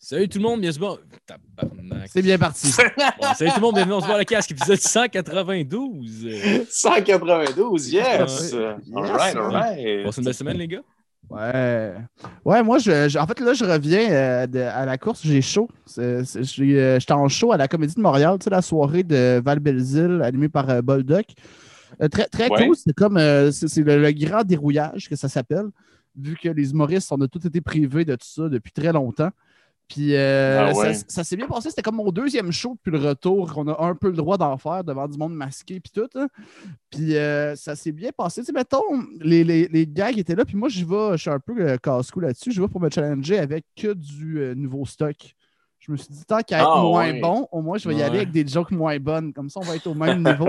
Salut tout le monde, bienvenue. Tabarnak. C'est bien parti. Bon, salut tout le monde, bienvenue. On se voit à la casque, épisode 192. 192, yes! All right. Passez une belle semaine, les gars? Ouais, moi, en fait, là, je reviens à la course. J'ai chaud. J'étais en show à la Comédie de Montréal, tu sais, la soirée de Val-Belzile, animée par Boldoc. Très cool. C'est comme c'est le grand dérouillage que ça s'appelle, vu que les humoristes, on a tous été privés de tout ça depuis très longtemps. Puis ça s'est bien passé. C'était comme mon deuxième show depuis le retour qu'on a un peu le droit d'en faire devant du monde masqué puis tout. Hein. Puis ça s'est bien passé. Tu sais, mettons, les gars qui étaient là, puis moi, je suis un peu casse-cou là-dessus. Je vais pour me challenger avec que du nouveau stock. Je me suis dit, tant qu'à être moins bon, au moins, je vais y aller avec des jokes moins bonnes. Comme ça, on va être au même niveau.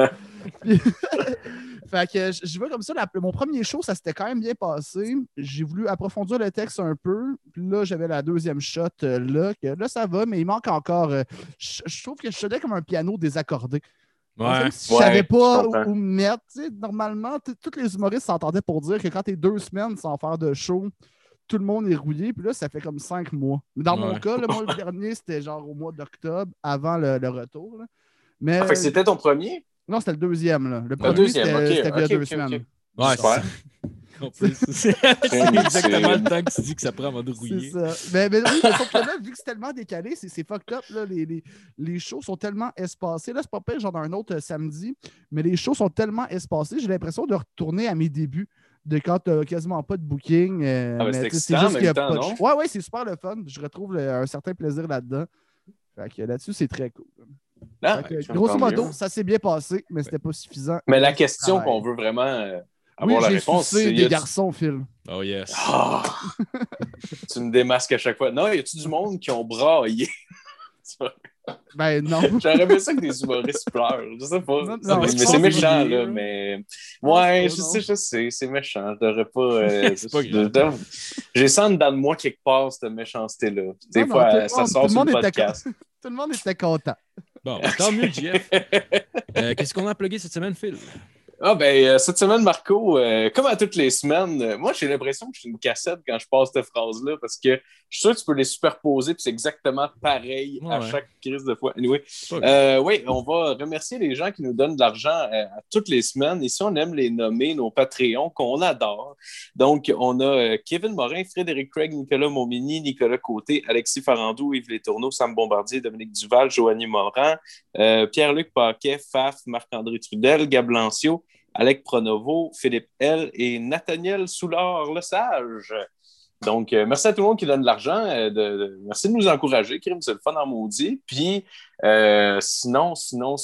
Fait que je vais comme ça. Mon premier show, ça s'était quand même bien passé. J'ai voulu approfondir le texte un peu. Puis là, j'avais la deuxième shot là. Que là, ça va, mais il manque encore. Je trouve que je sonnais comme un piano désaccordé. Comme si je savais pas où me mettre. T'sais, normalement, tous les humoristes s'entendaient pour dire que quand tu es 2 semaines sans faire de show, tout le monde est rouillé. Puis là, ça fait comme 5 mois. Dans mon cas, là, moi, le dernier, c'était genre au mois d'octobre, avant le retour. Là. Mais, fait que c'était ton premier? Non, c'était le deuxième. Là. Le premier, c'était il y a 2 semaines. Okay. Ouais, c'est exactement le temps que tu dis que ça prend avant de rouiller. C'est ça. Mais oui, sauf que là, vu que c'est tellement décalé, c'est fucked up. Là, les shows sont tellement espacés. Là, c'est pas pire, genre un autre samedi, mais les shows sont tellement espacés, j'ai l'impression de retourner à mes débuts. De quand tu n'as quasiment pas de booking. C'est excitant en même temps, non? Ouais, c'est super le fun. Je retrouve un certain plaisir là-dedans. Fait que là-dessus, c'est très cool. Grosso modo, ça s'est bien passé, mais c'était pas suffisant. Mais la question qu'on veut vraiment avoir la réponse, c'est des garçons, Phil. Oh yes. Tu me démasques à chaque fois. Non, y a-tu du monde qui ont braillé? Ben non. J'aurais aimé ça que des humoristes pleurent. Je sais pas. Non, mais c'est méchant, là. Mais ouais, je sais. C'est méchant. Je devrais pas. C'est pas grave. J'ai ça en dedans de moi quelque part, cette méchanceté-là. Des fois, ça sort sur le podcast. Tout le monde était content. Bon, tant mieux, Jeff. Qu'est-ce qu'on a plugué cette semaine, Phil? Cette semaine, Marco, comme à toutes les semaines, moi, j'ai l'impression que je suis une cassette quand je passe cette phrase-là parce que je suis sûr que tu peux les superposer puis c'est exactement pareil à chaque crise de fois. Anyway, on va remercier les gens qui nous donnent de l'argent à toutes les semaines. Ici, on aime les nommer, nos Patreons qu'on adore. Donc, on a Kevin Morin, Frédéric Craig, Nicolas Momini, Nicolas Côté, Alexis Farandou, Yves Létourneau, Sam Bombardier, Dominique Duval, Joanie Morin, Pierre-Luc Paquet, Faf, Marc-André Trudel, Gab Lancio, Alec Pronovo, Philippe L. et Nathaniel Soulard-Lesage. Donc, merci à tout le monde qui donne de l'argent. Merci de nous encourager. Krim, c'est le fun en maudit. Puis, sinon,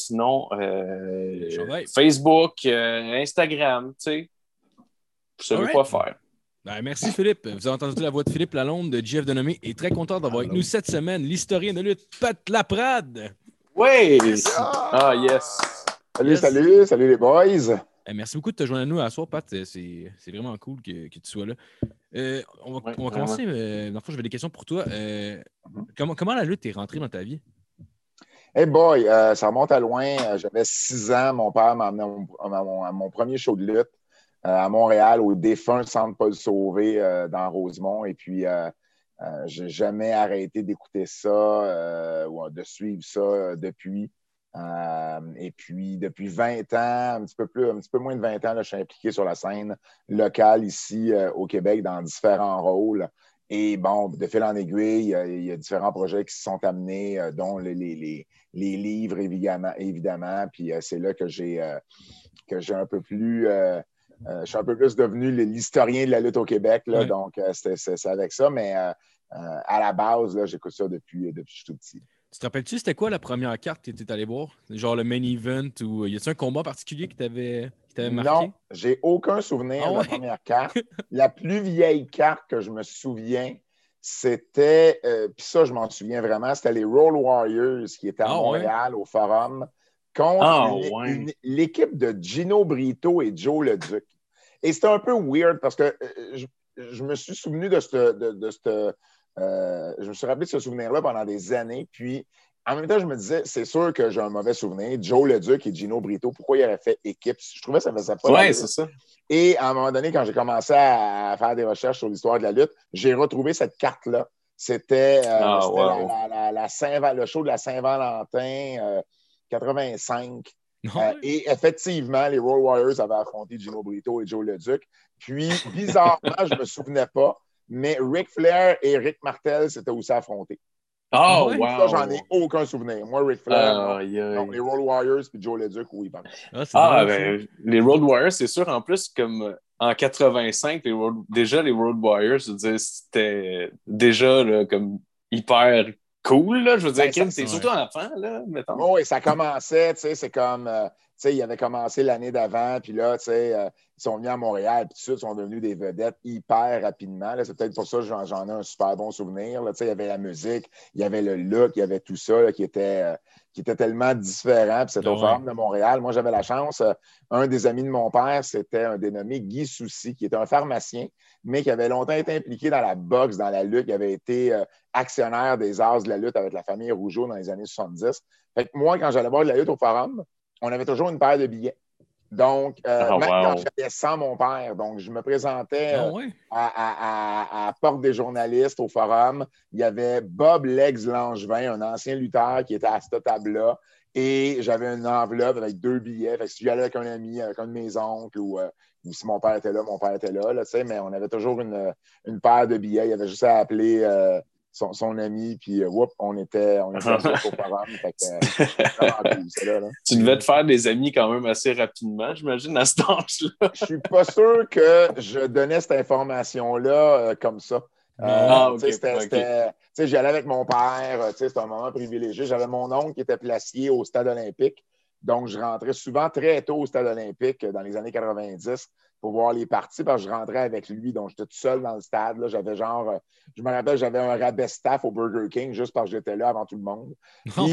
Facebook, Instagram, tu sais, je savais quoi faire. Ben, merci, Philippe. Vous avez entendu la voix de Philippe Lalonde de JF Denomé et très content d'avoir avec nous cette semaine l'historien de lutte, Pat Laprade. Oui! Yes! Salut les boys! Merci beaucoup de te joindre à nous à soir, Pat. C'est vraiment cool que tu sois là. On va commencer. Dans le fond, j'avais des questions pour toi. Comment la lutte est rentrée dans ta vie? Hey boy, ça remonte à loin. J'avais 6 ans. Mon père m'a amené à mon premier show de lutte à Montréal, au défunt Centre Paul Sauvé dans Rosemont. Et puis, j'ai jamais arrêté d'écouter ça ou de suivre ça depuis. Et puis, depuis 20 ans, un petit peu moins de 20 ans, là, je suis impliqué sur la scène locale ici au Québec dans différents rôles. Et bon, de fil en aiguille, il y a différents projets qui se sont amenés, dont les livres, évidemment. Puis c'est là que j'ai un peu plus... je suis un peu plus devenu l'historien de la lutte au Québec. Là, donc, c'est avec ça. Mais à la base, là, j'écoute ça depuis que je suis tout petit. Tu te rappelles-tu, c'était quoi la première carte que tu étais allé voir? Genre le main event ou y a-t-il un combat particulier qui t'avait marqué? Non, j'ai aucun souvenir de la première carte. La plus vieille carte que je me souviens, c'était, puis ça, je m'en souviens vraiment, c'était les Roll Warriors qui étaient à Montréal, au Forum, contre l'équipe de Gino Brito et Joe Leduc. Et c'était un peu weird parce que je me suis souvenu de cette je me suis rappelé de ce souvenir-là pendant des années. Puis, en même temps, je me disais, c'est sûr que j'ai un mauvais souvenir. Joe Leduc et Gino Brito, pourquoi ils auraient fait équipe? Je trouvais que ça faisait pas. Oui, c'est ça. Et à un moment donné, quand j'ai commencé à faire des recherches sur l'histoire de la lutte, j'ai retrouvé cette carte-là. C'était wow. le show de la Saint-Valentin 85. Ouais. Et effectivement, les Road Warriors avaient affronté Gino Brito et Joe Leduc. Puis, bizarrement, je ne me souvenais pas, mais Ric Flair et Rick Martel s'étaient aussi affrontés. Oh, ouais? wow! Ça, j'en ai aucun souvenir. Moi, Ric Flair, non. Les Road Warriors puis Joe Leduc, oui. Les Road Warriors, c'est sûr, en plus, comme en 85, les Road Warriors, je veux dire, c'était déjà là, comme hyper cool, là. Je veux dire, Kim, t'es surtout enfant, là, mettons. Oui, ça commençait, tu sais, c'est comme, tu sais, il avait commencé l'année d'avant, puis là, tu sais, ils sont venus à Montréal, puis tout de suite, ils sont devenus des vedettes hyper rapidement. Là, c'est peut-être pour ça que j'en ai un super bon souvenir. Là, tu sais, il y avait la musique, il y avait le look, il y avait tout ça là, qui était tellement différent. Puis c'était au Forum de Montréal. Moi, j'avais la chance. Un des amis de mon père, c'était un dénommé Guy Soucy, qui était un pharmacien, mais qui avait longtemps été impliqué dans la boxe, dans la lutte. Il avait été actionnaire des As de la lutte avec la famille Rougeau dans les années 70. Fait que moi, quand j'allais voir de la lutte au Forum, on avait toujours une paire de billets. Donc, quand j'allais sans mon père, donc je me présentais à la porte des journalistes au Forum. Il y avait Bob Legs Langevin, un ancien lutteur qui était à cette table-là. Et j'avais une enveloppe avec 2 billets. Fait que si j'y allais avec un ami, avec un de mes oncles, ou si mon père était là, là, mais on avait toujours une paire de billets. Il y avait juste à appeler son ami, puis on était au Forum. Fait que, cool, là. Tu devais te faire des amis quand même assez rapidement, j'imagine, à cet âge-là. Je suis pas sûr que je donnais cette information-là comme ça. J'y allais avec mon père, c'était un moment privilégié. J'avais mon oncle qui était placé au Stade olympique. Donc, je rentrais souvent très tôt au Stade olympique dans les années 90 pour voir les parties parce que je rentrais avec lui. Donc, j'étais tout seul dans le stade. Là. J'avais je me rappelle, j'avais un rabais staff au Burger King juste parce que j'étais là avant tout le monde. Puis,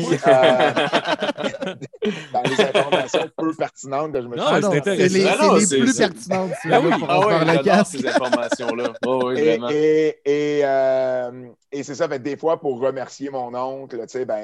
dans les informations peu pertinentes que je me suis dit. C'est les plus pertinentes. J'adore ces informations-là. Vraiment. Et c'est ça, fait, des fois, pour remercier mon oncle,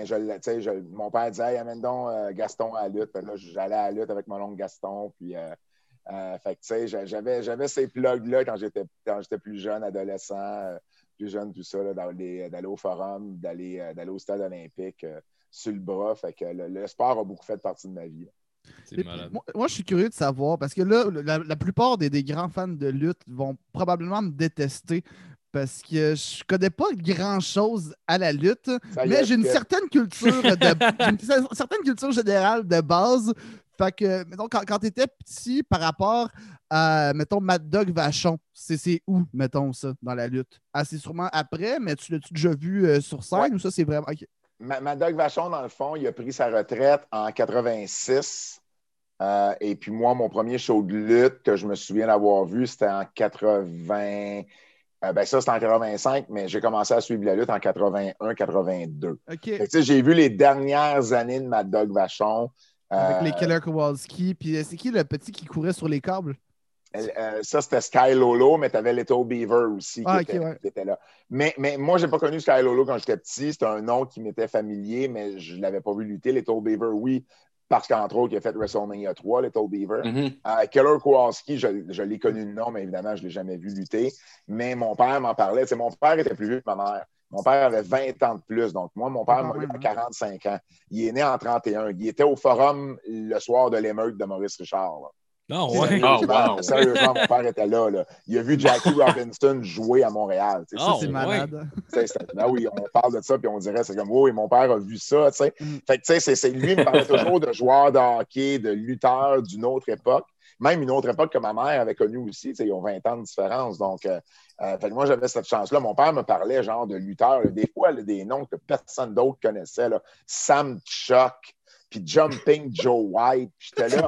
mon père disait hey, amène donc Gaston à la lutte. Là, j'allais à la lutte avec mon oncle Gaston. Puis, fait que, j'avais ces plugs-là quand j'étais plus jeune, adolescent, plus jeune, tout ça, d'aller au Forum, d'aller au Stade olympique sur le bras. Fait que le sport a beaucoup fait partie de ma vie. C'est malade. Moi, je suis curieux de savoir, parce que là, la plupart des grands fans de lutte vont probablement me détester parce que je connais pas grand-chose à la lutte, mais j'ai une certaine culture une certaine culture générale de base. Fait que, mettons, quand tu étais petit par rapport à, mettons, Mad Dog Vachon, c'est où, mettons, ça, dans la lutte? Ah, c'est sûrement après, mais tu l'as-tu déjà vu sur scène ou ça, c'est vraiment... Okay. Mad Dog Vachon, dans le fond, il a pris sa retraite en 86. Et puis moi, mon premier show de lutte que je me souviens d'avoir vu, c'était en 80... ça, c'était en 85, mais j'ai commencé à suivre la lutte en 81-82. Okay. J'ai vu les dernières années de Mad Dog Vachon. Avec les Keller Kowalski. Puis c'est qui le petit qui courait sur les câbles? Ça, c'était Sky Lolo, mais tu avais Little Beaver aussi qui était là. Mais moi, je n'ai pas connu Sky Lolo quand j'étais petit. C'était un nom qui m'était familier, mais je ne l'avais pas vu lutter. Little Beaver, oui, parce qu'entre autres, il a fait WrestleMania 3, Little Beaver. Mm-hmm. Keller Kowalski, je l'ai connu de nom, mais évidemment, je ne l'ai jamais vu lutter. Mais mon père m'en parlait. Mon père était plus vieux que ma mère. Mon père avait 20 ans de plus. Donc, moi, mon père m'a eu à 45 ans. Il est né en 31. Il était au Forum le soir de l'émeute de Maurice Richard. Là. Oh, ouais. Sérieusement, mon père était là. Il a vu Jackie Robinson jouer à Montréal. Ça, c'est malade. Ben oui, on parle de ça, puis on dirait, c'est comme, oui, mon père a vu ça. Fait que, lui, il me parlait toujours de joueurs de hockey, de lutteurs d'une autre époque. Même une autre époque que ma mère avait connue aussi. Ils ont 20 ans de différence. Donc, fait que moi, j'avais cette chance-là. Mon père me parlait genre de lutteurs. Des fois, des noms que personne d'autre connaissait. Là. Sam Chuck, puis Jumping Joe White. J'étais là.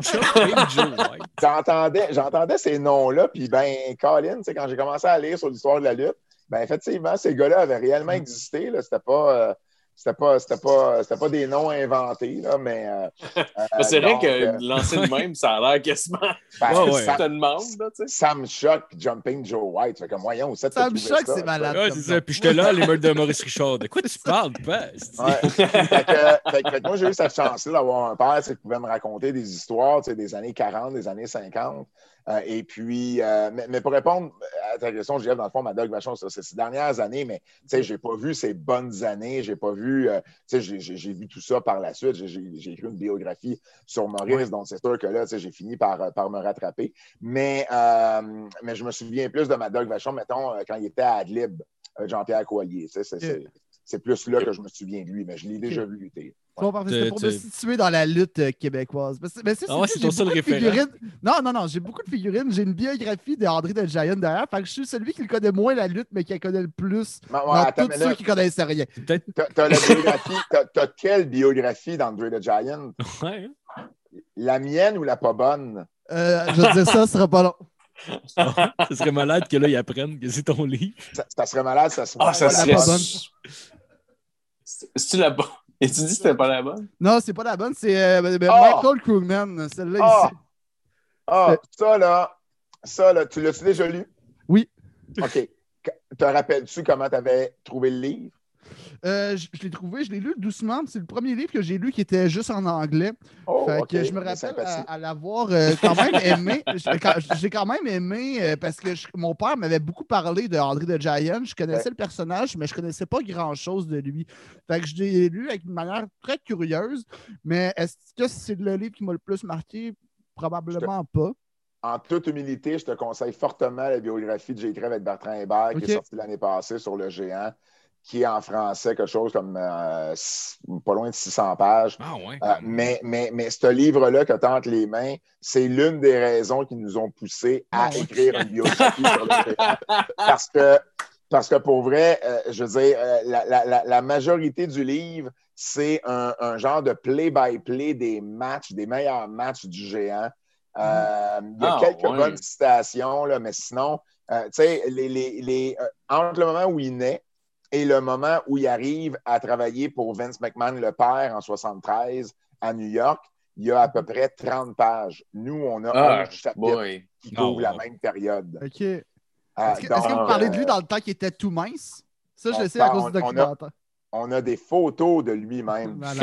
J'entendais ces noms-là. Puis, Colin, quand j'ai commencé à lire sur l'histoire de la lutte, effectivement, ces gars-là avaient réellement existé. Là. C'était pas C'était pas des noms inventés, là, mais. C'est vrai donc, que lancer de même, ça a l'air quasiment. Ça te demande, là, tu sais. Sam Shock et Jumping Joe White. Fait comme, voyons, où ça te Sam Shock, c'est malade. Ouais, c'est ça. Puis j'étais là, les meurtres de Maurice Richard. De quoi tu parles, pas? Ouais. fait que moi, j'ai eu cette chance-là d'avoir un père qui pouvait me raconter des histoires des années 40, des années 50. Et puis, mais pour répondre à ta question, je dirais, dans le fond, ma Doug Vachon, c'est ces dernières années, mais j'ai pas vu ces bonnes années, j'ai pas vu, j'ai vu tout ça par la suite. J'ai écrit une biographie sur Maurice, donc c'est sûr que là, j'ai fini par me rattraper. Mais je me souviens plus de ma Doug Vachon, mettons, quand il était à Adlib, Jean-Pierre Coallier. C'est plus là que je me souviens de lui, mais je l'ai déjà vu lutter. Ouais. C'était pour me situer dans la lutte québécoise. C'est ton seul référent. Non, j'ai beaucoup de figurines. J'ai une biographie d'André the Giant derrière. Fait que je suis celui qui le connaît moins la lutte, mais qui la connaît le plus dans tous ceux qui connaissent rien. T'as la biographie. T'as quelle biographie d'André the Giant? Ouais. La mienne ou la pas bonne? Je veux dire, ça sera pas long. Ce serait malade que là, ils apprennent que c'est ton livre. Ça serait malade, ça serait ça serait pas bonne. C'est-tu la bonne? Et tu dis que c'était pas la bonne? Non, c'est pas la bonne, c'est Michael Krugman, celle-là ici. Ça là, tu l'as-tu déjà lu? Oui. OK. Te rappelles-tu comment tu avais trouvé le livre? Je l'ai trouvé, je l'ai lu doucement. C'est le premier livre que j'ai lu qui était juste en anglais. Que je me rappelle à l'avoir quand même aimé. J'ai quand même aimé parce que mon père m'avait beaucoup parlé de André the Giant. Je connaissais le personnage, mais je ne connaissais pas grand-chose de lui. Fait que je l'ai lu avec une manière très curieuse. Mais est-ce que c'est le livre qui m'a le plus marqué? Probablement pas. En toute humilité, je te conseille fortement la biographie que j'ai écrite avec Bertrand Hébert, qui est sortie l'année passée sur le géant, qui est en français quelque chose comme pas loin de 600 pages. Ah ouais, mais ce livre-là que tu as entre les mains, c'est l'une des raisons qui nous ont poussés à écrire une biographie sur le géant. Parce que pour vrai, je veux dire, la majorité du livre, c'est un genre de play-by-play des matchs, des meilleurs matchs du géant. Il y a quelques bonnes citations, là, mais sinon, tu sais, entre le moment où il naît et le moment où il arrive à travailler pour Vince McMahon, le père, en 1973, à New York, il y a à peu près 30 pages. Nous, on a 11 chapitres qui couvrent la même période. OK. Est-ce que vous parlez de lui dans le temps qu'il était tout mince? Ça, je le sais à cause du documentaire. On a des photos de lui-même. Moi,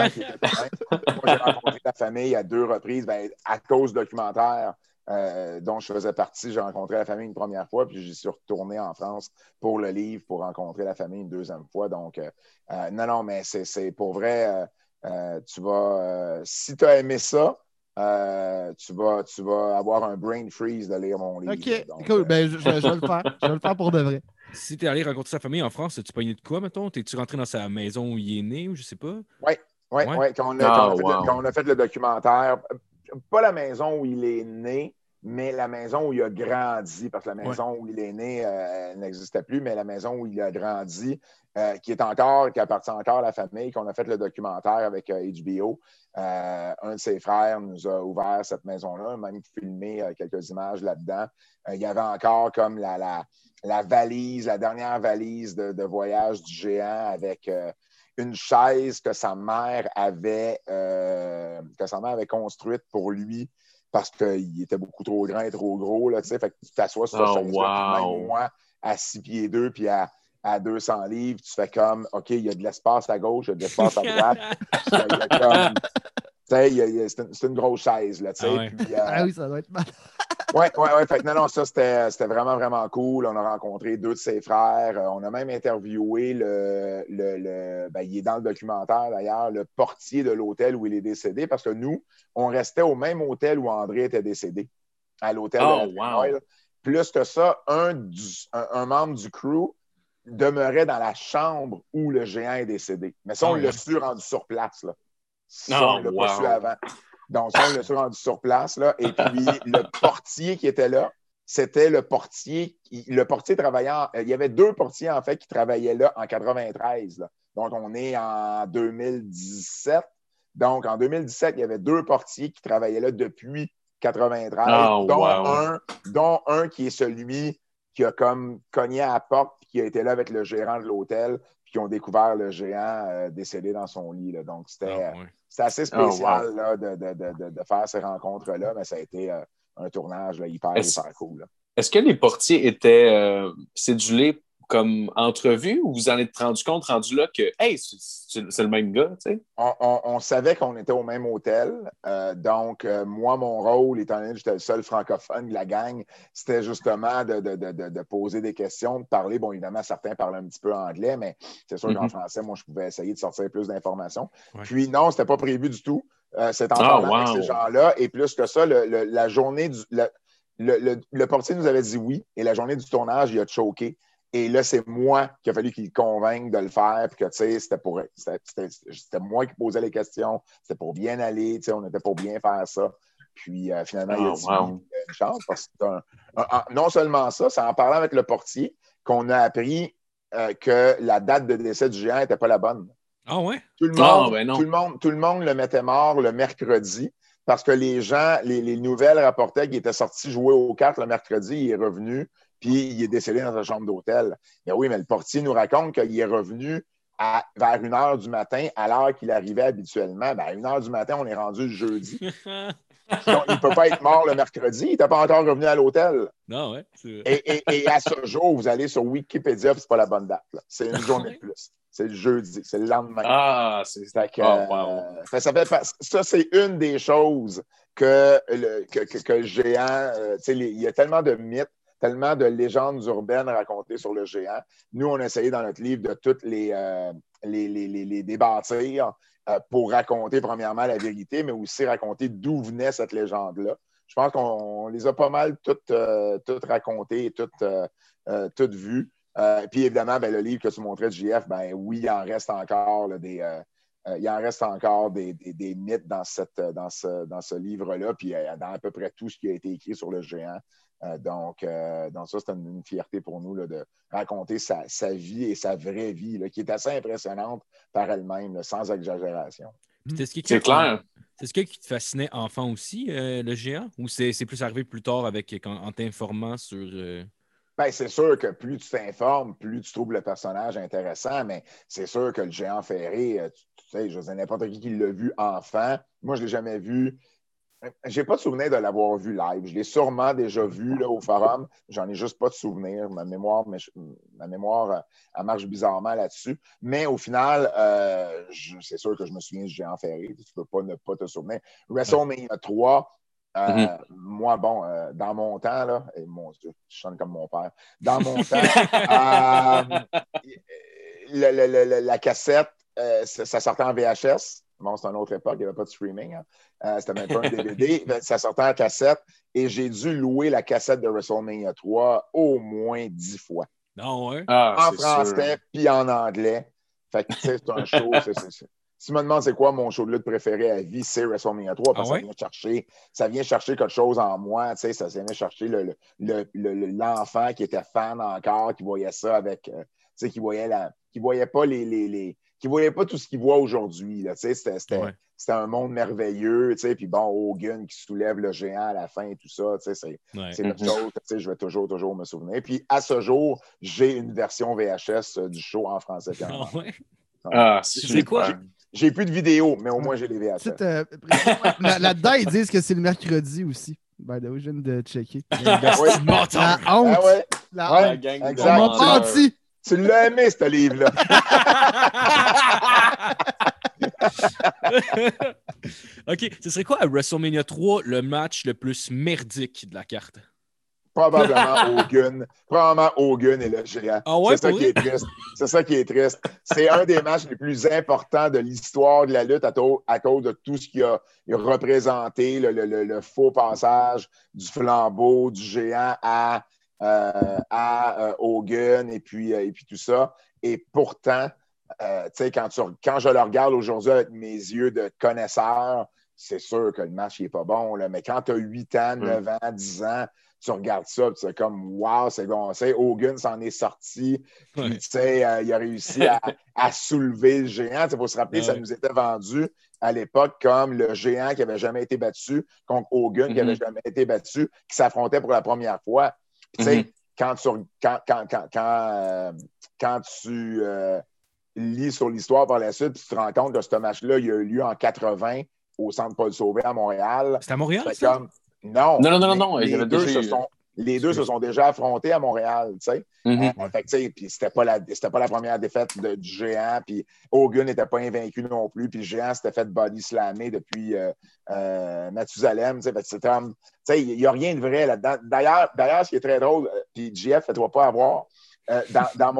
j'ai rencontré la famille à 2 reprises à cause du documentaire dont je faisais partie. J'ai rencontré la famille une première fois, puis j'y suis retourné en France pour le livre, pour rencontrer la famille une deuxième fois. Donc, non, mais c'est pour vrai, tu vas... si tu as aimé ça, tu vas avoir un brain freeze de lire mon livre. OK, donc, cool. Je vais le faire. Je vais le faire pour de vrai. Si t'es allé rencontrer sa famille en France, as-tu pogné de quoi, mettons? T'es-tu rentré dans sa maison où il est né ou je sais pas? Oui. Quand on a fait le documentaire, pas la maison où il est né, mais la maison où il a grandi, parce que la maison où il est né n'existait plus, mais la maison où il a grandi, qui appartient encore à la famille, qu'on a fait le documentaire avec HBO. Un de ses frères nous a ouvert cette maison-là, même filmé quelques images là-dedans. Il y avait encore comme la valise, la dernière valise de voyage du géant avec une chaise que sa mère avait construite pour lui parce qu'il était beaucoup trop grand et trop gros. Là, fait que tu t'assois sur cette chaise-là, même moi, à 6 pieds 2 puis à 200 livres, tu fais comme, OK, il y a de l'espace à gauche, il y a de l'espace à droite. C'est une grosse chaise. Là, oui, ça doit être mal. Oui. Fait que non, ça, c'était vraiment, vraiment cool. On a rencontré 2 de ses frères. On a même interviewé il est dans le documentaire d'ailleurs, le portier de l'hôtel où il est décédé, parce que nous, on restait au même hôtel où André était décédé, à l'hôtel de la Noël. Plus que ça, un membre du crew demeurait dans la chambre où le géant est décédé. Mais ça, on l'a su rendu sur place. Là. Ça, on ne l'a pas su avant. Donc, ça, on l'a su rendu sur place. Là. Et puis, le portier qui était là, c'était le portier. Le portier travaillant. Il y avait 2 portiers, en fait, qui travaillaient là en 93. Là. Donc, on est en 2017. Donc, en 2017, il y avait 2 portiers qui travaillaient là depuis 93, dont un qui est celui qui a comme cogné à la porte et qui a été là avec le gérant de l'hôtel, puis puis qui ont découvert le géant décédé dans son lit. Là. Donc, c'était assez spécial là, de faire ces rencontres-là, mais ça a été un tournage là, hyper cool. Là. Est-ce que les portiers étaient cédulés comme entrevue ou vous en êtes rendu compte rendu là que hey, c'est le même gars, tu sais? On savait qu'on était au même hôtel. Donc, moi, mon rôle, étant donné que j'étais le seul francophone de la gang, c'était justement de poser des questions, de parler. Bon, évidemment, certains parlaient un petit peu anglais, mais c'est sûr qu'en français, moi, je pouvais essayer de sortir plus d'informations. Ouais. Puis non, c'était pas prévu du tout. C'est en parlant avec ces gens-là. Et plus que ça, la journée le portier nous avait dit oui, et la journée du tournage, il a choqué. Et là, c'est moi qui a fallu qu'il convainque de le faire, puis que, tu sais, c'était moi qui posais les questions, c'était pour bien aller, tu sais, on était pour bien faire ça. Puis, finalement, il a dit une chance, parce que non seulement ça, c'est en parlant avec le portier qu'on a appris que la date de décès du géant n'était pas la bonne. Ah ouais? Tout le monde le mettait mort le mercredi, parce que les gens, les nouvelles rapportaient qu'il était sorti jouer aux cartes le mercredi, il est revenu, puis il est décédé dans sa chambre d'hôtel. Mais oui, mais le portier nous raconte qu'il est revenu vers 1h du matin, à l'heure qu'il arrivait habituellement. Ben, à 1h du matin, on est rendu le jeudi. Donc, il ne peut pas être mort le mercredi. Il n'était pas encore revenu à l'hôtel. Non, ouais. Et à ce jour, vous allez sur Wikipédia, c'est pas la bonne date. Là. C'est une journée de plus. C'est le jeudi, c'est le lendemain. Ah, c'est ça. Ça, c'est une des choses que le géant, il y a tellement de mythes, tellement de légendes urbaines racontées sur le géant. Nous, on a essayé dans notre livre de toutes les débâtir pour raconter premièrement la vérité, mais aussi raconter d'où venait cette légende-là. Je pense qu'on les a pas mal toutes racontées et toutes vues. Puis évidemment, ben, le livre que tu montrais de JF, ben oui, il en reste encore là, des mythes dans ce livre-là, puis dans à peu près tout ce qui a été écrit sur le géant. Donc ça, c'est une fierté pour nous là, de raconter sa vie et sa vraie vie, là, qui est assez impressionnante par elle-même, là, sans exagération. C'est clair. C'est ce qui te fascinait enfant aussi, le géant? Ou c'est plus arrivé plus tard en t'informant sur... Ben, c'est sûr que plus tu t'informes, plus tu trouves le personnage intéressant, mais c'est sûr que le géant ferré, tu sais, je sais, n'importe qui l'a vu enfant. Moi, je ne l'ai jamais vu. J'ai pas de souvenir de l'avoir vu live. Je l'ai sûrement déjà vu là, au forum. J'en ai juste pas de souvenir. Ma mémoire elle marche bizarrement là-dessus. Mais au final, c'est sûr que je me souviens du géant ferré. Tu ne peux pas ne pas te souvenir. WrestleMania 3, moi, bon, dans mon temps, là, et mon Dieu, je sonne comme mon père. Dans mon temps, la cassette, ça sortait en VHS. Bon, c'est une autre époque, il n'y avait pas de streaming. Hein. C'était même pas un DVD. Ça sortait en cassette et j'ai dû louer la cassette de WrestleMania 3 au moins 10 fois. Non, ouais. En français puis en anglais. Fait que, tu sais, c'est un show. Si tu me demandes c'est quoi mon show de lutte préféré à vie, c'est WrestleMania 3 parce que ça vient chercher quelque chose en moi. Tu sais, ça vient chercher l'enfant qui était fan encore, qui voyait ça avec. Tu sais, qui voyait pas qui voyait pas tout ce qu'il voit aujourd'hui. C'était un monde merveilleux. Puis bon, Hogan qui soulève le géant à la fin et tout ça. C'est une chose que je vais toujours me souvenir. Puis à ce jour, j'ai une version VHS du show en français. C'est quoi? J'ai plus de vidéos, mais au moins j'ai les VHS. Là-dedans, ils disent que c'est le mercredi aussi. Ben, je viens de checker. La honte! La gang exact. Tu l'as aimé, ce livre-là. OK. Ce serait quoi à WrestleMania 3 le match le plus merdique de la carte? Probablement Hogan et le géant. Ah ouais, c'est ça qui est triste. C'est un des matchs les plus importants de l'histoire de la lutte à cause de tout ce qu'il a représenté, le faux passage du flambeau, du géant à Hogan et puis tout ça. Et pourtant, quand je le regarde aujourd'hui avec mes yeux de connaisseur, c'est sûr que le match n'est pas bon. Là, mais quand tu as 8 ans, 9 ans, 10 ans, tu regardes ça, tu es comme « wow, c'est bon ». Hogan s'en est sorti, puis il a réussi à soulever le géant. Il faut se rappeler, ça nous était vendu à l'époque comme le géant qui n'avait jamais été battu contre Hogan qui n'avait jamais été battu, qui s'affrontait pour la première fois. Quand tu lis sur l'histoire par la suite, puis tu te rends compte que ce match-là, il a eu lieu en 80 au Centre Paul-Sauvé à Montréal. C'est à Montréal, ça? Comme... Non. Non. Les deux se sont déjà affrontés à Montréal, tu sais. Fait que, puis c'était pas la première défaite du géant, puis Hogan n'était pas invaincu non plus, puis le géant s'était fait body slammer depuis Mathusalem, tu sais. Il n'y a rien de vrai là-dedans. D'ailleurs, ce qui est très drôle, puis JF, fais-toi pas avoir, dans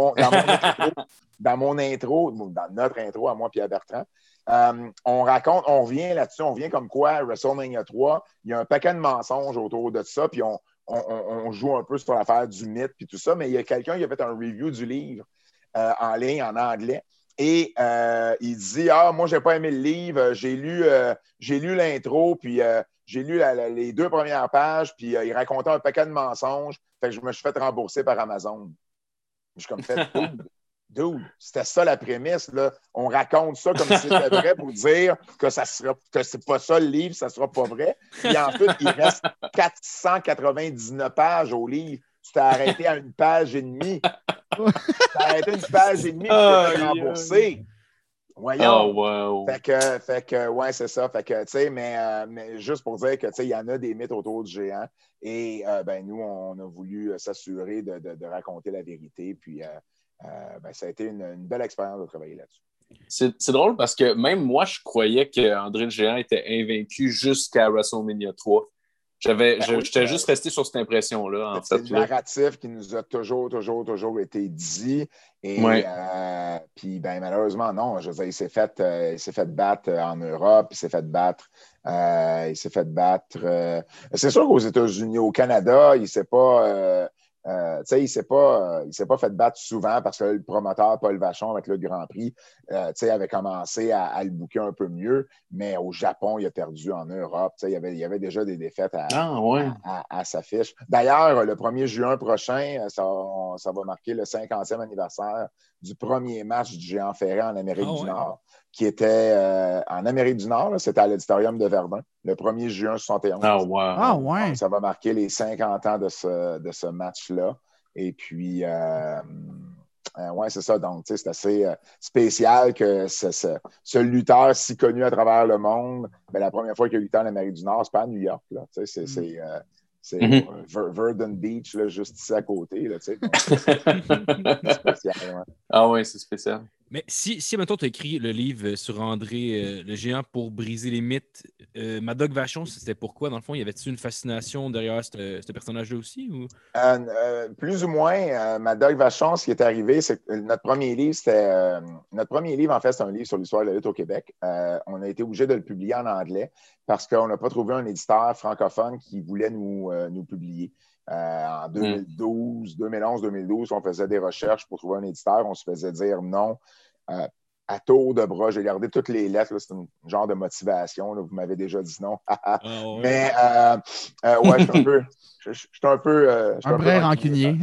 notre intro, à moi et à Bertrand, on revient là-dessus, on revient comme quoi WrestleMania 3, il y a un paquet de mensonges autour de ça, puis on joue un peu sur l'affaire du mythe puis tout ça, mais il y a quelqu'un qui a fait un review du livre en ligne, en anglais, et il dit « Ah, moi, j'ai pas aimé le livre, j'ai lu l'intro, puis j'ai lu les 2 premières pages, puis il racontait un paquet de mensonges, fait que je me suis fait rembourser par Amazon. » Je suis comme fait Dude, c'était ça la prémisse. Là. On raconte ça comme si c'était vrai pour dire que c'est pas ça le livre, ça sera pas vrai. Puis ensuite, il reste 499 pages au livre. Tu t'es arrêté à 1 page et demie. Tu t'es arrêté à 1 page et demie et tu t'es remboursé. Voyons. Oh, wow. Fait que ouais, c'est ça. Fait que, tu sais, mais juste pour dire que, tu sais, il y en a des mythes autour du géant. Et nous, on a voulu s'assurer de raconter la vérité. Puis, ça a été une belle expérience de travailler là-dessus. C'est drôle parce que même moi, je croyais qu'André le Géant était invaincu jusqu'à WrestleMania 3. J'étais juste resté sur cette impression-là. C'est le narratif qui nous a toujours été dit. Et puis, malheureusement, non. Je veux dire, il s'est fait battre en Europe, il s'est fait battre. C'est sûr qu'aux États-Unis, au Canada, il ne s'est pas. Il s'est pas fait battre souvent parce que le promoteur Paul Vachon avec le Grand Prix avait commencé à le booker un peu mieux, mais au Japon, il a perdu en Europe. Il y avait déjà des défaites à sa fiche. D'ailleurs, le 1er juin prochain, ça va marquer le 50e anniversaire du premier match du Géant Ferré en Amérique du Nord, qui était en Amérique du Nord, c'était à l'Auditorium de Verdun, le 1er juin 71. Donc, ça va marquer les 50 ans de ce match-là. Et puis, c'est ça. Donc, c'est assez spécial que ce lutteur si connu à travers le monde, la première fois qu'il a lutté en Amérique du Nord, c'est pas à New York. Là, c'est Verdun Beach, là, juste ici à côté. Là, c'est spécial. Ah oui, c'est spécial. Mais si maintenant tu as écrit le livre sur André le Géant pour briser les mythes, Mad Dog Vachon, c'était pourquoi? Dans le fond, y avait-il une fascination derrière ce personnage-là aussi? Ou? Plus ou moins. Mad Dog Vachon, ce qui est arrivé, c'est que notre premier livre, en fait, c'est un livre sur l'histoire de la lutte au Québec. On a été obligé de le publier en anglais parce qu'on n'a pas trouvé un éditeur francophone qui voulait nous publier. En 2011-2012, on faisait des recherches pour trouver un éditeur. On se faisait dire non à tour de bras. J'ai gardé toutes les lettres. C'est un genre de motivation. Là. Vous m'avez déjà dit non. Mais, je suis un peu... un vrai rancunier.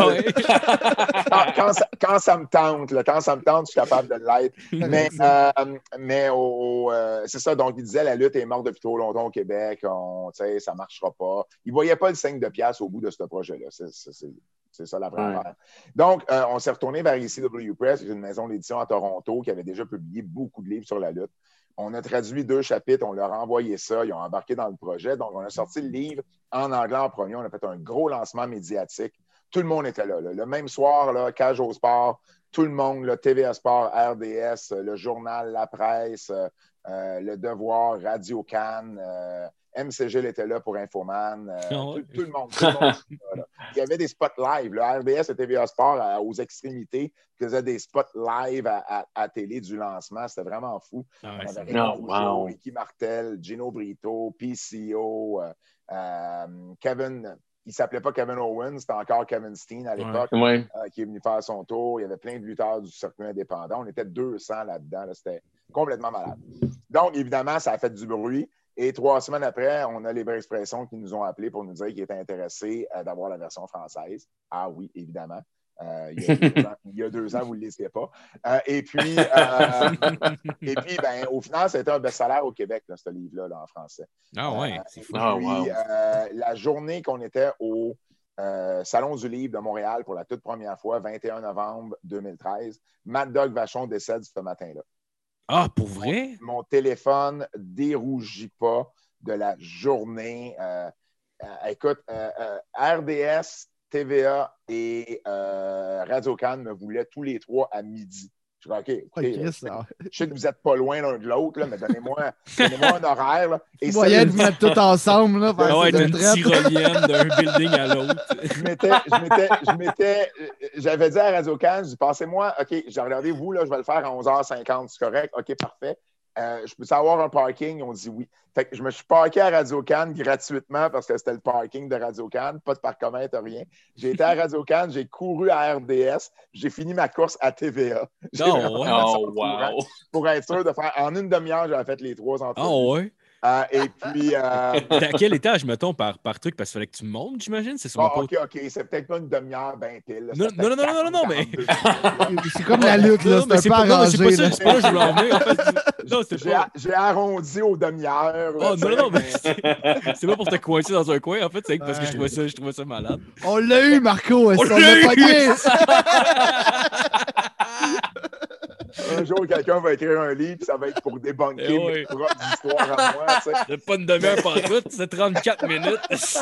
Quand ça me tente, je suis capable de l'être. Mais c'est ça. Donc, il disait la lutte est morte depuis trop longtemps au Québec. Ça ne marchera pas. Il ne voyait pas le 5 de piastres au bout de ce projet-là. C'est ça la vraie affaire. Donc, on s'est retourné vers ECW Press, une maison d'édition à Toronto qui avait déjà publié beaucoup de livres sur la lutte. On a traduit 2 chapitres, on leur a envoyé ça, ils ont embarqué dans le projet. Donc, on a sorti le livre en anglais en premier. On a fait un gros lancement médiatique. Tout le monde était là. Le même soir, là, Cage au Sport, tout le monde, là, TVA Sport, RDS, le journal, la presse, Le Devoir, Radio Cannes, MCG était là pour Infoman. Tout le monde. Il y avait des spots live. Le RDS et TVA Sport aux extrémités faisaient des spots live à télé du lancement. C'était vraiment fou. On avait Raymond Rougeau, Ricky Martel, Gino Brito, PCO, Kevin. Il ne s'appelait pas Kevin Owens, c'était encore Kevin Steen à l'époque, qui est venu faire son tour. Il y avait plein de lutteurs du circuit indépendant. On était 200 là-dedans. Là. C'était complètement malade. Donc, évidemment, ça a fait du bruit. Et 3 semaines après, on a les Libre Expression qui nous ont appelés pour nous dire qu'ils étaient intéressés d'avoir la version française. Ah oui, évidemment. Il y a 2 ans, vous ne le lisiez pas. Et puis, au final, ça a été un best-seller au Québec, là, ce livre-là, là, en français. Ah ouais, c'est fou. La journée qu'on était au Salon du Livre de Montréal pour la toute première fois, 21 novembre 2013. Mad Dog Vachon décède ce matin-là. Ah, pour vrai? Mon téléphone dérougit pas de la journée. Écoute, RDS, TVA et Radio-Can me voulaient tous les trois à midi. Je dis, OK, écoutez, je sais que vous n'êtes pas loin l'un de l'autre, là, mais donnez-moi un horaire. Là. Et moyen de vous mettre tout ensemble. Là, une tyrolienne d'un building à l'autre. J'avais dit à Radio-Can, je dis, passez-moi, OK, j'ai regardé vous, là, je vais le faire à 11h50, c'est correct, OK, parfait. Je peux savoir un parking? Ils ont dit oui. Fait que je me suis parké à Radio-Can gratuitement parce que c'était le parking de Radio-Can, pas de parcomètre, rien. J'ai été à Radio-Can, j'ai couru à RDS, j'ai fini ma course à TVA. Pour être sûr de faire. En une demi-heure, j'avais fait les 3 entrevues. Ah ouais? Et puis. À quel étage, mettons, par truc? Parce qu'il fallait que tu montes, j'imagine? C'est sûrement pas... OK. C'est peut-être pas une demi-heure, ben pile. Non, mais. C'est comme la lutte, là. C'est un peu arrangé. C'est pas là que je voulais en venir. En fait. Non, j'ai arrondi aux demi-heures. Oh, non, mais c'est pas pour te coincer dans un coin, en fait. C'est parce que je trouvais ça malade. On l'a eu, Marco. On l'a pogné. Un jour, quelqu'un va écrire un livre, ça va être pour débunker mes propres histoires à moi. C'est pas une demi-heure par route, c'est 34 minutes.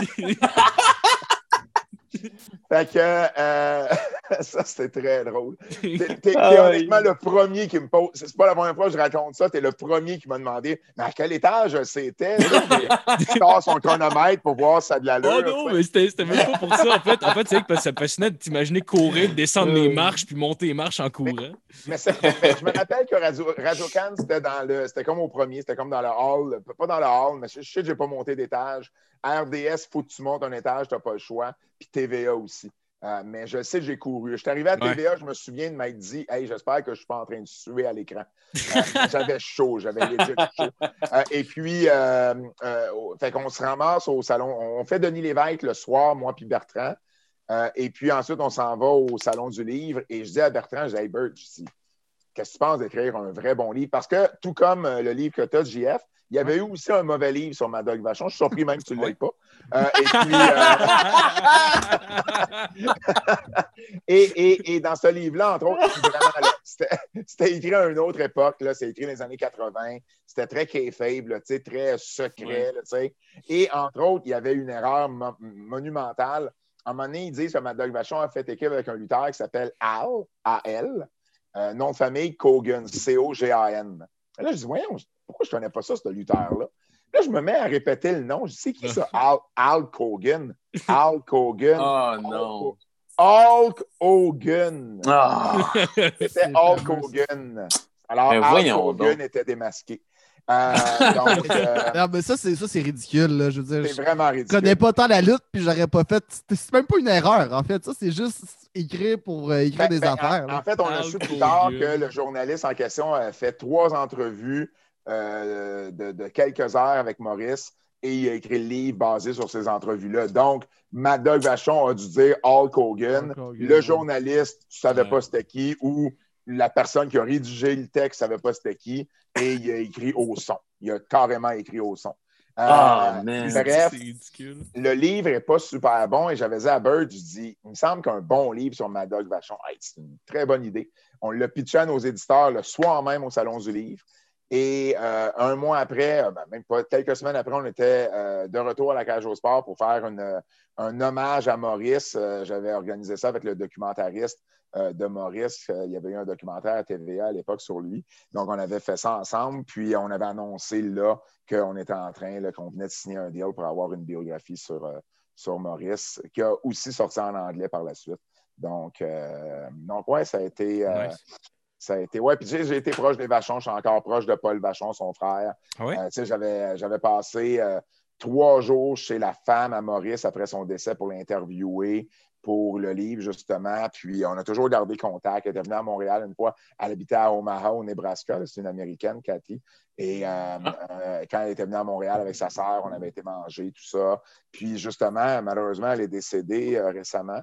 Fait que ça, c'était très drôle. T'es honnêtement le premier qui me pose. C'est pas la première fois que je raconte ça. T'es le premier qui m'a demandé mais à quel étage c'était? Il sort son chronomètre pour voir si ça a de l'allure. Oh non, mais c'était même pas pour ça. En fait c'est vrai que ça me fascinait de t'imaginer courir, descendre les marches, puis monter les marches en courant. Mais je me rappelle que Radio-Can, c'était comme au premier, c'était comme dans le hall. Pas dans le hall, mais je sais que j'ai pas monté d'étage. RDS, faut que tu montes un étage, t'as pas le choix. Puis TVA aussi. Mais je sais que j'ai couru. Je suis arrivé à TVA, je me souviens de m'être dit hey, j'espère que je ne suis pas en train de suer à l'écran. J'avais chaud, j'avais legit chaud. Et puis, fait qu'on se ramasse au salon. On fait Denis Lévesque le soir, moi puis Bertrand. Et puis ensuite, on s'en va au Salon du Livre. Et je dis à Bertrand, je dis hey Bert, qu'est-ce que tu penses d'écrire un vrai bon livre? Parce que tout comme le livre que tu as, JF, il y avait eu aussi un mauvais livre sur Mad Dog Vachon. Je suis surpris même que tu ne l'aies pas. Et dans ce livre-là, entre autres, c'était écrit à une autre époque. C'est écrit dans les années 80. C'était très kayfabe, très secret. Ouais. Et entre autres, il y avait une erreur monumentale. À un moment donné, ils disent que Mad Dog Vachon a fait équipe avec un lutteur qui s'appelle Al, A-L, nom de famille Cogan, C-O-G-A-N. Là, je dis, voyons, pourquoi je ne connais pas ça, ce lutteur-là? Là, je me mets à répéter le nom. Je sais qui ça? Hulk Hogan. Hulk Hogan. Oh non. Hulk Hogan. C'était Hulk Hogan. Alors, Hulk Hogan était démasqué. Non, mais ça, c'est ridicule. Là. Je veux dire, c'est vraiment ridicule. Je connais pas tant la lutte, puis j'aurais pas fait. C'est même pas une erreur, en fait. Ça, c'est juste écrire pour écrire des affaires. En fait, on a su plus tard que le journaliste en question a fait 3 entrevues de quelques heures avec Maurice et il a écrit le livre basé sur ces entrevues-là. Donc, Mad Dog Vachon a dû dire Hulk Hogan. Le journaliste ne savait pas c'était qui ou la personne qui a rédigé le texte ne savait pas c'était qui et il a écrit au son. Il a carrément écrit au son. Bref, le livre n'est pas super bon et j'avais dit à Bird, je dis, il me semble qu'un bon livre sur Mad Dog Vachon, c'est une très bonne idée. On l'a pitché à nos éditeurs le soir même au Salon du Livre. Et un mois après, même pas quelques semaines après, on était de retour à la Cage au Sport pour faire un hommage à Maurice. J'avais organisé ça avec le documentariste de Maurice. Il y avait eu un documentaire à TVA à l'époque sur lui. Donc, on avait fait ça ensemble. Puis, on avait annoncé là qu'on était en train, là, qu'on venait de signer un deal pour avoir une biographie sur Maurice, qui a aussi sorti en anglais par la suite. Donc ouais, ça a été... Ça a été, ouais, puis j'ai été proche des Vachons, je suis encore proche de Paul Vachon, son frère. Ah ouais? J'avais passé 3 jours chez la femme à Maurice après son décès pour l'interviewer pour le livre, justement. Puis on a toujours gardé contact. Elle était venue à Montréal une fois. Elle habitait à Omaha, au Nebraska. C'est une Américaine, Cathy. Et quand elle était venue à Montréal avec sa sœur, on avait été manger, tout ça. Puis justement, malheureusement, elle est décédée récemment.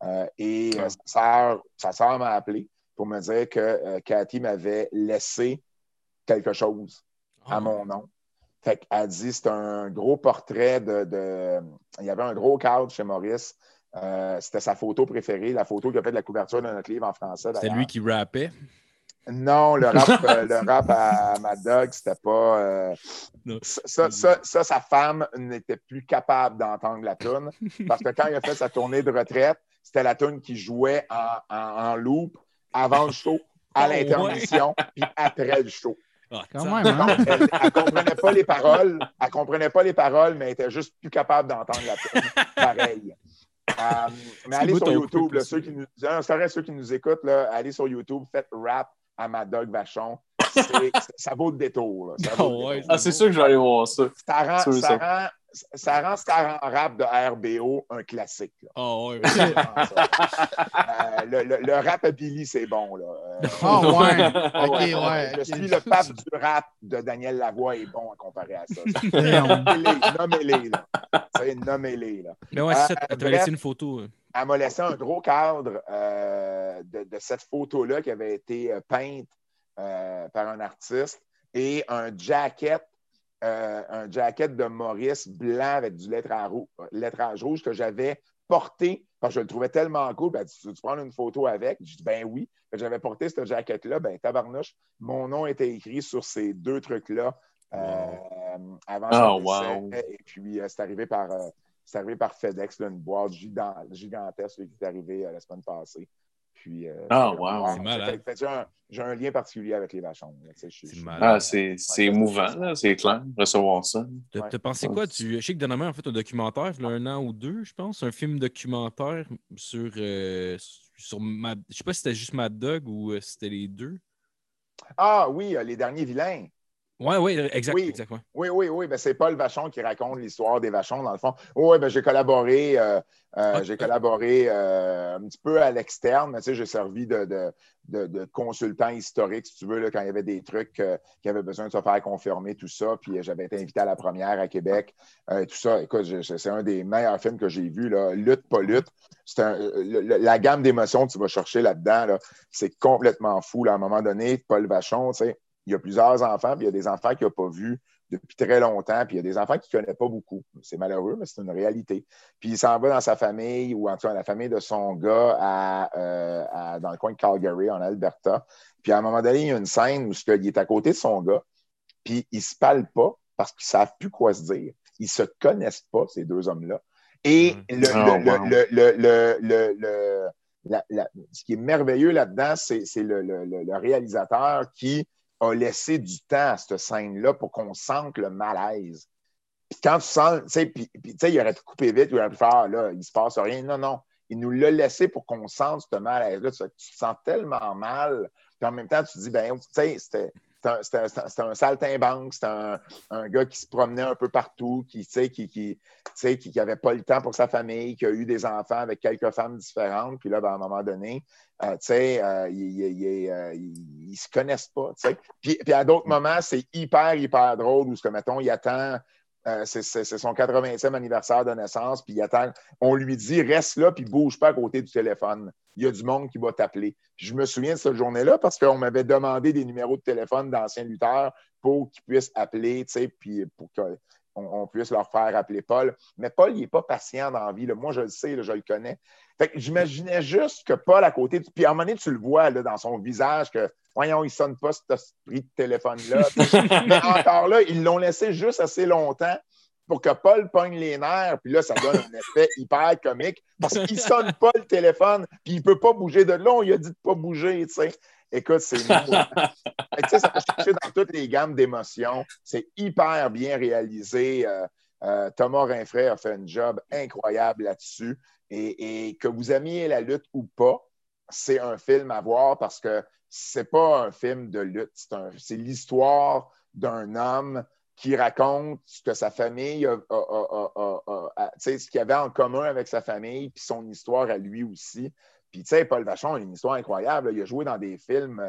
Sa sœur m'a appelé pour me dire que Cathy m'avait laissé quelque chose à mon nom. Fait qu'elle dit, c'est un gros portrait il y avait un gros cadre chez Maurice C'était sa photo préférée, la photo qui a fait de la couverture de notre livre en français. C'est lui qui rappait. Non, le rap à Mad Dog, c'était pas. Sa femme n'était plus capable d'entendre la toune parce que quand il a fait sa tournée de retraite, c'était la toune qui jouait en loop avant le show, à l'intermission, puis après le show. Quand même, hein? Elle ne comprenait pas les paroles. Elle comprenait pas les paroles, mais elle était juste plus capable d'entendre la toune. Pareil. Mais allez sur YouTube, là, ceux qui nous écoutent, là, allez sur YouTube, faites rap à Mad Dog Vachon. Ça vaut le détour. C'est sûr que je vais aller voir ça. Ça rend Star en rap de RBO un classique. Ouais. Le rap à Billy, c'est bon. Là. Je suis le pape du rap de Daniel Lavoie est bon à comparer à ça. Nommez-les. Nommez-les. Mais ouais, c'est ça. Tu as laissé une photo. Elle m'a laissé un gros cadre de cette photo-là qui avait été peinte par un artiste et un jacket de Maurice blanc avec du lettrage rouge que j'avais porté parce que je le trouvais tellement cool. Ben, tu prends une photo avec? Je dis ben oui. J'avais porté ce jacket-là. Ben, tabarnouche, mon nom était écrit sur ces deux trucs-là avant son décès. Et puis, c'est arrivé par FedEx, là, une boîte gigantesque qui est arrivée la semaine passée. Puis, c'est malade. J'ai un lien particulier avec les Vachons. C'est émouvant, là, c'est clair, recevoir ça. T'as pensé quoi? Je sais que dernièrement, en fait, un documentaire, il y a 1 an ou 2, je pense, un film documentaire sur Mad... Je sais pas si c'était juste Mad Dog ou c'était les deux. Ah oui, Les Derniers Vilains. Oui, exact. Oui, exact, ouais. oui. Ben, c'est Paul Vachon qui raconte l'histoire des Vachons, dans le fond. Oui, ben, j'ai collaboré un petit peu à l'externe, mais tu sais, j'ai servi de consultant historique, si tu veux, là, quand il y avait des trucs qui avaient besoin de se faire confirmer, tout ça. Puis j'avais été invité à la première à Québec. Tout ça, écoute, c'est un des meilleurs films que j'ai vu, là. Lutte, pas lutte. La gamme d'émotions que tu vas chercher là-dedans, là, c'est complètement fou. Là, à un moment donné, Paul Vachon, tu sais, il y a plusieurs enfants, puis il y a des enfants qu'il n'a pas vus depuis très longtemps, puis il y a des enfants qu'il ne connaît pas beaucoup. C'est malheureux, mais c'est une réalité. Puis il s'en va dans sa famille, ou en tout cas la famille de son gars dans le coin de Calgary, en Alberta. Puis à un moment donné, il y a une scène où il est à côté de son gars, puis ils ne se parlent pas parce qu'ils ne savent plus quoi se dire. Ils ne se connaissent pas, ces deux hommes-là. Et ce qui est merveilleux là-dedans, c'est le réalisateur qui a laissé du temps à cette scène-là pour qu'on sente le malaise. Puis quand tu sens, tu sais, il aurait pu couper vite, il aurait pu faire, là, il se passe rien. Non. Il nous l'a laissé pour qu'on sente ce malaise-là. Tu te sens tellement mal. Puis en même temps, tu te dis, ben, tu sais, c'était un saltimbanque, c'était un gars qui se promenait un peu partout, qui n'avait pas le temps pour sa famille, qui a eu des enfants avec quelques femmes différentes. Puis là, ben, à un moment donné, ils ne se connaissent pas. Puis à d'autres moments, c'est hyper drôle où, mettons, il attend. C'est son 80e anniversaire de naissance, puis il attend. On lui dit, reste là, puis bouge pas à côté du téléphone. Il y a du monde qui va t'appeler. Je me souviens de cette journée-là parce qu'on m'avait demandé des numéros de téléphone d'anciens lutteurs pour qu'ils puissent appeler, puis pour qu'on puisse leur faire appeler Paul. Mais Paul, il n'est pas patient dans la vie. Là. Moi, je le sais, là, je le connais. Fait que j'imaginais juste que Paul à côté, puis à un moment donné, tu le vois là, dans son visage que, voyons, il ne sonne pas cet esprit de téléphone-là. Mais encore là, ils l'ont laissé juste assez longtemps pour que Paul pogne les nerfs, puis là, ça donne un effet hyper comique parce qu'il ne sonne pas le téléphone, puis il ne peut pas bouger de là. On lui a dit de ne pas bouger, tu sais. Écoute, c'est nouveau. Ça va chercher dans toutes les gammes d'émotions. C'est hyper bien réalisé. Thomas Rinfret a fait un job incroyable là-dessus. Et que vous aimiez la lutte ou pas, c'est un film à voir parce que c'est pas un film de lutte. C'est l'histoire d'un homme qui raconte ce que sa famille ce qu'il avait en commun avec sa famille, puis son histoire à lui aussi. Puis, tu sais, Paul Vachon a une histoire incroyable. Il a joué dans des films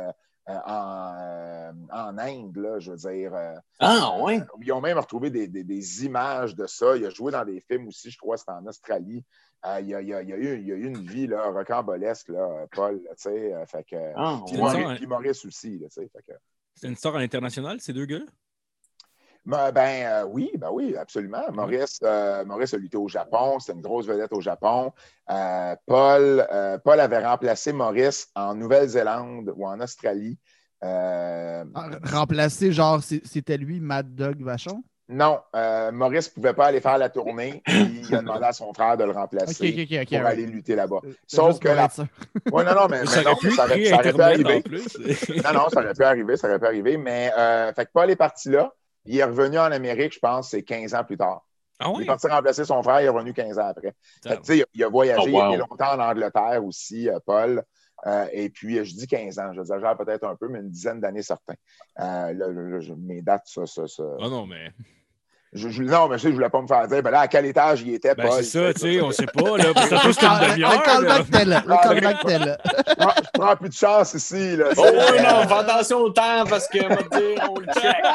en Inde, là, je veux dire. Oui? Ils ont même retrouvé des images de ça. Il a joué dans des films aussi, je crois, c'était en Australie. Il y a eu une vie là, rocambolesque, là, Paul. Tu sais, fait que. Puis Maurice aussi, tu sais. C'est une histoire à l'international, ces deux gars-là? Oui, absolument. Maurice a lutté au Japon. C'était une grosse vedette au Japon. Paul avait remplacé Maurice en Nouvelle-Zélande ou en Australie. Remplacé, genre, c'était lui, Mad Dog Vachon? Non, Maurice ne pouvait pas aller faire la tournée, puis il a demandé à son frère de le remplacer pour aller lutter là-bas. Sauf que Oui, non, mais ça non, aurait pu ça créer aurait pu Internet arriver. en plus. Non, ça aurait pu arriver, mais fait que Paul est parti là, il est revenu en Amérique, je pense, c'est 15 ans plus tard. Ah Il est oui? parti remplacer son frère, il est revenu 15 ans après. Fait que, il a voyagé, il a été longtemps en Angleterre aussi, Paul. Et puis, je dis 15 ans, j'exagère peut-être un peu, mais une dizaine d'années certains. Mes dates, ça. Ah non, mais. Non, mais je ne voulais pas me faire dire, ben là, à quel étage il était, Paul? C'est ça, tu sais, on ne sait pas, là. Parce que c'est une demi-heure. Le callback était là. Je prends plus de chance ici, là. Oh oui, non, fais attention au temps, parce que, on va te dire, on le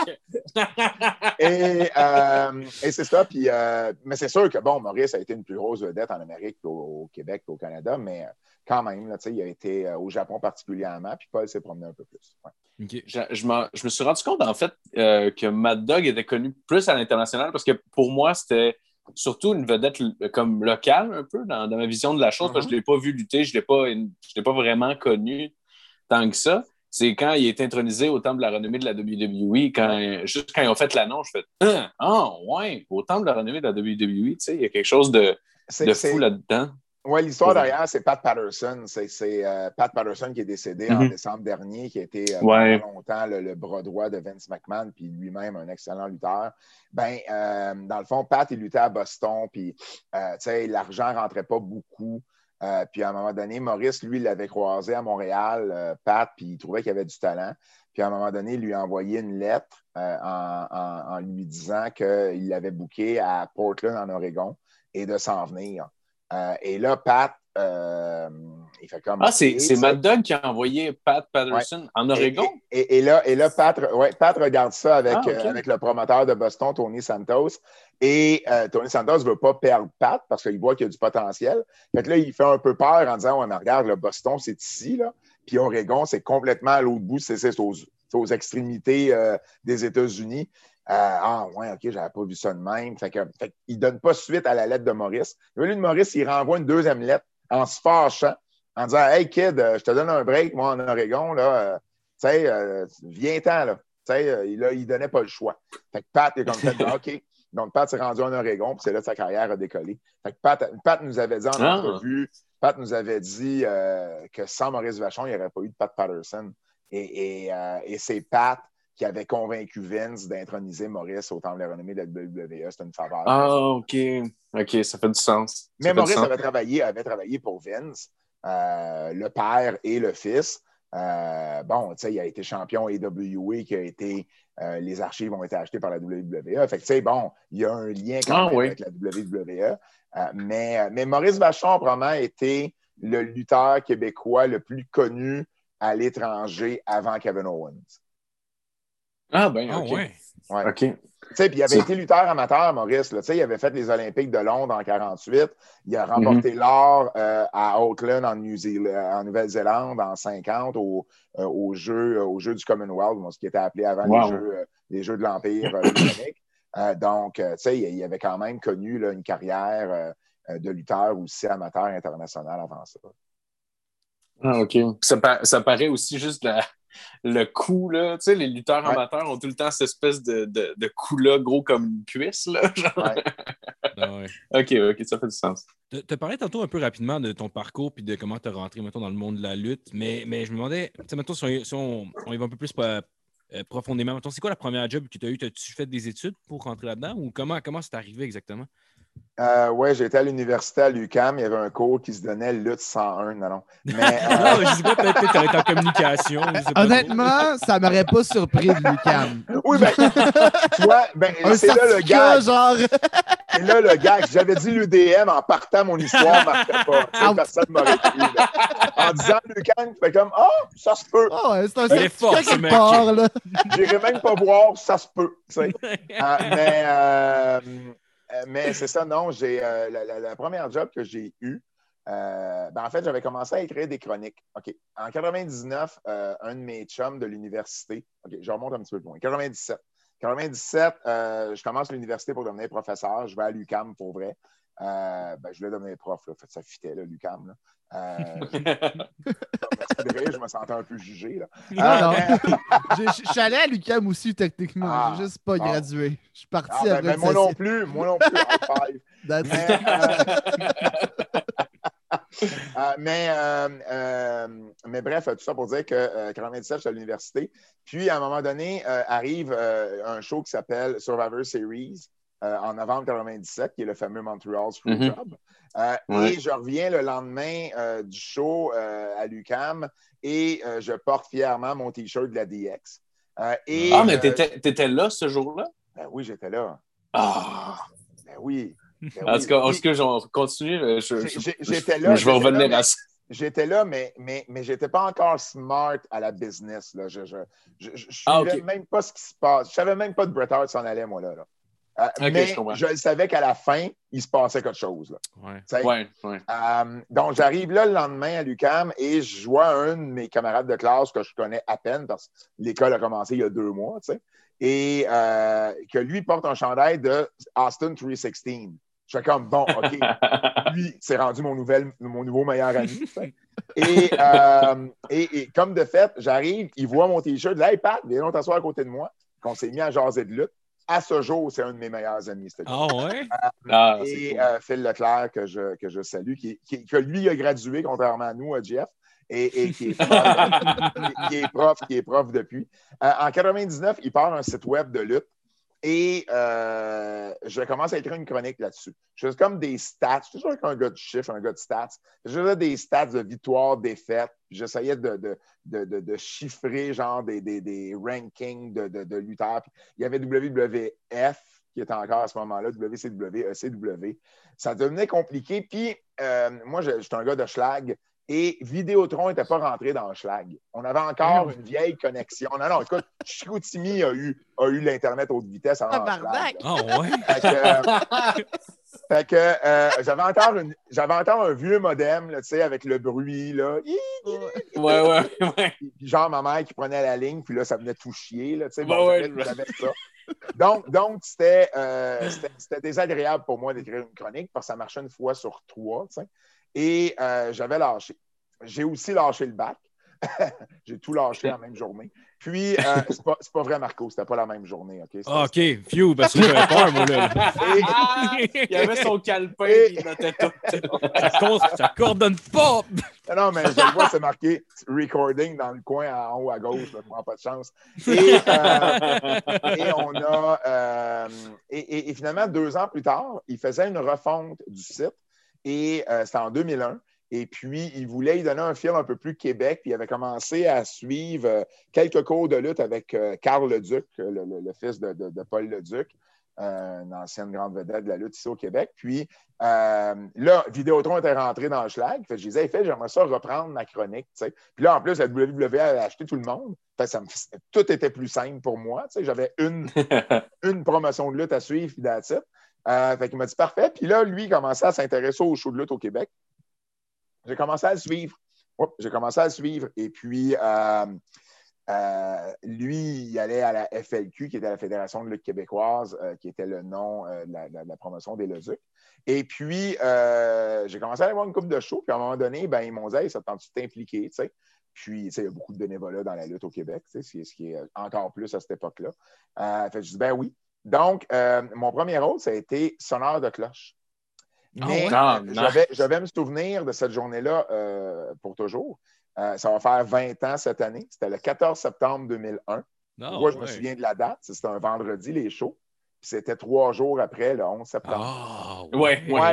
check. Et c'est ça, puis, mais c'est sûr que, bon, Maurice a été une plus grosse vedette en Amérique qu'au Québec, qu'au Canada, mais quand même, là, il a été au Japon particulièrement, puis Paul s'est promené un peu plus. Ouais. Okay. Je me suis rendu compte, en fait, que Mad Dog était connu plus à l'international parce que pour moi, c'était surtout une vedette comme locale, un peu, dans ma vision de la chose, parce que je ne l'ai pas vu lutter, je ne l'ai pas vraiment connu tant que ça. C'est quand il est intronisé au Temple de la renommée de la WWE, juste quand ils ont fait l'annonce, je fais ouais, au Temple de la renommée de la WWE, tu sais, il y a quelque chose de fou là-dedans. Oui, l'histoire derrière, c'est Pat Patterson. C'est Pat Patterson qui est décédé en décembre dernier, qui a été pendant longtemps le bras droit de Vince McMahon, puis lui-même un excellent lutteur. Dans le fond, Pat, il luttait à Boston, puis l'argent ne rentrait pas beaucoup. Puis à un moment donné, Maurice, lui, l'avait croisé à Montréal, Pat, puis il trouvait qu'il avait du talent. Puis à un moment donné, il lui a envoyé une lettre en lui disant qu'il l'avait booké à Portland, en Oregon, et de s'en venir. Et là, Pat, il fait comme... c'est Mad Dog qui a envoyé Pat Patterson en Oregon? Et là, Pat regarde ça avec le promoteur de Boston, Tony Santos. Et Tony Santos ne veut pas perdre Pat parce qu'il voit qu'il y a du potentiel. Fait que là, il fait un peu peur en disant, mais regarde, le Boston, c'est ici, là. Puis Oregon, c'est complètement à l'autre bout, c'est aux extrémités des États-Unis. OK, j'avais pas vu ça de même. Fait il donne pas suite à la lettre de Maurice. Lui de Maurice, il renvoie une deuxième lettre en se fâchant, en disant, hey kid, je te donne un break, moi, en Oregon, là, viens-t'en, là. Il donnait pas le choix. Fait que Pat est comme fait, OK. Donc, Pat s'est rendu en Oregon, puis c'est là que sa carrière a décollé. Fait que Pat nous avait dit en entrevue, Pat nous avait dit que sans Maurice Vachon, il n'y aurait pas eu de Pat Patterson. Et c'est Pat qui avait convaincu Vince d'introniser Maurice au Temple de la renommée de la WWE. C'était une faveur. OK. OK, ça fait du sens. Mais Maurice avait travaillé pour Vince, le père et le fils. Il a été champion AWA, qui a été... les archives ont été achetées par la WWE. Fait que, il y a un lien quand même avec la WWE. Mais Maurice Vachon a probablement été le lutteur québécois le plus connu à l'étranger avant Kevin Owens. OK. Ouais. OK. Puis il avait été lutteur amateur, Maurice. Là, il avait fait les Olympiques de Londres en 1948. Il a remporté l'or à Auckland, en Nouvelle-Zélande, en 1950, aux Jeux du Commonwealth, ce qui était appelé avant les Jeux de l'Empire britannique. Donc, il avait quand même connu là, une carrière de lutteur aussi amateur international avant ça. OK. Ça paraît aussi juste le coup, là. Tu sais, les lutteurs amateurs ont tout le temps cette espèce de coup-là, gros comme une cuisse, là. OK, ça fait du sens. Tu as parlé tantôt un peu rapidement de ton parcours puis de comment tu es rentré, mettons, dans le monde de la lutte, mais je me demandais, tu sais, mettons, si on y va un peu plus profondément, mettons, c'est quoi la première job que tu as eue? As-tu fait des études pour rentrer là-dedans ou comment c'est arrivé exactement? Oui, j'étais à l'université à l'UQAM. Il y avait un cours qui se donnait Lutte 101. Non. Mais, non, je sais pas, peut-être que tu aurais été en communication. Honnêtement, ça m'aurait pas surpris de l'UQAM. Oui, c'est là le gars. Genre... C'est là le gars. J'avais dit l'UDM en partant, mon histoire ne marquait pas. Personne ne m'aurait cru. En disant l'UQAM, tu fais comme ça se peut. C'est un certificat quelque part, là. J'irai même pas voir, ça se peut. Mais c'est ça, non. J'ai la première job que j'ai eue, en fait, j'avais commencé à écrire des chroniques. OK. En 99, un de mes chums de l'université, OK, je remonte un petit peu plus loin. 97. 97, je commence l'université pour devenir professeur. Je vais à l'UQAM pour vrai. Je voulais devenir prof. Là. Ça fitait, l'UQAM. Merci de rire, je me sentais un peu jugé. Là. Je suis allé à l'UQAM aussi, techniquement. J'ai juste pas gradué. Je suis parti après. Moi non plus, high five. Mais bref, tout ça pour dire que 97, je suis à l'université. Puis, à un moment donné, arrive un show qui s'appelle Survivor Series en novembre 97, qui est le fameux Montreal Screwjob. Et je reviens le lendemain du show à l'UQAM et je porte fièrement mon T-shirt de la DX. Mais t'étais là ce jour-là? Ben oui, j'étais là. Ah! Ben oui. En tout cas, on continue. J'étais là. Je vais revenir à ça. J'étais là, mais je n'étais pas encore smart à la business. Là. Je ne suivais même pas ce qui se passe. Je ne savais même pas de Bret Hart s'en allait, moi, là. Mais je savais qu'à la fin, il se passait quelque chose. Là. Donc, j'arrive là le lendemain à l'UQAM et je vois un de mes camarades de classe que je connais à peine parce que l'école a commencé il y a 2 mois. Et que lui porte un chandail de Austin 316. Je fais comme, bon, OK, lui, c'est rendu mon nouveau meilleur ami. Et comme de fait, j'arrive, il voit mon T-shirt, là, hey Pat, viens donc t'asseoir à côté de moi, qu'on s'est mis à jaser de lutte. À ce jour, c'est un de mes meilleurs amis. Et Phil Leclerc, que je salue, que lui a gradué, contrairement à nous, à Jeff. Et qui est prof depuis. En 99, il part un site web de lutte et je commence à écrire une chronique là-dessus. Je fais comme des stats. Je suis toujours un gars de chiffres, un gars de stats. Je faisais des stats de victoires, défaites. J'essayais de chiffrer genre des rankings de lutteurs. Puis, il y avait WWF qui était encore à ce moment-là, WCW, ECW. Ça devenait compliqué. Puis moi, je suis un gars de schlag. Et Vidéotron n'était pas rentré dans le schlag. On avait encore une vieille connexion. Non, écoute, Chicoutimi a eu l'Internet haute vitesse avant le schlag. Fait que j'avais encore un vieux modem, là, avec le bruit. Là. Puis genre ma mère qui prenait la ligne, puis là, ça venait tout chier. Là, j'avais ça. Donc c'était désagréable pour moi d'écrire une chronique parce que ça marchait une fois sur 3. Et j'avais lâché. J'ai aussi lâché le bac. J'ai tout lâché en même journée. Puis, c'est pas vrai, Marco, c'était pas la même journée. OK, phew, parce que j'avais peur, moi, là. Il avait son calepin, il notait tout. Ça coordonne pas! Non, mais je le vois, c'est marqué « recording » dans le coin en haut à gauche. Je ne prends pas de chance. Et on a... et finalement, 2 ans plus tard, il faisait une refonte du site. Et c'était en 2001. Et puis, il voulait y donner un fil un peu plus Québec. Puis, il avait commencé à suivre quelques cours de lutte avec Carl Leduc, le fils de Paul Leduc, une ancienne grande vedette de la lutte ici au Québec. Puis, là, Vidéotron était rentré dans le schlag. Fait que je disais, j'aimerais ça reprendre ma chronique. T'sais. Puis là, en plus, la WWE avait acheté tout le monde. Fait que tout était plus simple pour moi. T'sais. J'avais une promotion de lutte à suivre, puis that's it. Fait qu'il m'a dit parfait. Puis là, lui, il commençait à s'intéresser aux shows de lutte au Québec. J'ai commencé à le suivre. Et puis, lui, il allait à la FLQ, qui était la Fédération de lutte québécoise, qui était le nom de la promotion des Leduc. Et puis, j'ai commencé à aller voir une couple de shows. Puis, à un moment donné, ils m'ont dit hey, ça te tente-tu de t'impliquer? T'sais? Puis, il y a beaucoup de bénévolat dans la lutte au Québec, ce qui est encore plus à cette époque-là. Fait que je dis ben oui. Donc, mon premier rôle, ça a été sonneur de cloche. Mais je vais me souvenir de cette journée-là pour toujours. Ça va faire 20 ans cette année. C'était le 14 septembre 2001. Moi, je me souviens de la date. C'était un vendredi, les shows. Puis c'était 3 jours après, le 11 septembre. Moi,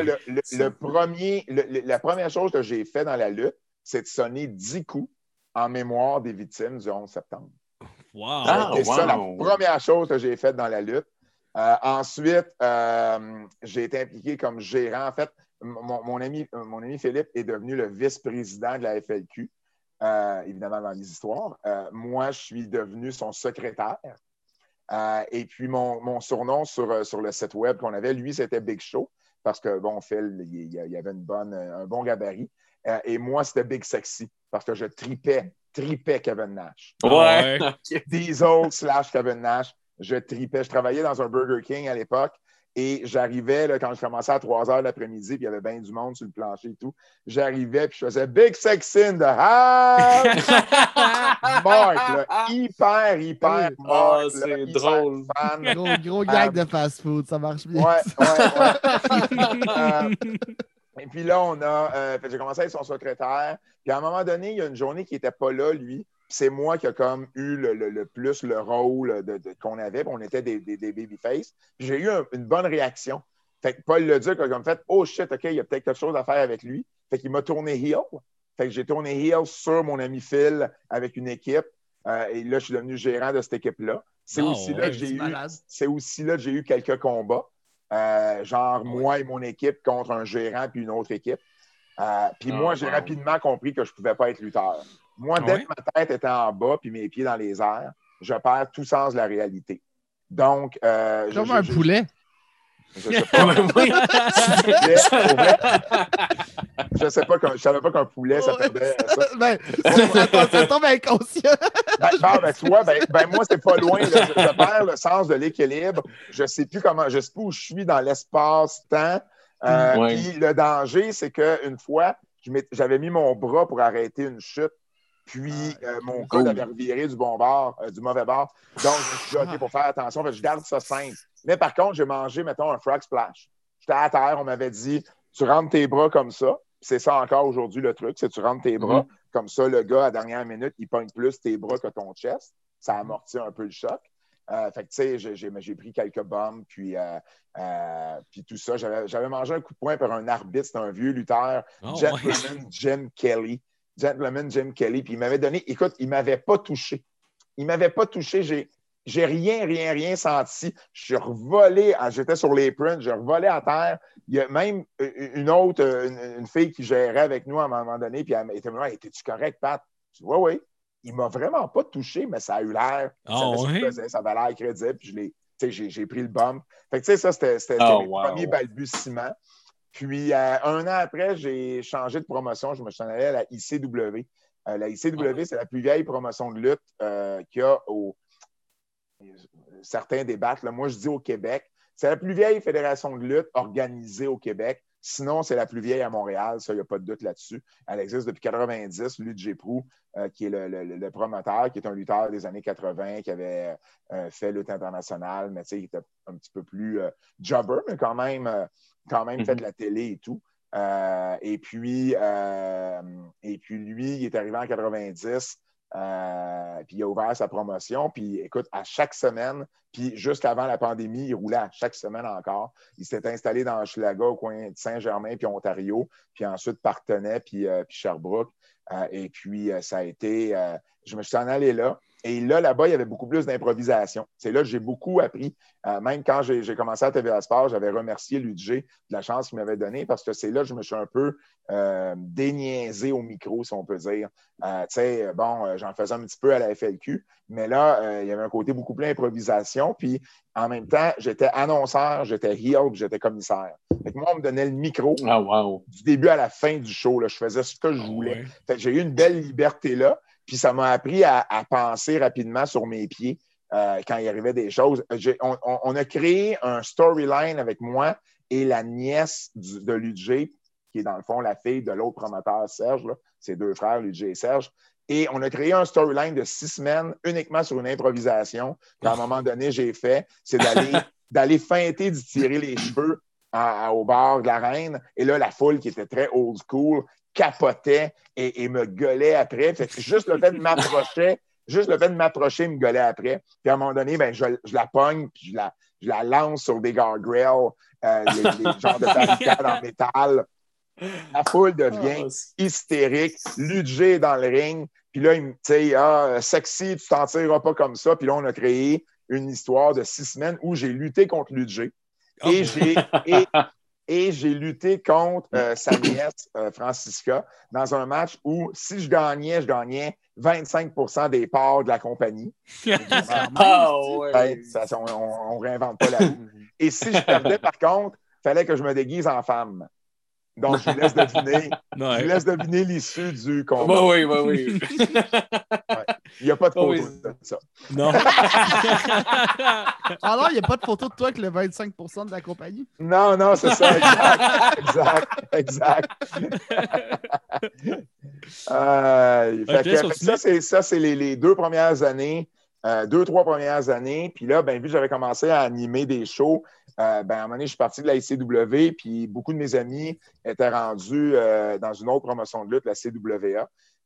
la première chose que j'ai fait dans la lutte, c'est de sonner 10 coups en mémoire des victimes du 11 septembre. C'est ça la première chose que j'ai faite dans la lutte. Ensuite, j'ai été impliqué comme gérant. En fait, mon ami Philippe est devenu le vice-président de la FLQ, évidemment dans les histoires. Moi, je suis devenu son secrétaire. Et puis, mon surnom sur le site web qu'on avait, lui, c'était Big Show, parce que, bon, Phil, il y avait un bon gabarit. Et moi, c'était Big Sexy, parce que je tripais Kevin Nash. Ouais. Diesel / Kevin Nash. Je tripais. Je travaillais dans un Burger King à l'époque. Et j'arrivais, là, quand je commençais à 3 heures l'après-midi, puis il y avait bien du monde sur le plancher et tout, j'arrivais, puis je faisais Big Sex in the house! Mark, là, hyper Mark, c'est là, drôle. Fan. Gros gag de fast-food, ça marche bien. Ouais. Et puis là, j'ai commencé à être son secrétaire. Puis à un moment donné, il y a une journée qui n'était pas là, lui. C'est moi qui a comme eu le plus le rôle qu'on avait. On était des babyface. Puis j'ai eu une bonne réaction. Fait que Paul Leduc a comme fait « Oh shit, OK, il y a peut-être quelque chose à faire avec lui. » Fait qu'il m'a tourné heel. Fait que j'ai tourné heel sur mon ami Phil avec une équipe. Et là, je suis devenu gérant de cette équipe-là. C'est aussi là que j'ai eu quelques combats. Moi et mon équipe contre un gérant puis une autre équipe. Puis moi, j'ai rapidement compris que je ne pouvais pas être lutteur. Moi, dès que ma tête était en bas puis mes pieds dans les airs, je perds tout sens de la réalité. Donc, comme un poulet. Je sais pas. Je savais pas qu'un poulet, ça perdait ça. Ça tombe inconscient. Moi, c'est pas loin. Là. Je perds le sens de l'équilibre. Je sais plus où je suis dans l'espace-temps. Puis le danger, c'est qu'une fois, j'avais mis mon bras pour arrêter une chute. Puis mon coude avait reviré du mauvais bord. Donc, je me suis dit, OK, pour faire attention, je garde ça simple. Mais par contre, j'ai mangé, mettons, un frog splash. J'étais à terre, on m'avait dit, tu rentres tes bras comme ça. C'est ça encore aujourd'hui le truc, c'est tu rentres tes bras. Comme ça, le gars, à la dernière minute, il pogne plus tes bras que ton chest. Ça amortit un peu le choc. Fait que, tu sais, j'ai pris quelques bombes, puis tout ça. J'avais mangé un coup de poing par un arbitre, c'était un vieux lutteur, Gentleman Jim Kelly. Puis il m'avait donné, écoute, il ne m'avait pas touché. J'ai rien senti. Je suis revolé, j'étais sur l'apron, j'ai revolé à terre. Il y a même une fille qui gérait avec nous à un moment donné, puis elle était là, « Étais-tu correct, Pat? » Je dis, « Oui. » Il ne m'a vraiment pas touché, mais ça a eu l'air. Ça avait l'air crédible, puis j'ai pris le bump. Fait que, tu sais, ça, c'était mes premiers balbutiements. Puis, un an après, j'ai changé de promotion. Je me suis allé à la ICW. La ICW, c'est la plus vieille promotion de lutte qu'il y a certains débattent. Là, moi, je dis au Québec. C'est la plus vieille fédération de lutte organisée au Québec. Sinon, c'est la plus vieille à Montréal. Ça, il n'y a pas de doute là-dessus. Elle existe depuis 90. Lutte Géproux, qui est le promoteur, qui est un lutteur des années 80, qui avait fait lutte internationale, mais tu sais, il était un petit peu plus jobber, mais quand même fait de la télé et tout. Et puis, lui, il est arrivé en 90. Puis il a ouvert sa promotion. Puis écoute, à chaque semaine, puis juste avant la pandémie, il roulait à chaque semaine encore. Il s'était installé dans Hochelaga, au coin de Saint-Germain, puis Ontario, puis ensuite Partenay, puis Sherbrooke. Et puis ça a été... je me suis en allé là. Et là-bas, il y avait beaucoup plus d'improvisation. C'est là que j'ai beaucoup appris. Même quand j'ai commencé à TVA Sport, j'avais remercié l'UDG de la chance qu'il m'avait donnée parce que c'est là que je me suis un peu déniaisé au micro, si on peut dire. J'en faisais un petit peu à la FLQ, mais là, il y avait un côté beaucoup plus improvisation. Puis en même temps, j'étais annonceur, j'étais heel, puis j'étais commissaire. Fait que moi, on me donnait le micro du début à la fin du show. Là, je faisais ce que je voulais. Fait que j'ai eu une belle liberté là. Puis ça m'a appris à penser rapidement sur mes pieds quand il arrivait des choses. On a créé un storyline avec moi et la nièce de l'UDG, qui est dans le fond la fille de l'autre promoteur, Serge. Ses deux frères, l'UDG et Serge. Et on a créé un storyline de 6 semaines uniquement sur une improvisation qu'à un moment donné, j'ai fait. C'est d'aller feinter, d'y tirer les cheveux au bar de la Reine. Et là, la foule qui était très old school capotait et me gueulait après. Fait que juste le fait de m'approcher, me gueulait après. Puis à un moment donné, je la pogne, puis je la lance sur des guardrails, les genres de barricades en métal. La foule devient hystérique. L'UDG est dans le ring. Puis là, il me dit, sexy, tu t'en tireras pas comme ça. Puis là, on a créé une histoire de 6 semaines où j'ai lutté contre l'UDG. Et j'ai lutté contre sa nièce, Francisca, dans un match où, si je gagnais 25% des parts de la compagnie. On ne réinvente pas la roue. Et si je perdais, par contre, il fallait que je me déguise en femme. Donc, je vous laisse deviner l'issue du combat. Oui. Il n'y a pas de photo oui. de ça. Non. Alors, il n'y a pas de photo de toi avec le 25% de la compagnie? Non, c'est ça, exact. Ça, c'est les 2-3 premières années. Puis là, vu que j'avais commencé à animer des shows, à un moment donné, je suis parti de la ICW, puis beaucoup de mes amis étaient rendus dans une autre promotion de lutte, la CWA.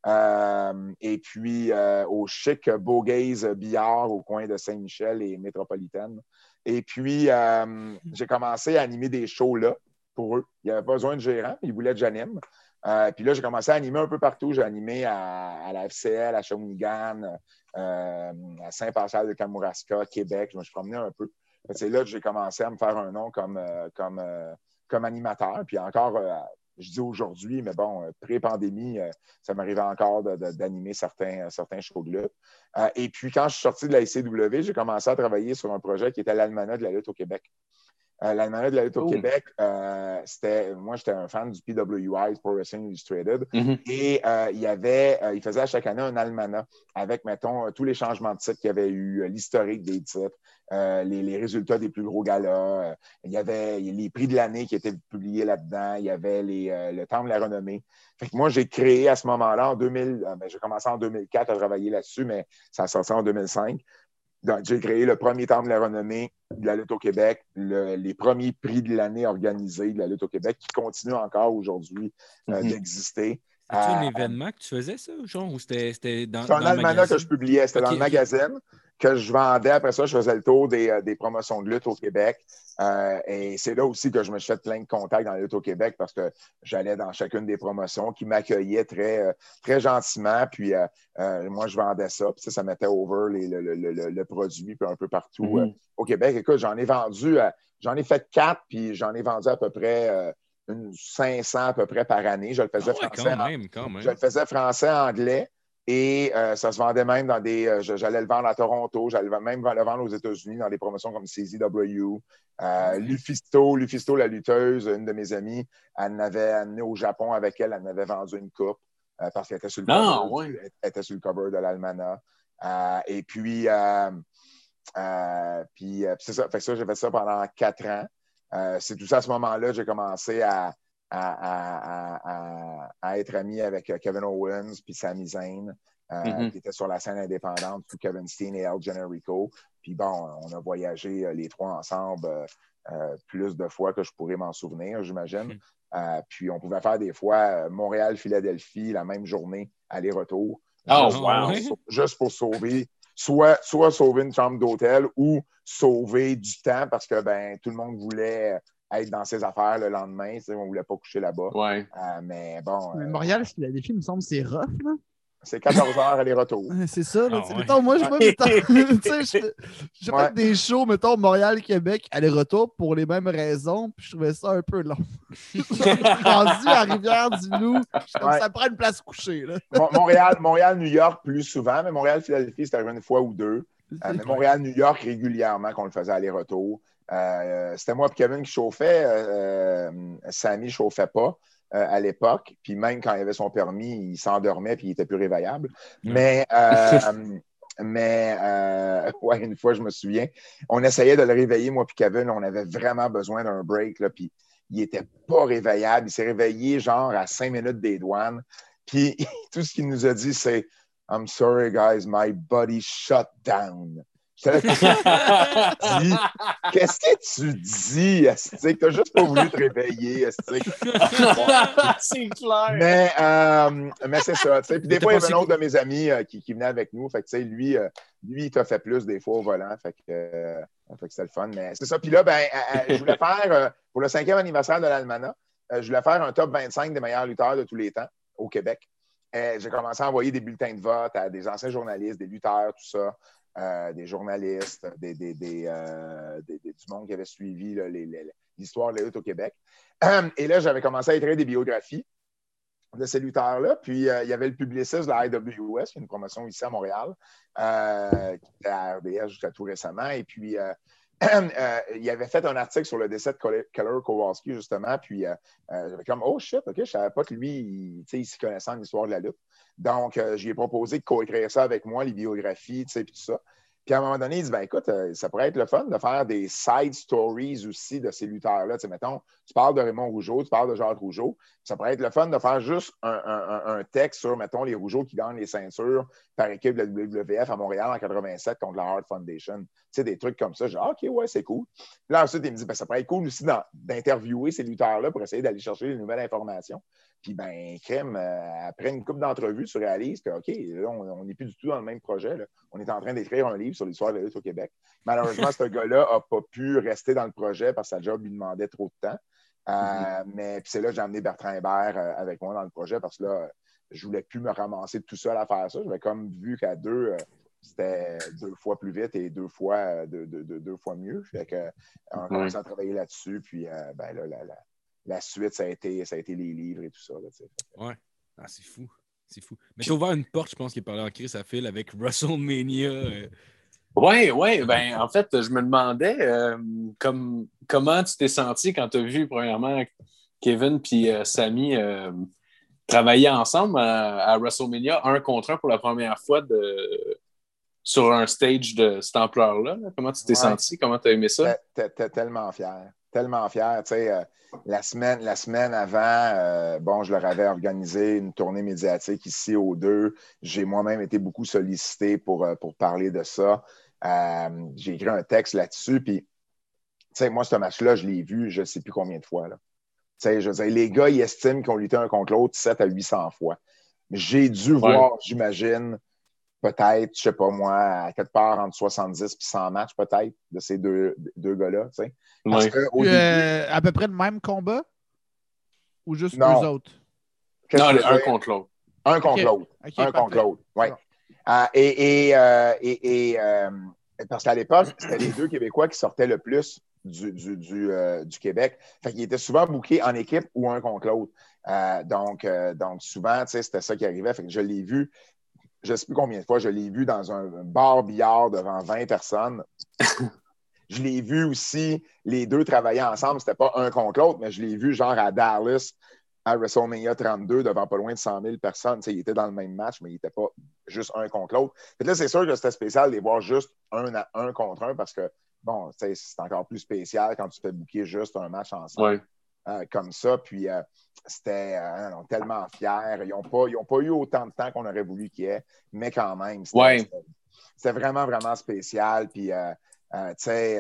Et puis au chic Beaugaze Billard au coin de Saint-Michel et Métropolitaine. Et puis j'ai commencé à animer des shows là pour eux. Il n'y avait pas besoin de gérant, ils voulaient que j'anime. Puis là, j'ai commencé à animer un peu partout. J'ai animé à la FCL, à Shawinigan, à Saint-Pascal-de-Kamouraska, Québec. Je me suis promené un peu. C'est là que j'ai commencé à me faire un nom comme animateur. Puis encore, je dis aujourd'hui, mais bon, pré-pandémie, ça m'arrivait encore d'animer certains shows de lutte. Et puis, quand je suis sorti de la ICW, j'ai commencé à travailler sur un projet qui était l'Almanach de la lutte au Québec. L'Almanach de la lutte au Québec, moi, j'étais un fan du PWI, Pro Wrestling Illustrated, et il faisait à chaque année un almanach avec, mettons, tous les changements de titre qu'il y avait eu, l'historique des titres, les résultats des plus gros galas, il y avait les prix de l'année qui étaient publiés là-dedans, il y avait le Temple de la renommée. Fait que moi, j'ai créé à ce moment-là, j'ai commencé en 2004 à travailler là-dessus, mais ça a sorti en 2005. Donc, j'ai créé le premier Temple de la renommée de la lutte au Québec, les premiers prix de l'année organisés de la lutte au Québec qui continuent encore aujourd'hui d'exister. C'était un événement que tu faisais, ça, genre, ou c'était dans un almanach que je publiais. C'était dans le magazine que je vendais. Après ça, je faisais le tour des promotions de lutte au Québec. Et c'est là aussi que je me suis fait plein de contacts dans la lutte au Québec parce que j'allais dans chacune des promotions qui m'accueillaient très, très gentiment. Puis moi, je vendais ça. Puis ça mettait over le produit puis un peu partout au Québec. Écoute, j'en ai fait 4, puis j'en ai vendu à peu près 500 à peu près par année. Je le faisais français. Quand même. Je le faisais français, anglais. Et ça se vendait même dans des... j'allais le vendre à Toronto, j'allais même le vendre aux États-Unis dans des promotions comme CZW. Lufisto, la lutteuse, une de mes amies, elle m'avait amené au Japon avec elle, elle m'avait vendu une coupe parce qu'elle était sur le cover, elle était sur le cover de l'Almanach. Et puis, c'est ça. Fait que ça, j'ai fait ça pendant 4 ans. C'est tout ça à ce moment-là, j'ai commencé à être ami avec Kevin Owens puis Sami Zayn, qui était sur la scène indépendante sous Kevin Steen et El Generico. Puis bon, on a voyagé les trois ensemble plus de fois que je pourrais m'en souvenir, j'imagine. Puis on pouvait faire des fois Montréal-Philadelphie la même journée, aller-retour. Juste pour sauver, soit sauver une chambre d'hôtel ou sauver du temps parce que tout le monde voulait être dans ses affaires le lendemain. On ne voulait pas coucher là-bas. Ouais. Mais Montréal-Philadelphie, il me semble c'est rough, là. C'est 14 heures aller-retour. C'est ça. Là, mettons, moi, j'ai fait des shows, mettons, Montréal-Québec, aller-retour pour les mêmes raisons, puis je trouvais ça un peu long. Rendu à Rivière-du-Loup, ça prend une place couchée. Là. Montréal-New York plus souvent, mais Montréal-Philadelphie, c'était arrivé une fois ou deux. Mais Montréal-New York, régulièrement, qu'on le faisait aller-retour. C'était moi et Kevin qui chauffait. Sami ne chauffait pas. À l'époque, puis même quand il avait son permis, il s'endormait puis il était plus réveillable. Mais une fois, je me souviens, on essayait de le réveiller, moi puis Kevin, on avait vraiment besoin d'un break, là, puis il était pas réveillable. Il s'est réveillé genre à 5 minutes des douanes. Puis tout ce qu'il nous a dit, c'est « I'm sorry, guys, my body shut down ». Qu'est-ce que tu dis? T'as juste pas voulu te réveiller. C'est clair. Mais c'est ça. Puis des fois, il y avait un autre de mes amis qui venait avec nous. Fait que, lui, il t'a fait plus des fois au volant. Fait que c'était le fun. Mais c'est ça. Puis là, je voulais faire, pour le 5e anniversaire de l'Almanach, je voulais faire un top 25 des meilleurs lutteurs de tous les temps au Québec. J'ai commencé à envoyer des bulletins de vote à des anciens journalistes, des lutteurs, tout ça. Des journalistes, du monde qui avait suivi là, l'histoire de la lutte au Québec. Et là, j'avais commencé à écrire des biographies de ces lutteurs-là. Puis, il y avait le publiciste de la IWS, qui est une promotion ici à Montréal, qui était à RDS jusqu'à tout récemment. Et puis, il avait fait un article sur le décès de Keller Kowalski, justement, puis j'avais comme, oh shit, OK, je ne savais pas que lui, il s'y connaissait en histoire de la lutte. Donc, je lui ai proposé de coécrire ça avec moi, les biographies, puis tout ça. Puis à un moment donné, il dit, ben écoute, ça pourrait être le fun de faire des side stories aussi de ces lutteurs-là. Mettons, tu parles de Raymond Rougeau, tu parles de Jacques Rougeau. Ça pourrait être le fun de faire juste un texte sur, mettons, les Rougeau qui gagnent les ceintures par équipe de la WWF à Montréal en 87 contre la Hart Foundation. Tu sais, des trucs comme ça. Genre, OK, ouais, c'est cool. Puis là, ensuite, il me dit, ben, ça pourrait être cool aussi d'interviewer ces lutteurs-là pour essayer d'aller chercher les nouvelles informations. Puis, ben, crème, après une couple d'entrevues, tu réalises que, OK, là, on n'est plus du tout dans le même projet. Là. On est en train d'écrire un livre sur l'histoire de la lutte au Québec. Malheureusement, ce gars-là n'a pas pu rester dans le projet parce que sa job lui demandait trop de temps. Mais c'est là que j'ai amené Bertrand Hébert avec moi dans le projet parce que là, je ne voulais plus me ramasser tout seul à faire ça. J'avais comme vu qu'à deux, c'était 2 fois plus vite et 2 fois, deux fois mieux. Fait que, on a commencé à travailler là-dessus. Puis, ben là, la suite, ça a été les livres et tout ça. Là, ouais. Ah, c'est fou. C'est fou. Mais tu as ouvert une porte, je pense, qui est parlé en crise à fil avec WrestleMania. Oui. Ben, en fait, je me demandais comment tu t'es senti quand tu as vu, premièrement, Kevin et Sami travailler ensemble à WrestleMania, 1 contre 1 pour la première fois sur un stage de cette ampleur-là. Comment tu t'es senti? Comment tu as aimé ça? T'es tellement fier. Tellement fier. Tu sais, la semaine avant, bon, je leur avais organisé une tournée médiatique ici aux deux. J'ai moi-même été beaucoup sollicité pour parler de ça. J'ai écrit un texte là-dessus. Puis, tu sais, moi, ce match-là, je l'ai vu je ne sais plus combien de fois. Là. Tu sais, je veux dire, les gars, ils estiment qu'ils ont lutté un contre l'autre 700 à 800 fois. J'ai dû voir, j'imagine, peut-être, je ne sais pas moi, à quelque part entre 70 et 100 matchs, peut-être, de ces deux gars-là. Tu sais. Parce qu'au début, à peu près le même combat ou juste non. eux autres? Non, un contre l'autre. Un contre l'autre. Un contre l'autre, oui. Parce qu'à l'époque, c'était les 2 Québécois qui sortaient le plus du Québec. Fait qu'ils étaient souvent bookés en équipe ou un contre l'autre. Donc, souvent, c'était ça qui arrivait. Fait que je l'ai vu, je ne sais plus combien de fois, je l'ai vu dans un bar billard devant 20 personnes. Je l'ai vu aussi, les 2 travailler ensemble. C'était pas un contre l'autre, mais je l'ai vu genre à Dallas, à WrestleMania 32, devant pas loin de 100 000 personnes. T'sais, il était dans le même match, mais il n'était pas juste un contre l'autre. Là, c'est sûr que c'était spécial de les voir juste 1 contre 1 parce que, bon, c'est encore plus spécial quand tu fais booker juste un match ensemble comme ça. Puis, c'était tellement fiers. Ils n'ont pas eu autant de temps qu'on aurait voulu qu'il y ait, mais quand même, c'était vraiment, vraiment spécial. Puis, tu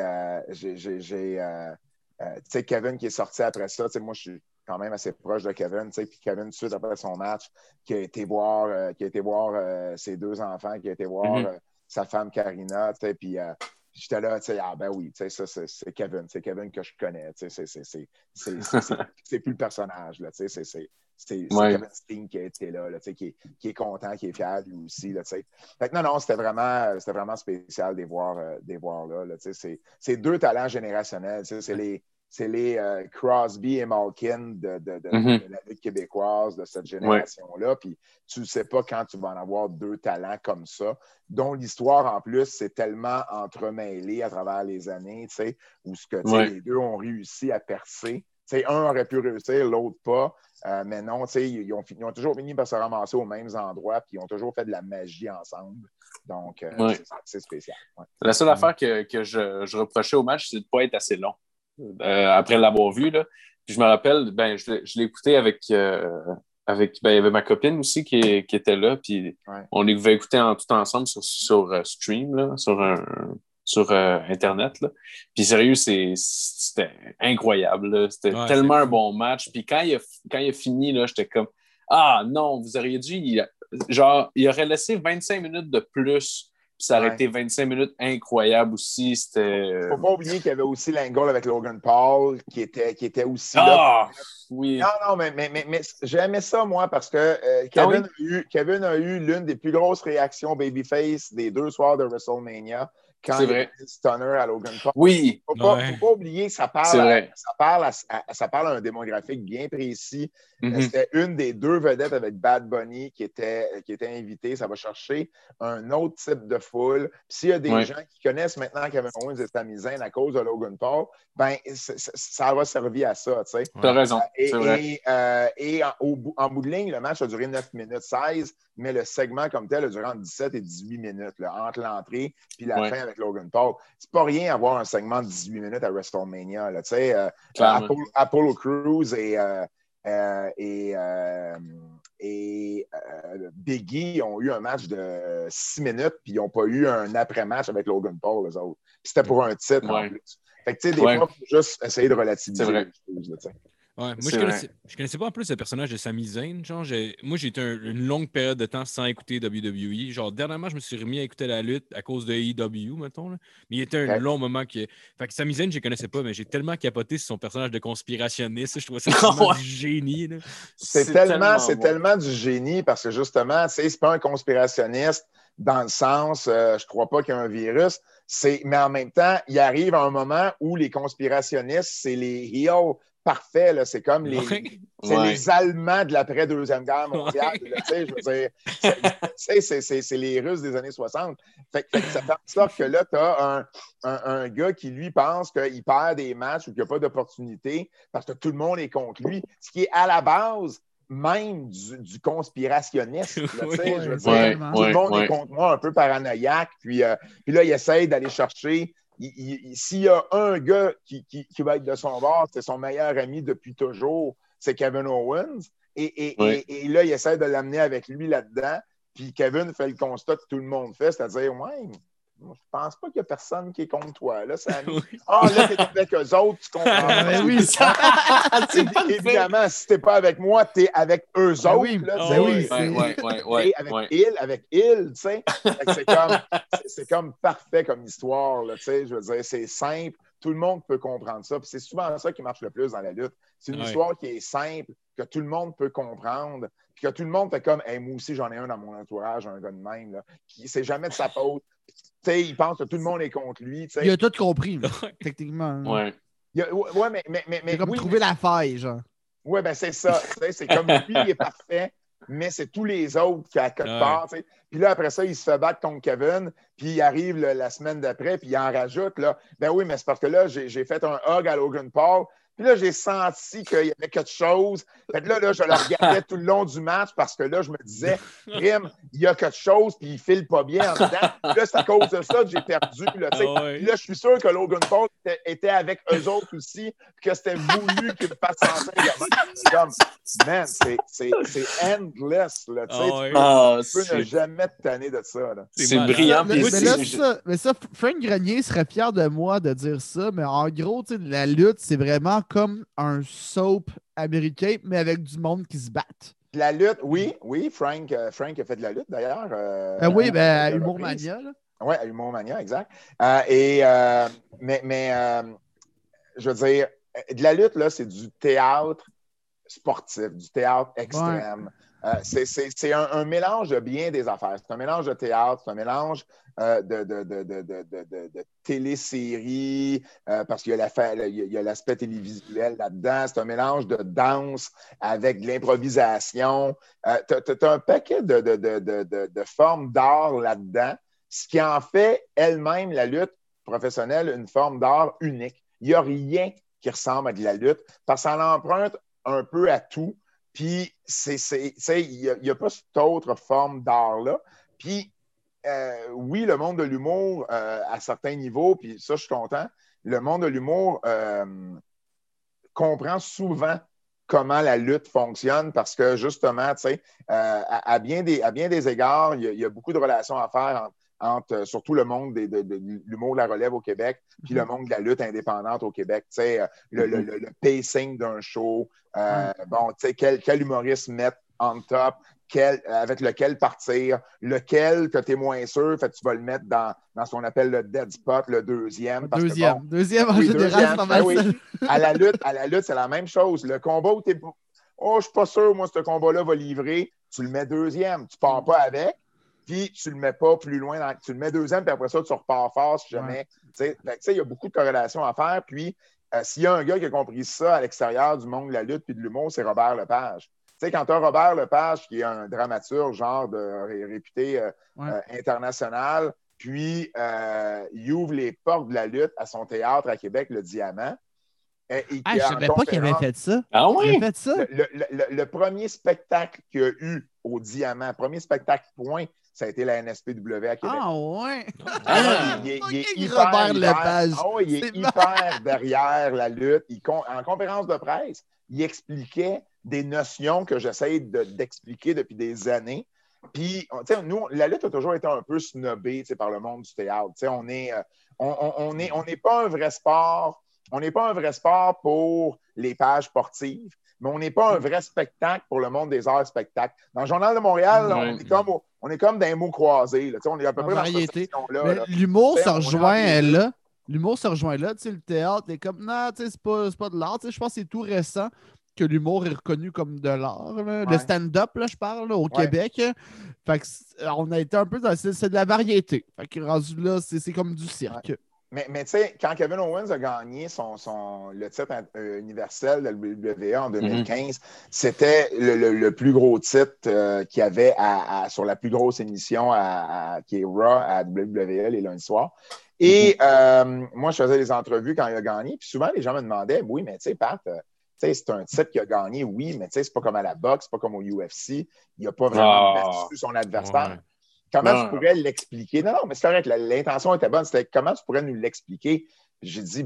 sais, Kevin qui est sorti après ça, moi, je suis quand même assez proche de Kevin, puis Kevin, tout de suite après son match, qui a été voir ses 2 enfants, qui a été voir sa femme Karina, puis j'étais là, ben oui, ça, c'est Kevin que je connais, c'est plus le personnage, là, c'est Kevin Steen qui a été là, qui est content, qui est fier lui aussi, là, fait que non, c'était vraiment spécial de les voir là, c'est 2 talents générationnels, c'est les Crosby et Malkin de la lutte québécoise de cette génération-là. Puis tu ne sais pas quand tu vas en avoir 2 talents comme ça, dont l'histoire, en plus, c'est tellement entremêlée à travers les années, où les 2 ont réussi à percer. Un aurait pu réussir, l'autre pas. Mais non, ils ont toujours fini par se ramasser aux mêmes endroits, puis ils ont toujours fait de la magie ensemble. Donc, c'est spécial. Ouais. La seule affaire que je reprochais au match, c'est de ne pas être assez long. Après l'avoir vu, là. Puis je me rappelle, je l'ai écouté avec il y avait ma copine aussi qui était là, puis on l'avait écouté tout ensemble sur stream, là, sur Internet. Là. Puis sérieux, c'était incroyable. Là. C'était tellement un bon match. Puis quand il a fini, là, j'étais comme « Ah non, vous auriez dû... » il aurait laissé 25 minutes de plus. Puis ça aurait été 25 minutes incroyables aussi. Il ne faut pas oublier qu'il y avait aussi l'angle avec Logan Paul qui était aussi là. Oui. Non, mais j'aimais ça, moi, parce que Kevin a eu l'une des plus grosses réactions babyface des 2 soirs de WrestleMania quand il y a un stunner à Logan Paul. Oui. Faut pas oublier que ça parle à un démographique bien précis. C'était une des 2 vedettes avec Bad Bunny qui était invitée. Ça va chercher un autre type de foule. Puis s'il y a des gens qui connaissent maintenant Kevin Owens et Sami Zayn à cause de Logan Paul, ben ça va servir à ça. Tu as raison. C'est vrai. Et en bout de ligne, le match a duré 9 minutes 16, mais le segment comme tel a duré entre 17 et 18 minutes là, entre l'entrée et la fin avec Logan Paul. C'est pas rien avoir un segment de 18 minutes à WrestleMania. Là, Apollo Crews et Biggie ont eu un match de 6 minutes, puis ils n'ont pas eu un après-match avec Logan Paul, les autres. Puis c'était pour un titre en plus. Fait que, tu sais, des fois, il faut juste essayer de relativiser les choses. Là, ouais, moi, je connaissais pas en plus le personnage de Sami Zayn. Genre, moi, j'ai été une longue période de temps sans écouter WWE. Genre, dernièrement, je me suis remis à écouter la lutte à cause de AEW, mettons. Là. Mais il était un long moment que. Fait que Sami Zayn, je ne connaissais pas, mais j'ai tellement capoté sur son personnage de conspirationniste. Je trouvais ça tellement du génie. Là. C'est tellement du génie parce que justement, c'est pas un conspirationniste dans le sens, je crois pas qu'il y a un virus. Mais en même temps, il arrive à un moment où les conspirationnistes, c'est les heels parfaits. Là. C'est comme les Allemands de l'après-Deuxième Guerre mondiale. Là, je veux dire, c'est les Russes des années 60. Fait que ça fait en sorte que là, tu as un gars qui, lui, pense qu'il perd des matchs ou qu'il n'y a pas d'opportunité parce que tout le monde est contre lui. Ce qui est à la base même du conspirationniste. Là, tout le monde est contre moi, un peu paranoïaque. Puis là, il essaye d'aller chercher. S'il y a un gars qui va être de son bord, c'est son meilleur ami depuis toujours, c'est Kevin Owens. Et là, il essaie de l'amener avec lui là-dedans. Puis Kevin fait le constat que tout le monde fait, c'est-à-dire, je pense pas qu'il y a personne qui est contre toi. Là, là, t'es avec eux autres, tu comprends. Oui, évidemment, si t'es pas avec moi, t'es avec eux autres. Oui, avec il, tu sais. C'est comme parfait comme histoire, là, tu sais. Je veux dire, c'est simple. Tout le monde peut comprendre ça. Puis c'est souvent ça qui marche le plus dans la lutte. C'est une histoire qui est simple, que tout le monde peut comprendre. Puis que tout le monde fait comme, hey, moi aussi, j'en ai un dans mon entourage, un gars de même, là. C'est jamais de sa faute. T'sais, il pense que tout le monde est contre lui. T'sais. Il a tout compris, techniquement. Mais c'est comme trouver la faille, genre. Oui, ben c'est ça. C'est comme lui, il est parfait, mais c'est tous les autres qui à quelque part. T'sais. Puis là, après ça, il se fait battre contre Kevin, puis il arrive la semaine d'après, puis il en rajoute. Là. Ben oui, mais c'est parce que là, j'ai fait un hug à Logan Paul. Puis là, j'ai senti qu'il y avait quelque chose. Fait que là, je le regardais tout le long du match parce que là, je me disais, Grim, il y a quelque chose, puis il file pas bien en dedans. Puis là, c'est à cause de ça que j'ai perdu. Là, Puis là, je suis sûr que Logan Paul était avec eux autres aussi, puis que c'était voulu qu'il me fasse sentir également. C'est comme, man, c'est endless. Là, tu peux ne jamais te tanner de ça. Là. C'est brillant. Mais ça, Frank Grenier serait fier de moi de dire ça, mais en gros, la lutte, c'est vraiment comme un soap américain, mais avec du monde qui se batte. La lutte, oui, Frank a fait de la lutte d'ailleurs. Oui, à Humour Mania. Oui, à Humour Mania, exact. Mais je veux dire, de la lutte, là, c'est du théâtre sportif, du théâtre extrême. C'est un mélange de bien des affaires. C'est un mélange de théâtre, c'est un mélange de téléséries, parce qu'il y a l'aspect télévisuel là-dedans. C'est un mélange de danse avec de l'improvisation. Tu as un paquet de formes d'art là-dedans, ce qui en fait elle-même, la lutte professionnelle, une forme d'art unique. Il n'y a rien qui ressemble à de la lutte, parce que ça l'emprunte un peu à tout. Puis, il n'y a pas cette autre forme d'art-là. Puis, oui, le monde de l'humour, à certains niveaux, puis ça, je suis content, le monde de l'humour comprend souvent comment la lutte fonctionne parce que, justement, tu sais, à bien des égards, il y a beaucoup de relations à faire entre surtout le monde de l'humour de la relève au Québec puis le monde de la lutte indépendante au Québec. Tu sais, le pacing d'un show, bon, tu sais, quel humoriste mettre on top, avec lequel partir, lequel que tu es moins sûr, fait que tu vas le mettre dans ce qu'on appelle le dead spot, le deuxième. Deuxième en général, c'est pas mal ça. À la lutte, c'est la même chose. Le combat où tu es je suis pas sûr, moi, ce combat-là va livrer, tu le mets deuxième. Tu pars pas avec. puis tu le mets pas plus loin, tu le mets deuxième, puis après ça, tu repars fort si jamais. Tu sais, il y a beaucoup de corrélations à faire. Puis, s'il y a un gars qui a compris ça à l'extérieur du monde de la lutte puis de l'humour, c'est Robert Lepage. Tu sais, quand tu as Robert Lepage, qui est un dramaturge, genre réputé international, puis il ouvre les portes de la lutte à son théâtre à Québec, le Diamant. Je ne savais pas qu'il avait fait ça. Ah oui? Il avait fait ça? Le premier spectacle qu'il y a eu au Diamant, premier spectacle point, ça a été la NSPW à Québec. Ah ouais? Il est hyper, Robert Lepage. Il est hyper derrière la lutte. En conférence de presse, il expliquait des notions que j'essaie d'expliquer depuis des années. Puis, nous, la lutte a toujours été un peu snobée par le monde du théâtre. On n'est pas un vrai sport. On n'est pas un vrai sport pour les pages sportives, mais on n'est pas un vrai spectacle pour le monde des arts spectacles. Dans le Journal de Montréal, on est comme d'un mot croisé. Là. On est à peu près variété. Dans cette section-là. L'humour se rejoint là. L'humour se rejoint là. Le théâtre est comme, non, c'est pas de l'art. Je pense que c'est tout récent que l'humour est reconnu comme de l'art. Le stand-up, là, je parle, au Québec. Fait que, on a été un peu dans... C'est de la variété. Fait que rendu là, c'est comme du cirque. Ouais. Mais tu sais, quand Kevin Owens a gagné le titre universel de la WWE en 2015, c'était le plus gros titre qu'il y avait sur la plus grosse émission qui est Raw à WWE les lundis soirs. Et moi, je faisais des entrevues quand il a gagné. Puis souvent, les gens me demandaient, oui, mais tu sais, Pat, c'est un titre qu'il a gagné, oui, mais c'est pas comme à la boxe, c'est pas comme au UFC. Il n'a pas vraiment battu son adversaire. Ouais. Comment tu pourrais l'expliquer? Non, mais c'est correct, l'intention était bonne. C'était comment tu pourrais nous l'expliquer? J'ai dit,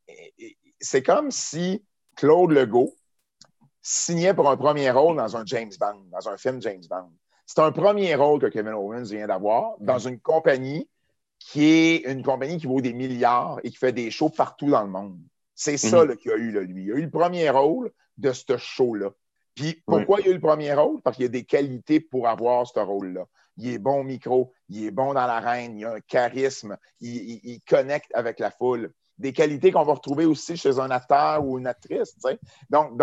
c'est comme si Claude Legault signait pour un premier rôle dans un James Bond, dans un film James Bond. C'est un premier rôle que Kevin Owens vient d'avoir dans une compagnie qui est une compagnie qui vaut des milliards et qui fait des shows partout dans le monde. C'est ça qu'il a eu, là, lui. Il a eu le premier rôle de ce show-là. Puis pourquoi il a eu le premier rôle? Parce qu'il y a des qualités pour avoir ce rôle-là. Il est bon au micro, il est bon dans l'arène, il a un charisme, il connecte avec la foule. Des qualités qu'on va retrouver aussi chez un acteur ou une actrice. Tu sais. Donc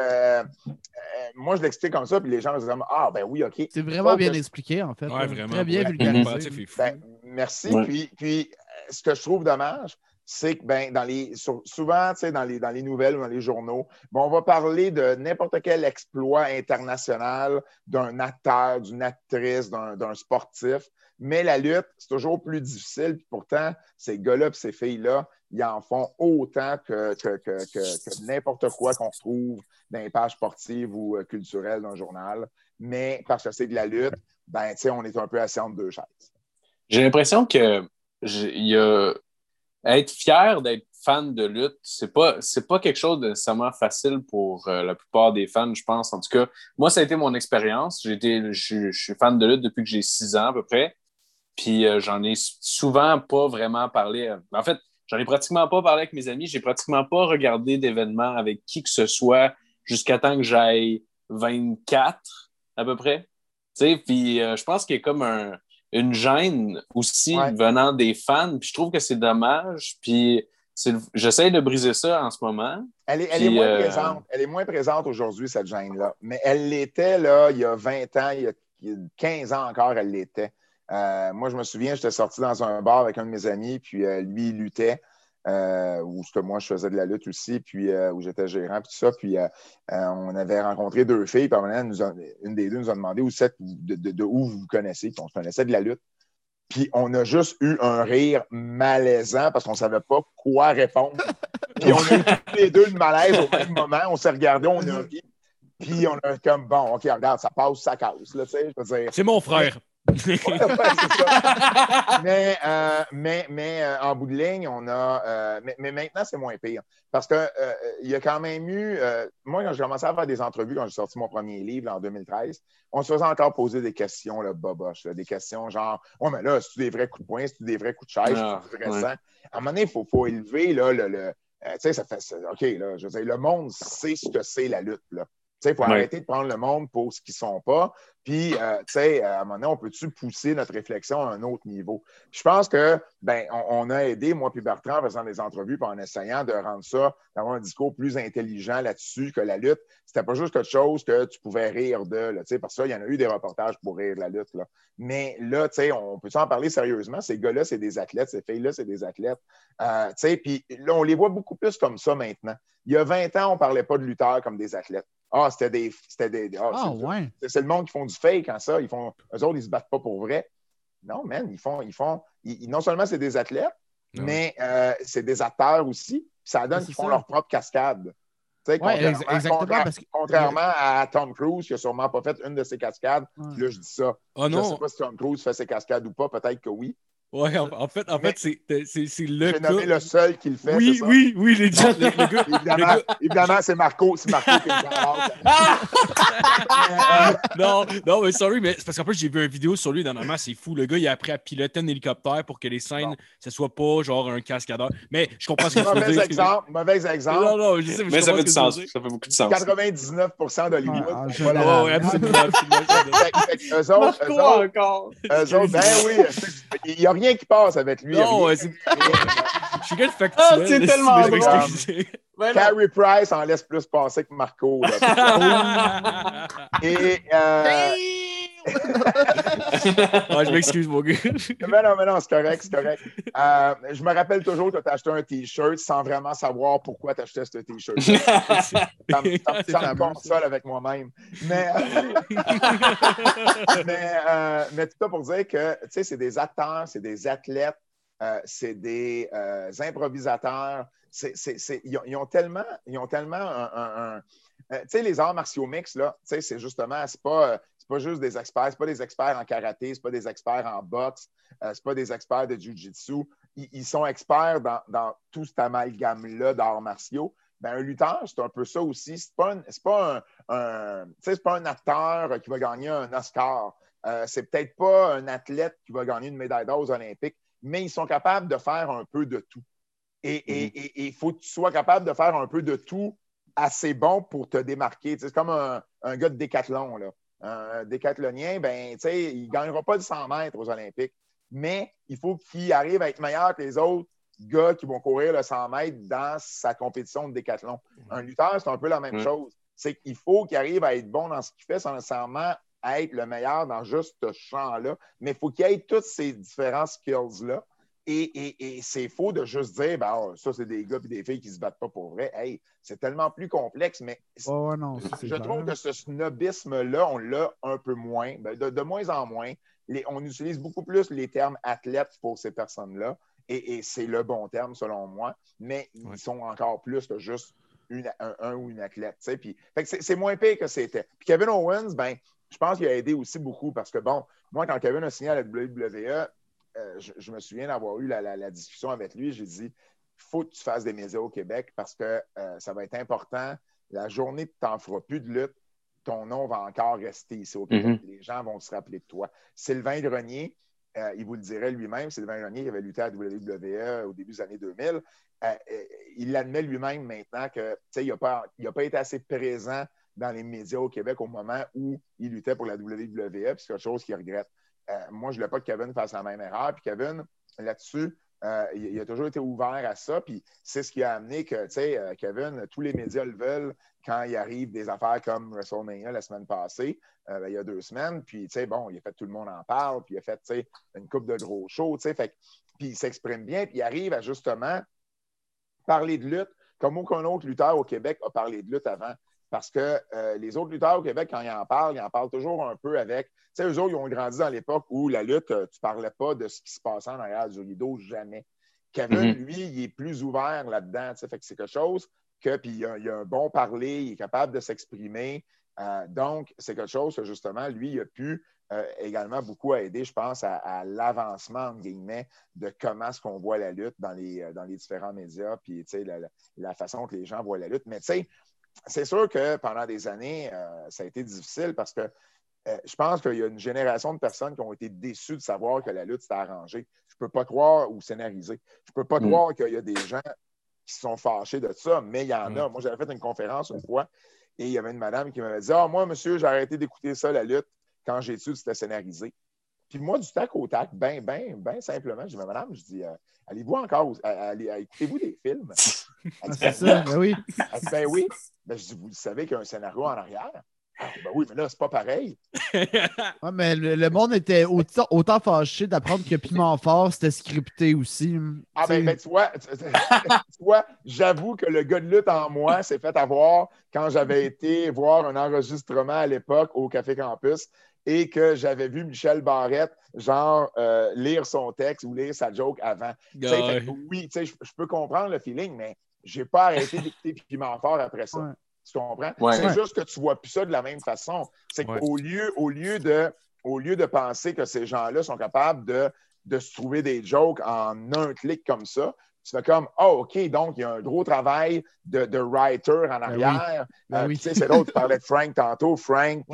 moi, je l'explique comme ça, puis les gens se disent « Ah, ben oui, OK. » C'est vraiment bien expliqué, en fait. Ouais, vraiment. Très bien vulgarisé. Merci. Ouais. Puis, ce que je trouve dommage, c'est que souvent, dans les nouvelles ou dans les journaux, on va parler de n'importe quel exploit international d'un acteur, d'une actrice, d'un sportif. Mais la lutte, c'est toujours plus difficile. Puis pourtant, ces gars-là et ces filles-là, ils en font autant que n'importe quoi qu'on retrouve dans les pages sportives ou culturelles d'un journal. Mais parce que c'est de la lutte, on est un peu assis entre deux chaises. J'ai l'impression que être fier d'être fan de lutte, c'est pas quelque chose de nécessairement facile pour la plupart des fans, je pense. En tout cas, moi, ça a été mon expérience. Je suis fan de lutte depuis que j'ai 6 ans à peu près. Puis j'en ai souvent pas vraiment parlé. En fait, j'en ai pratiquement pas parlé avec mes amis. J'ai pratiquement pas regardé d'événements avec qui que ce soit jusqu'à temps que j'aille 24 à peu près. Tu sais, puis je pense qu'il y a comme une gêne aussi venant des fans. Puis je trouve que c'est dommage. Puis j'essaie de briser ça en ce moment. Elle est moins présente. Elle est moins présente aujourd'hui, cette gêne-là. Mais elle l'était là, il y a 20 ans, il y a 15 ans encore, elle l'était. Moi, je me souviens, j'étais sorti dans un bar avec un de mes amis, puis lui, il luttait. Où moi, je faisais de la lutte aussi, puis où j'étais gérant, puis tout ça. Puis on avait rencontré 2 filles, puis une des deux nous a demandé de où vous connaissez, puis on se connaissait de la lutte. Puis on a juste eu un rire malaisant parce qu'on ne savait pas quoi répondre. Puis on a eu tous les deux le malaise au même moment. On s'est regardé, on a ri. Puis on a comme, bon, OK, regarde, ça passe, ça casse. Là, je veux dire. C'est mon frère. C'est ça. Mais en bout de ligne, on a. Mais maintenant, c'est moins pire. Parce qu'il y a quand même eu. Moi, quand j'ai commencé à faire des entrevues, quand j'ai sorti mon premier livre là, en 2013, on se faisait encore poser des questions, là, boboche. Là, des questions genre « Ouais, mais là, c'est-tu des vrais coups de poing, c'est-tu des vrais coups de chaise, c'est-tu du vrai sang? » À un moment donné, il faut élever là, tu sais, ça fait. OK, là, je veux dire, le monde sait ce que c'est la lutte. Là. Il faut arrêter de prendre le monde pour ce qu'ils ne sont pas. Puis, à un moment donné, on peut-tu pousser notre réflexion à un autre niveau? Je pense que, on a aidé, moi puis Bertrand, en faisant des entrevues puis en essayant de rendre ça, d'avoir un discours plus intelligent là-dessus, que la lutte, c'était pas juste quelque chose que tu pouvais rire de, là, parce que ça, il y en a eu des reportages pour rire de la lutte, là. Mais là, on peut en parler sérieusement? Ces gars-là, c'est des athlètes, ces filles-là, c'est des athlètes. Puis là, on les voit beaucoup plus comme ça maintenant. Il y a 20 ans, on ne parlait pas de lutteurs comme des athlètes. C'est le monde qui font du fake en ça. Eux autres, ils ne se battent pas pour vrai. Non, man, non seulement c'est des athlètes, mais c'est des acteurs aussi. Ça donne qu'ils font leur propre cascade. Contrairement à Tom Cruise, qui n'a sûrement pas fait une de ses cascades. Là, je dis ça. Je ne sais pas si Tom Cruise fait ses cascades ou pas. Peut-être que oui. Ouais, en fait, c'est le J'ai nommé le seul qui le fait. Oui, les gens, le gars. Évidemment, c'est Marco. C'est Marco qui me Non, mais sorry, mais c'est parce qu'en plus, j'ai vu une vidéo sur lui dernièrement, c'est fou. Le gars, il a appris à piloter un hélicoptère pour que les scènes, ce soit pas genre un cascadeur. Mais je comprends ce que tu veux dire. Mauvais exemple. Non, je sais, mais ça fait du sens. Ça fait beaucoup de sens. 99% d'Hollywood. Ouais, absolument. Eux autres, ben oui. Il n'y a rien qui passe avec lui. Non, je suis gars de factuel. C'est tellement drôle. Carey Price en laisse plus passer que Marco. Et je m'excuse, mon gars. Mais non, c'est correct. Je me rappelle toujours que tu as acheté un T-shirt sans vraiment savoir pourquoi tu achetais ce T-shirt. Ça me console avec moi-même. Mais tout ça pour dire que c'est des acteurs, c'est des athlètes, c'est des improvisateurs. Ils ont tellement les arts martiaux mixtes, là, c'est justement, c'est pas juste des experts, c'est pas des experts en karaté, c'est pas des experts en boxe, c'est pas des experts de jiu-jitsu. Ils sont experts dans tout cet amalgame-là d'arts martiaux. Un lutteur, c'est un peu ça aussi. C'est pas un acteur qui va gagner un Oscar. C'est peut-être pas un athlète qui va gagner une médaille d'or aux Olympiques, mais ils sont capables de faire un peu de tout. Et il faut que tu sois capable de faire un peu de tout assez bon pour te démarquer. C'est comme un gars de décathlon, là. Un décathlonien, il ne gagnera pas de 100 mètres aux Olympiques, mais il faut qu'il arrive à être meilleur que les autres gars qui vont courir le 100 mètres dans sa compétition de décathlon. Un lutteur, c'est un peu la même chose. C'est qu'il faut qu'il arrive à être bon dans ce qu'il fait sans nécessairement être le meilleur dans juste ce champ-là, mais il faut qu'il ait tous ces différents skills-là. Et c'est faux de juste dire ça, c'est des gars et des filles qui ne se battent pas pour vrai. Hey, c'est tellement plus complexe, mais je trouve que ce snobisme-là, on l'a un peu moins, de moins en moins. On utilise beaucoup plus les termes athlètes pour ces personnes-là, et c'est le bon terme selon moi, mais ils sont encore plus que juste un ou une athlète. Puis, c'est moins pire que c'était. Puis Kevin Owens, je pense qu'il a aidé aussi beaucoup parce que, moi, quand Kevin a signé à la WWE, je me souviens d'avoir eu la discussion avec lui. J'ai dit, il faut que tu fasses des médias au Québec parce que ça va être important. La journée que tu n'en feras plus de lutte, ton nom va encore rester ici au Québec. Les gens vont se rappeler de toi. Sylvain Grenier, il vous le dirait lui-même, Sylvain Grenier, qui avait lutté à la WWE au début des années 2000, il l'admet lui-même maintenant qu'il n'a pas été assez présent dans les médias au Québec au moment où il luttait pour la WWE, puis c'est quelque chose qu'il regrette. Moi, je ne voulais pas que Kevin fasse la même erreur. Puis Kevin, là-dessus, il a toujours été ouvert à ça. Puis c'est ce qui a amené que, Kevin, tous les médias le veulent quand il arrive des affaires comme WrestleMania la semaine passée, il y a 2 semaines. Puis, il a fait Tout le monde en parle. Puis il a fait, une couple de gros shows. Puis il s'exprime bien. Puis il arrive à justement parler de lutte comme aucun autre lutteur au Québec a parlé de lutte avant. Parce que les autres lutteurs au Québec, quand ils en parlent toujours un peu avec... Tu sais, eux autres, ils ont grandi dans l'époque où la lutte, tu ne parlais pas de ce qui se passait en arrière du rideau, jamais. Kevin, lui, il est plus ouvert là-dedans. Fait que c'est quelque chose que... Puis il a un bon parler, il est capable de s'exprimer. Donc, c'est quelque chose que, justement, lui, il a pu également beaucoup aider, je pense, à l'avancement, entre guillemets, de comment est-ce qu'on voit la lutte dans les différents médias, puis, tu sais, la façon que les gens voient la lutte. Mais, tu sais, c'est sûr que pendant des années, ça a été difficile parce que je pense qu'il y a une génération de personnes qui ont été déçues de savoir que la lutte s'était arrangée. Je ne peux pas croire ou scénarisée. Je ne peux pas croire qu'il y a des gens qui sont fâchés de ça, mais il y en a. Moi, j'avais fait une conférence une fois Et il y avait une madame qui m'avait dit « Ah, moi, monsieur, j'ai arrêté d'écouter ça, la lutte, quand j'ai su que c'était scénarisé. » Puis moi, du tac au tac, ben simplement, je dis « Madame, je dis, allez-vous encore, écoutez-vous des films? » C'est ça, ben oui. Elle dit « Ben oui. » Ben, je dis « Vous le savez qu'il y a un scénario en arrière? » Ben oui, mais là, c'est pas pareil. Ouais, mais le monde était autant fâché d'apprendre que Piment Fort, c'était scripté aussi. Ah ben tu vois, j'avoue que le gars de lutte en moi s'est fait avoir quand j'avais été voir un enregistrement à l'époque au Café Campus et que j'avais vu Michel Barrette, lire son texte ou lire sa joke avant. Oui, je peux comprendre le feeling, mais j'ai pas arrêté d'écouter Piment Fort après ça. Ouais. Tu comprends? Ouais. C'est juste que tu vois plus ça de la même façon. C'est qu'au lieu de penser que ces gens-là sont capables de se trouver des jokes en un clic comme ça, tu fais comme « Oh, OK, donc il y a un gros travail de writer en arrière. » oui. C'est l'autre, tu parlais de Frank tantôt. Frank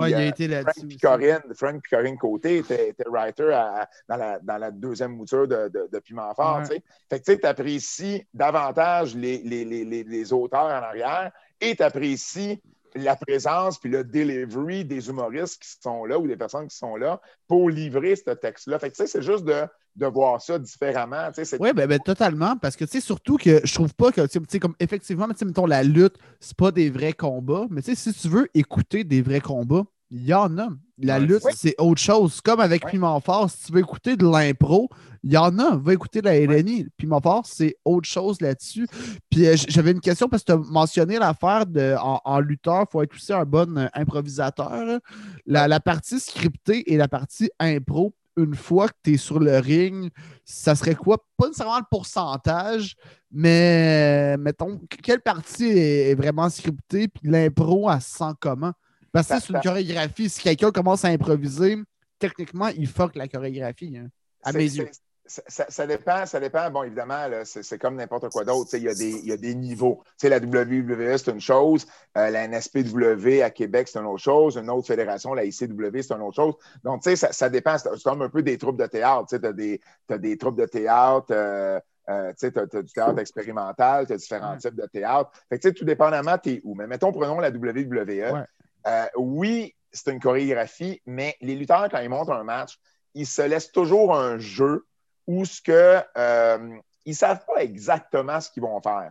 Picorine Côté était writer dans la deuxième mouture de Piment Fort. Ouais. Fait que tu apprécies davantage les auteurs en arrière et tu apprécies la présence puis le delivery des humoristes qui sont là ou des personnes qui sont là pour livrer ce texte-là. Fait que c'est juste de voir ça différemment. Oui, ben, totalement. Parce que surtout que je trouve pas que, comme effectivement, mettons, la lutte, c'est pas des vrais combats. Mais si tu veux écouter des vrais combats, il y en a. La lutte, c'est autre chose. Comme avec Piment Fort, si tu veux écouter de l'impro, il y en a. Va écouter de la LNI. Piment Fort, c'est autre chose là-dessus. Puis j'avais une question parce que tu as mentionné l'affaire en lutteur, il faut être aussi un bon improvisateur. La partie scriptée et la partie impro, une fois que tu es sur le ring, ça serait quoi? Pas nécessairement le pourcentage, mais mettons, quelle partie est vraiment scriptée, puis l'impro, elle se sent comment? Parce que c'est une chorégraphie. Si quelqu'un commence à improviser, techniquement, il fuck la chorégraphie, hein, à mes yeux. Ça dépend. Bon, évidemment, là, c'est comme n'importe quoi d'autre. Il y a des niveaux. La WWE, c'est une chose. La NSPW à Québec, c'est une autre chose. Une autre fédération, la ICW, c'est une autre chose. Donc, ça dépend. C'est comme un peu des troupes de théâtre. Tu as des troupes de théâtre. Tu as du théâtre expérimental. Tu as différents types de théâtre. Fait que, tout dépendamment, tu es où. Mais mettons, prenons la WWE. Oui, c'est une chorégraphie, mais les lutteurs, quand ils montent un match, ils se laissent toujours un jeu où ils ne savent pas exactement ce qu'ils vont faire.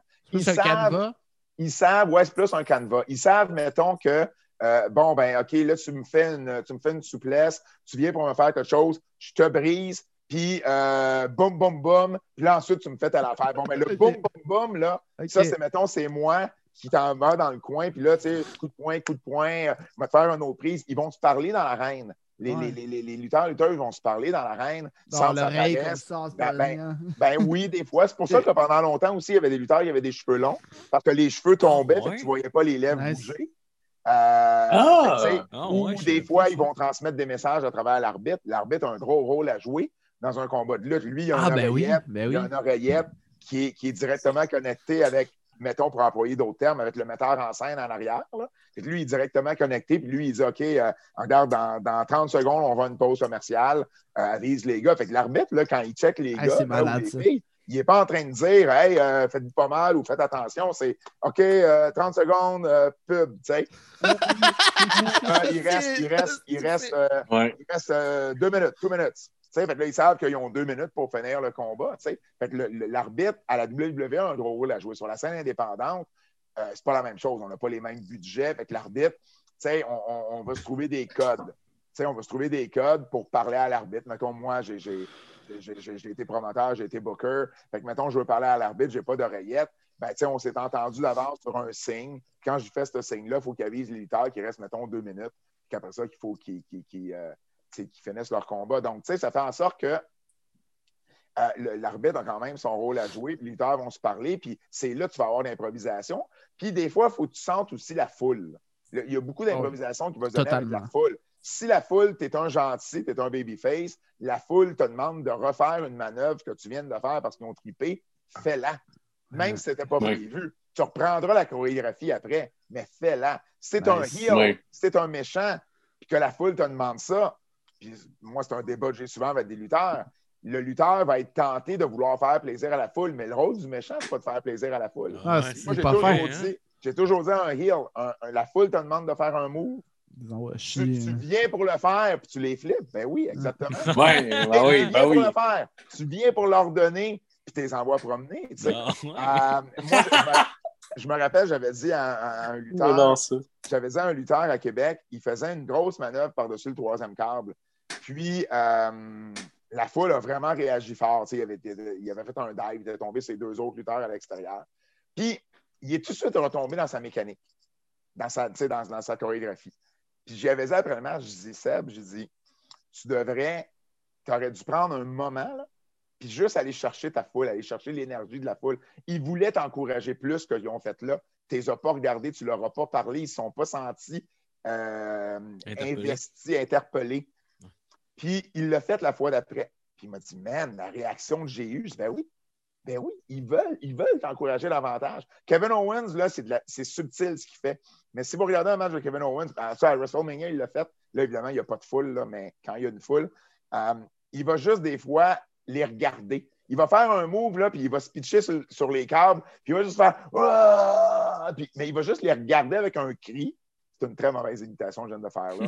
Ils savent, c'est plus un canevas. Ils savent, mettons, que OK, là, tu me fais une souplesse, tu viens pour me faire quelque chose, je te brise, puis boum, boum, boum, puis là, ensuite, tu me fais telle affaire. Bon, mais le boum, boum, boum, là, ça, c'est moi qui t'en va dans le coin, puis là, tu sais, coup de poing, je vais te faire une autre prise. Ils vont se parler dans l'arène. Les lutteurs vont se parler dans l'arène sans l'oreille comme ça. Oui, des fois. C'est pour ça que pendant longtemps aussi, il y avait des lutteurs, il y avait des cheveux longs, parce que les cheveux tombaient, fait que tu ne voyais pas les lèvres bouger. Des fois, ils vont transmettre des messages à travers l'arbitre. L'arbitre a un gros rôle à jouer dans un combat de lutte. Lui, il y a une oreillette qui est directement connectée avec, mettons, pour employer d'autres termes, avec le metteur en scène en arrière. Là. Lui, il est directement connecté, puis lui, il dit OK, regarde, dans 30 secondes, on va à une pause commerciale, avise les gars. Fait que l'arbitre, là, quand il check les gars malade, ou les filles, il n'est pas en train de dire Hey, faites-vous pas mal ou faites attention. C'est OK, 30 secondes, pub, tu sais. Il reste 2 minutes, 2 minutes. Fait que là, ils savent qu'ils ont 2 minutes pour finir le combat. Fait que l'arbitre à la WWE a un gros rôle à jouer. Sur la scène indépendante, c'est pas la même chose. On n'a pas les mêmes budgets. Fait que l'arbitre, on va se trouver des codes. On va se trouver des codes pour parler à l'arbitre. Mettons, moi, j'ai été promoteur, j'ai été booker. Fait que, mettons, je veux parler à l'arbitre, j'ai pas d'oreillette. Ben, on s'est entendu d'avance sur un signe. Quand je fais ce signe-là, il faut qu'il avise les lutteurs qui restent, mettons, 2 minutes. Puis après ça, il faut qu'ils finissent leur combat. Donc, ça fait en sorte que l'arbitre a quand même son rôle à jouer, puis les lutteurs vont se parler, puis c'est là que tu vas avoir l'improvisation. Puis des fois, il faut que tu sentes aussi la foule. Il y a beaucoup d'improvisation qui va se donner avec la foule. Si la foule, tu es un gentil, tu es un babyface, la foule te demande de refaire une manœuvre que tu viens de faire parce qu'ils ont trippé, fais-la. Même si ce n'était pas prévu. Tu reprendras la chorégraphie après, mais fais-la. Si c'est un heel, si c'est un méchant, puis que la foule te demande ça, puis moi, c'est un débat que j'ai souvent avec des lutteurs. Le lutteur va être tenté de vouloir faire plaisir à la foule, mais le rôle du méchant, c'est pas de faire plaisir à la foule. Moi, j'ai toujours dit, J'ai toujours dit à un heel, la foule te demande de faire un move. Tu viens pour le faire, puis tu les flippes. Ben oui, exactement. Tu viens pour le faire. Tu viens pour leur donner, puis tu les envoies promener. Tu sais. Moi, je me rappelle, j'avais dit à un lutteur, à Québec, il faisait une grosse manœuvre par-dessus le 3e câble. Puis, la foule a vraiment réagi fort. Il avait fait un dive, il était tombé ses 2 autres lutteurs à l'extérieur. Puis, il est tout de suite retombé dans sa mécanique, dans sa chorégraphie. Puis, j'avais dit après le match, je dis, Seb, tu aurais dû prendre un moment, là, puis juste aller chercher ta foule, aller chercher l'énergie de la foule. Ils voulaient t'encourager plus que qu'ils ont fait là. Tu ne les as pas regardés, tu ne leur as pas parlé, ils ne se sont pas sentis investis, interpellés. Puis, il l'a fait la fois d'après. Puis, il m'a dit, man, la réaction que j'ai eue, je dis, ben oui, ils veulent t'encourager davantage. Kevin Owens, là, c'est subtil ce qu'il fait. Mais si vous regardez un match de Kevin Owens, ça, à WrestleMania, il l'a fait. Là, évidemment, il n'y a pas de foule, là, mais quand il y a une foule, il va juste des fois les regarder. Il va faire un move, là, puis il va se pitcher sur les câbles, puis il va juste faire mais il va juste les regarder avec un cri. C'est une très mauvaise imitation que je viens de faire,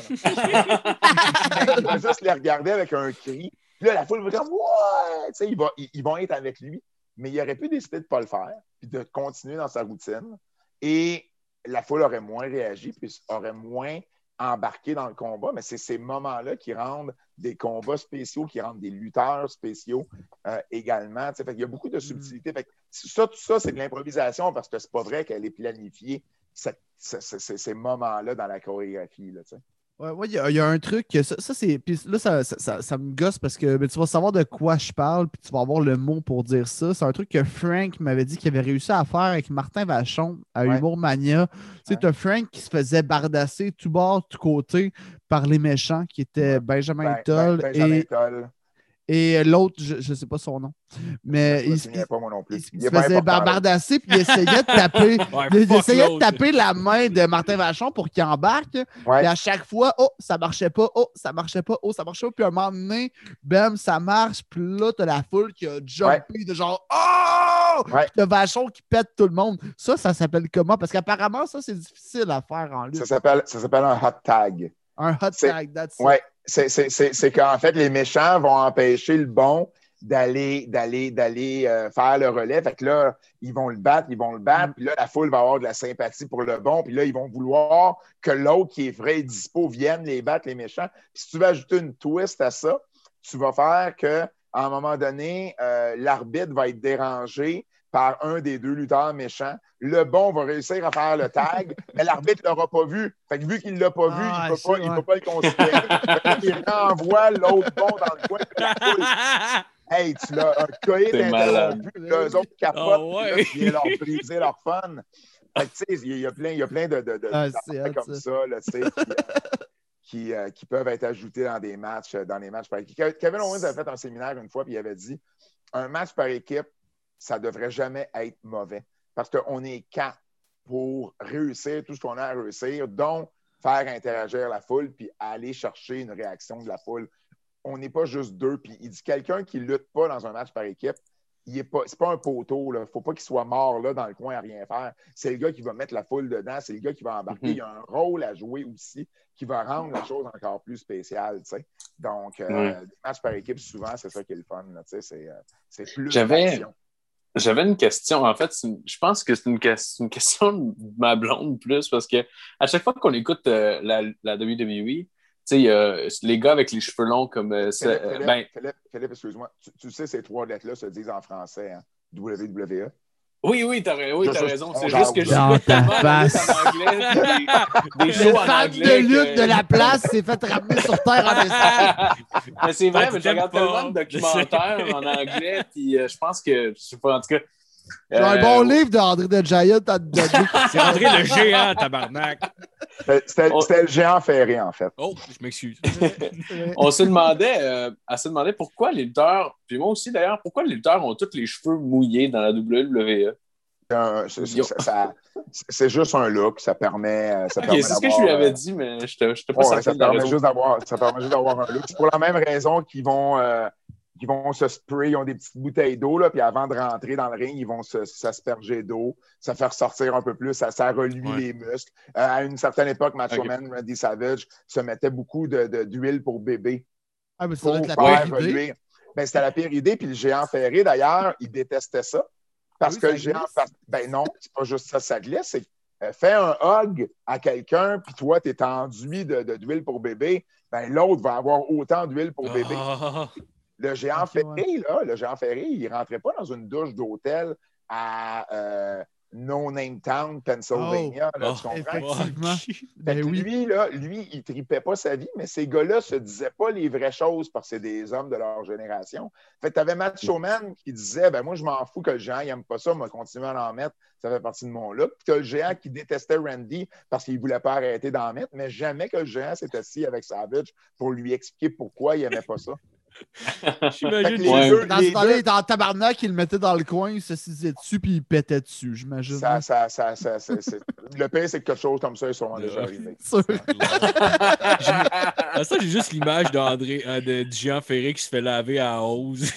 là. Il va juste les regarder avec un cri. Puis là, la foule va dire « Ouais! » Tu sais, ils vont être avec lui. Mais il aurait pu décider de ne pas le faire, puis de continuer dans sa routine. Et la foule aurait moins réagi, puis aurait moins embarqué dans le combat. Mais c'est ces moments-là qui rendent des combats spéciaux, qui rendent des lutteurs spéciaux également. Fait qu'il y a beaucoup de subtilité. Fait que tout ça, c'est de l'improvisation parce que c'est pas vrai qu'elle est planifiée, ces moments-là dans la chorégraphie. Là, Ouais, il y a un truc, ça c'est. Puis là, ça me gosse parce que tu vas savoir de quoi je parle, puis tu vas avoir le mot pour dire ça. C'est un truc que Frank m'avait dit qu'il avait réussi à faire avec Martin Vachon à Humour Mania. Tu sais, t'as Frank qui se faisait bardasser tout bord, tout côté par les méchants qui étaient Benjamin Toll et l'autre, je ne sais pas son nom. Mais il se faisait bardasser puis il essayait de taper. Il essayait de taper la main de Martin Vachon pour qu'il embarque. Et à chaque fois, ça marchait pas, ça marchait pas, ça marchait pas. Puis à un moment donné, bam, ça marche. Puis là, t'as la foule qui a jumpé de genre Puis t'as Vachon qui pète tout le monde. Ça s'appelle comment? Parce qu'apparemment, ça, c'est difficile à faire en lutte. Ça s'appelle un hot tag. Un hot tag, that's it. Ouais. C'est qu'en fait, les méchants vont empêcher le bon d'aller faire le relais. Fait que là, ils vont le battre. Puis là, la foule va avoir de la sympathie pour le bon. Puis là, ils vont vouloir que l'autre qui est vrai et dispo vienne les battre, les méchants. Puis si tu veux ajouter une twist à ça, tu vas faire qu'à un moment donné, l'arbitre va être dérangé par un des 2 lutteurs méchants. Le bon va réussir à faire le tag, mais l'arbitre ne l'aura pas vu. Fait que vu qu'il ne l'a pas vu, il ne peut pas le considérer. Il renvoie l'autre bon dans le coin de la foule. Hey, tu l'as coït d'interrompu. Eux autres capotent, puis ils leur briser leur fun. Fait que, tu sais, il y a plein de comme ça, là, tu sais, qui peuvent être ajoutés dans les matchs par équipe. Kevin Owens avait fait un séminaire une fois, puis il avait dit un match par équipe, ça ne devrait jamais être mauvais. Parce qu'on est 4 pour réussir tout ce qu'on a à réussir, dont faire interagir la foule puis aller chercher une réaction de la foule. On n'est pas juste 2. Puis il dit quelqu'un qui ne lutte pas dans un match par équipe, c'est pas un poteau. Il ne faut pas qu'il soit mort là, dans le coin à rien faire. C'est le gars qui va mettre la foule dedans, c'est le gars qui va embarquer. Il y a un rôle à jouer aussi qui va rendre la chose encore plus spéciale. T'sais. Donc, les matchs par équipe, souvent, c'est ça qui est le fun. C'est plus d'action. J'avais une question. En fait, je pense que c'est une question de ma blonde plus parce que à chaque fois qu'on écoute la WWE, les gars avec les cheveux longs comme... Philippe, excuse-moi. Tu sais, ces 3 lettres-là se disent en français, hein? WWE. Oui, t'as raison. C'est juste que je dans ta face. En anglais, des shows en anglais. Le fan de lutte de la place s'est fait ramener sur terre en dessin. Mais c'est vrai, mais je regarde tellement de documentaires en anglais, puis je pense que, je sais pas, en tout cas... J'ai un bon livre d'André de Giant. C'est André le géant, tabarnak. C'était le géant ferré, en fait. Oh, je m'excuse. On se demandait pourquoi les lutteurs, puis moi aussi d'ailleurs, pourquoi les lutteurs ont tous les cheveux mouillés dans la WWE. C'est juste un look, ça permet c'est ce que je lui avais dit, mais je n'étais pas certain. Ça permet juste d'avoir un look. C'est pour la même raison qu'ils vont qui vont se sprayer, ils ont des petites bouteilles d'eau, là, puis avant de rentrer dans le ring, ils vont s'asperger d'eau, ça fait ressortir un peu plus, ça reluit les muscles. À une certaine époque, Macho Man, Randy Savage, se mettait beaucoup d'huile pour bébé. Ah, mais ça doit être la pire idée. Reluire. Ben, c'était la pire idée, puis le géant ferré, d'ailleurs, il détestait ça. Parce que le géant... Ben non, c'est pas juste ça, ça glisse, c'est fais un hug à quelqu'un, puis toi, tu es enduit d'huile pour bébé, ben l'autre va avoir autant d'huile pour bébé. Le géant ferré, là, il ne rentrait pas dans une douche d'hôtel à No Name Town, Pennsylvania. Là, tu comprends? Effectivement. Ben oui. Lui, il ne tripait pas sa vie, mais ces gars-là ne se disaient pas les vraies choses parce que c'est des hommes de leur génération. Fait que tu avais Macho Man qui disait moi, je m'en fous que le géant n'aime pas ça, on va continuer à en mettre, ça fait partie de mon look. Puis tu as le géant qui détestait Randy parce qu'il ne voulait pas arrêter d'en mettre, mais jamais que le géant s'est assis avec Savage pour lui expliquer pourquoi il n'aimait pas ça. J'imagine. Dans ce temps-là, il était en tabarnak, il le mettait dans le coin, il se s'assisait dessus, puis il pétait dessus, j'imagine. Le pire, c'est que quelque chose comme ça est sûrement déjà arrivé. Ça, j'ai juste l'image du géant ferré qui se fait laver à hausse.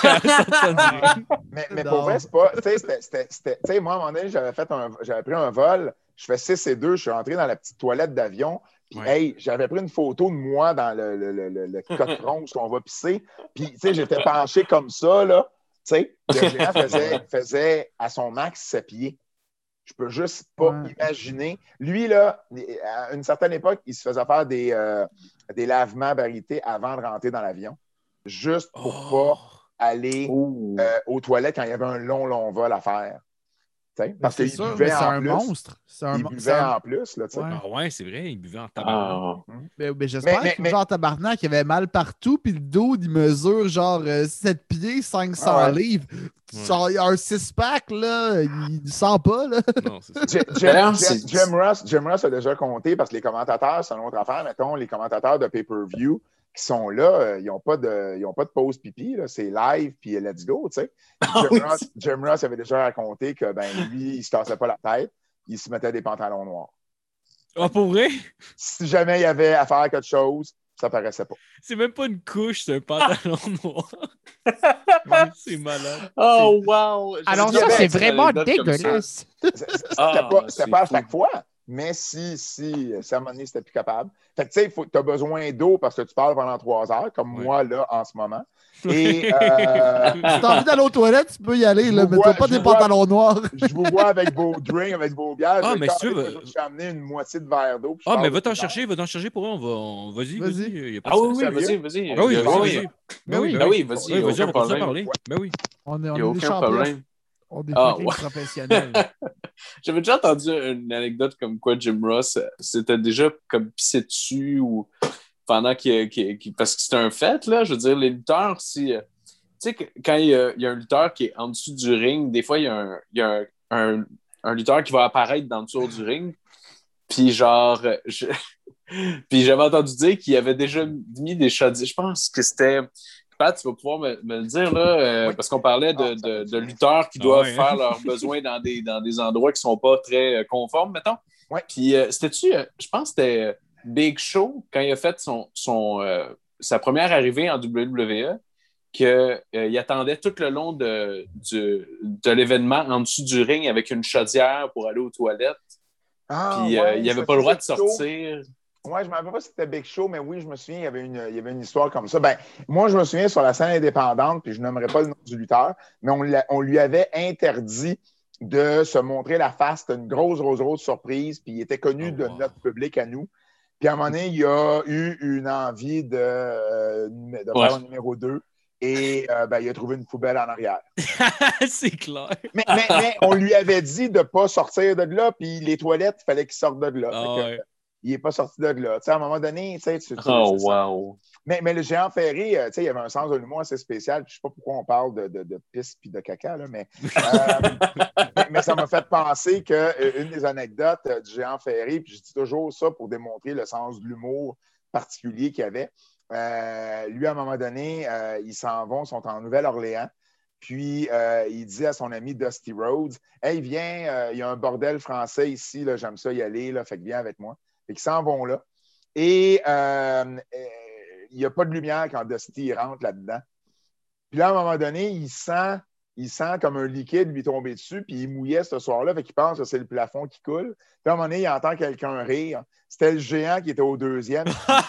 mais pour vrai, c'est pas. Tu sais, moi, à un moment donné, j'avais pris un vol, je fais 6 et 2, je suis rentré dans la petite toilette d'avion. Puis, hey, j'avais pris une photo de moi dans le coteron où on va pisser. Puis, tu sais, j'étais penché comme ça, là. Tu sais, le géant faisait à son max 7 pieds. Je peux juste pas imaginer. Lui, là, à une certaine époque, il se faisait faire des lavements variétés avant de rentrer dans l'avion. Juste pour pas aller aux toilettes quand il y avait un long vol à faire. Parce qu'il buvait en plus. Monstre. Il buvait en plus. Là, Ah ouais, c'est vrai, il buvait en tabarnak. Mais j'espère qu'il buvait en tabarnak, il avait mal partout, puis le dude, il mesure genre 7 pieds, 500 livres. Genre, il y a un 6-pack, là, il ne sent pas. Là. Non, c'est Jim Ross a déjà compté, parce que les commentateurs, c'est une autre affaire, mettons, les commentateurs de pay-per-view qui sont là, ils n'ont pas de pause pipi, là, c'est live, puis let's go, tu sais. Jim Ross avait déjà raconté que, lui, il ne se cassait pas la tête, il se mettait des pantalons noirs. Ah, pour vrai? Si jamais il y avait à faire quelque chose, ça paraissait pas. C'est même pas une couche, c'est un pantalon noir. C'est malade. Oh, wow! Alors ça, c'est vraiment dégueulasse. C'était pas à chaque fois. Mais si à un moment donné, c'était plus capable. Fait que, tu sais, tu as besoin d'eau parce que tu parles pendant 3 heures, comme moi, là, en ce moment. Et, si t'as envie d'aller aux toilettes, tu peux y aller, là, mais t'as pas des pantalons noirs. Je vous vois avec vos drinks, avec vos bières. Ah, mais si tu veux... Je t'ai amené une moitié de verre d'eau. Ah, mais va t'en chercher pour eux, Vas-y. Ah oui, vas-y. Ah oui, vas-y. Vas-y, on va parler. Ben oui. On est aucun problème. On est professionnels. J'avais déjà entendu une anecdote comme quoi Jim Ross s'était déjà comme pissé dessus ou pendant parce que c'était un fait, là. Je veux dire, les lutteurs, tu sais, quand il y a un lutteur qui est en dessous du ring, des fois, il y a un lutteur qui va apparaître dans le dessous du ring. Puis genre, puis j'avais entendu dire qu'il avait déjà mis des chaudières. Je pense que c'était... Pat, tu vas pouvoir me le dire, là, parce qu'on parlait de lutteurs qui doivent faire leurs besoins dans des endroits qui ne sont pas très conformes, mettons. Ouais. Puis, c'était-tu, je pense que c'était Big Show, quand il a fait sa première arrivée en WWE, qu'il attendait tout le long de l'événement en dessous du ring avec une chaudière pour aller aux toilettes. Puis, il n'avait pas le droit de sortir. Oui, je ne me rappelle pas si c'était Big Show, mais oui, je me souviens, il y avait une histoire comme ça. Moi, je me souviens sur la scène indépendante, puis je nommerai pas le nom du lutteur, mais on lui avait interdit de se montrer la face. C'était une grosse surprise, puis il était connu de notre public à nous. Puis à un moment donné, il a eu une envie de faire un numéro 2. Et il a trouvé une poubelle en arrière. C'est clair. Mais on lui avait dit de ne pas sortir de là, puis les toilettes, il fallait qu'il sorte de là. Il n'est pas sorti de là. À un moment donné, wow. Mais le géant ferré, il y avait un sens de l'humour assez spécial. Je ne sais pas pourquoi on parle de pisse et de caca, là, mais ça m'a fait penser qu'une des anecdotes du géant ferré, puis je dis toujours ça pour démontrer le sens de l'humour particulier qu'il avait. Lui, à un moment donné, ils s'en vont, sont en Nouvelle-Orléans. Puis, il dit à son ami Dusty Rhodes, « Hey, viens, il y a un bordel français ici, là, j'aime ça y aller, là, fait que viens avec moi. » Fait qu'ils s'en vont là. Et il n'y a pas de lumière quand Dusty rentre là-dedans. Puis là, à un moment donné, il sent comme un liquide lui tomber dessus, puis il mouillait ce soir-là, fait qu'il pense que c'est le plafond qui coule. Puis à un moment donné, il entend quelqu'un rire. C'était le géant qui était au deuxième.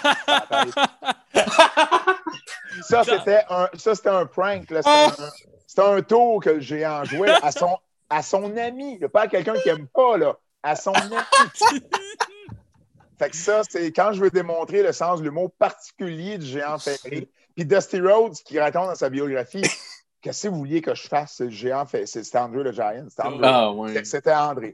Ça, c'était un prank. Là. C'était un tour que le géant jouait à son ami. Là, pas à quelqu'un qu'il n'aime pas, là, à son ami. Fait que ça, c'est quand je veux démontrer le sens de l'humour particulier du géant ferré. Puis Dusty Rhodes, qui raconte dans sa biographie, qu'est-ce que vous vouliez que je fasse? C'est le géant fait. C'était André le Giant. C'était André.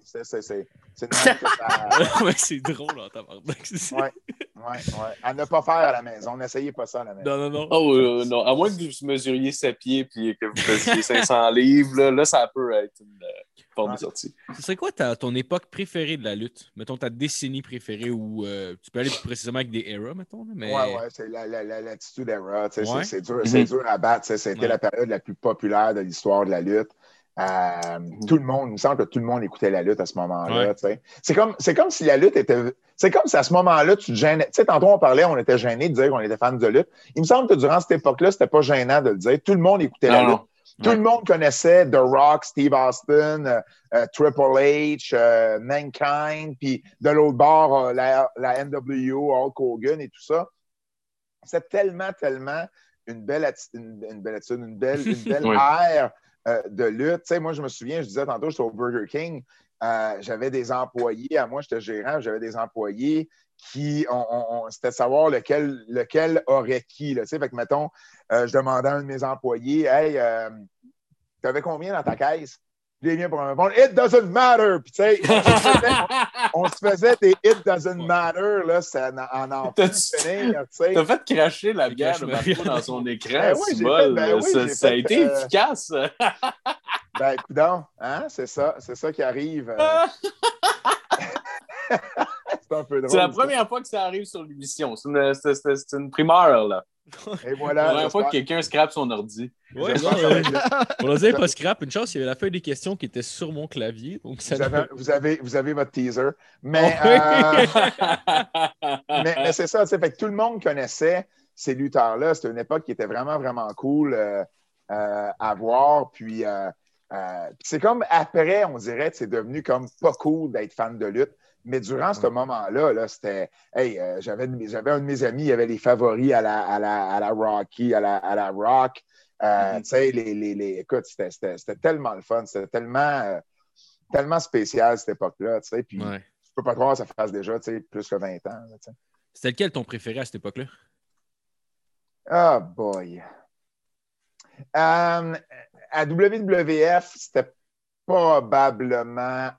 Ouais, c'est drôle en tabarnak. Ouais. À ne pas faire à la maison. N'essayez pas ça à la maison. Non. Oh, non. À moins que vous mesuriez 7 pieds et que vous fassiez 500 livres, là, ça peut être une porte de sortie. Ce serait quoi ton époque préférée de la lutte? Mettons ta décennie préférée où tu peux aller plus précisément avec des eras, mettons. Là, mais... Ouais, c'est l'attitude era. C'est dur à battre. C'était la période la plus populaire de l'histoire de la lutte. Tout le monde, il me semble que tout le monde écoutait la lutte à ce moment-là. Ouais. C'est comme si la lutte était. C'est comme si à ce moment-là, tu te gênais. Tu sais, tantôt on parlait, on était gênés de dire qu'on était fan de lutte. Il me semble que durant cette époque-là, c'était pas gênant de le dire. Tout le monde écoutait la lutte. Tout le monde connaissait The Rock, Steve Austin, Triple H, Mankind, puis de l'autre bord, la NWO, Hulk Hogan et tout ça. C'est tellement une belle attitude, une belle ère de lutte. Tu sais, moi, je me souviens, je disais tantôt, j'étais au Burger King, j'avais des employés, à moi, j'étais gérant, j'avais des employés qui, c'était de savoir lequel aurait qui. Là, tu sais, fait que, mettons, je demandais à un de mes employés, « Hey, t'avais combien dans ta caisse? » Puis il vient pour me répondre, « It doesn't matter! » Puis tu sais, on se faisait des « It doesn't matter », là, c'est en finir, tu sais. T'as fait cracher la bière de Marco dans son écran, ça a été efficace. Ben, coudonc, hein, c'est ça qui arrive. C'est un peu drôle. C'est la première fois que ça arrive sur l'émission. C'est une primeur, là. Et voilà. La première fois que quelqu'un scrape son ordi. Ouais, on a dit pas scrap. Une chance, il y avait la feuille des questions qui était sur mon clavier. Donc ça vous avez votre teaser. Mais, mais c'est ça, fait que tout le monde connaissait ces lutteurs-là. C'était une époque qui était vraiment, vraiment cool à voir. Puis c'est comme après, on dirait que c'est devenu comme pas cool d'être fan de lutte. Mais durant ce moment-là, là, c'était. Hey, j'avais un de mes amis, il avait les favoris à la Rocky, à la Rock. Tu sais, écoute, c'était tellement le fun. C'était tellement spécial cette époque-là. Tu sais, puis je peux pas croire que ça fasse déjà plus que 20 ans. Là, c'était lequel ton préféré à cette époque-là? Ah, boy. À WWF, c'était probablement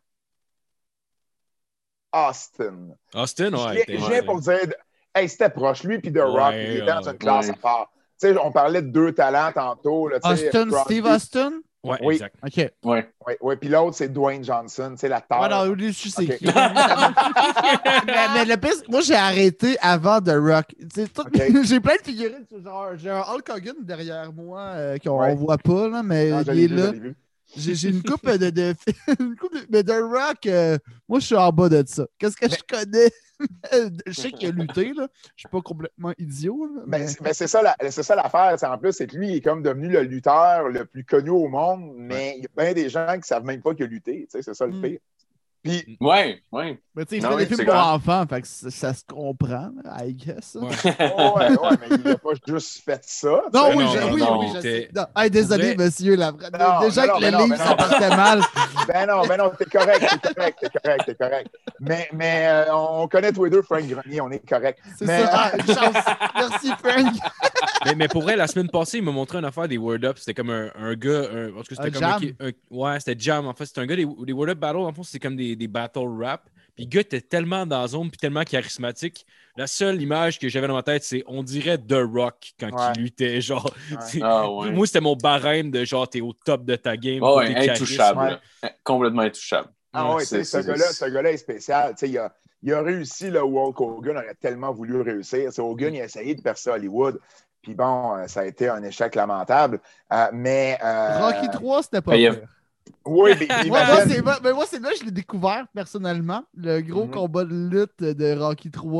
Austin. Austin, ouais. Je viens pour dire, hey, c'était proche. Lui puis The Rock, il était dans une classe à part. Tu sais, on parlait de deux talents tantôt. Là, Austin, Steve Austin? Ouais, oui. Exact. OK. Oui, puis l'autre, c'est Dwayne Johnson, tu sais, l'acteur. Ouais, non, lui, je sais qui. mais le pire, moi, j'ai arrêté avant The Rock. J'ai plein de figurines. Genre, j'ai un Hulk Hogan derrière moi qu'on voit pas, là, mais il est là. J'ai une coupe de mais The Rock, moi, je suis en bas de ça. Qu'est-ce que je connais? Je sais qu'il a lutté, là. Je suis pas complètement idiot. Là, mais c'est ça l'affaire. En plus, c'est que lui, il est comme devenu le lutteur le plus connu au monde, mais il y a bien des gens qui savent même pas qu'il a lutté. C'est ça le pire. Puis, ouais. Mais tu sais, il fait des films pour enfants, fait que ça se comprend, I guess. Ouais, mais il n'a pas juste fait ça. Non, oui, je sais. Hey, désolé, monsieur. Déjà que le livre, ça partait mal. Ben non, t'es correct. Mais on connaît tous les deux Frank Grenier, on est correct. C'est ça, une chance. Merci, Frank. mais pour vrai, la semaine passée, il m'a montré une affaire des Word Up. C'était comme un gars. En tout cas, c'était comme ouais, c'était Jam. En fait, c'était un gars des Word Up Battle. En fait, c'est comme des battle rap. Puis le gars était tellement dans la zone puis tellement charismatique. La seule image que j'avais dans ma tête, c'est on dirait The Rock quand il luttait. Genre, moi, c'était mon barème de genre, t'es au top de ta game. Intouchable. Complètement intouchable. Ah ouais, ce gars-là est spécial. Il a réussi là où Hulk Hogan aurait tellement voulu réussir. Hogan, il a essayé de percer Hollywood. Puis bon, ça a été un échec lamentable. Mais Rocky 3, c'était pas pire. Oui, mais moi, c'est là que je l'ai découvert personnellement. Le gros combat de lutte de Rocky 3.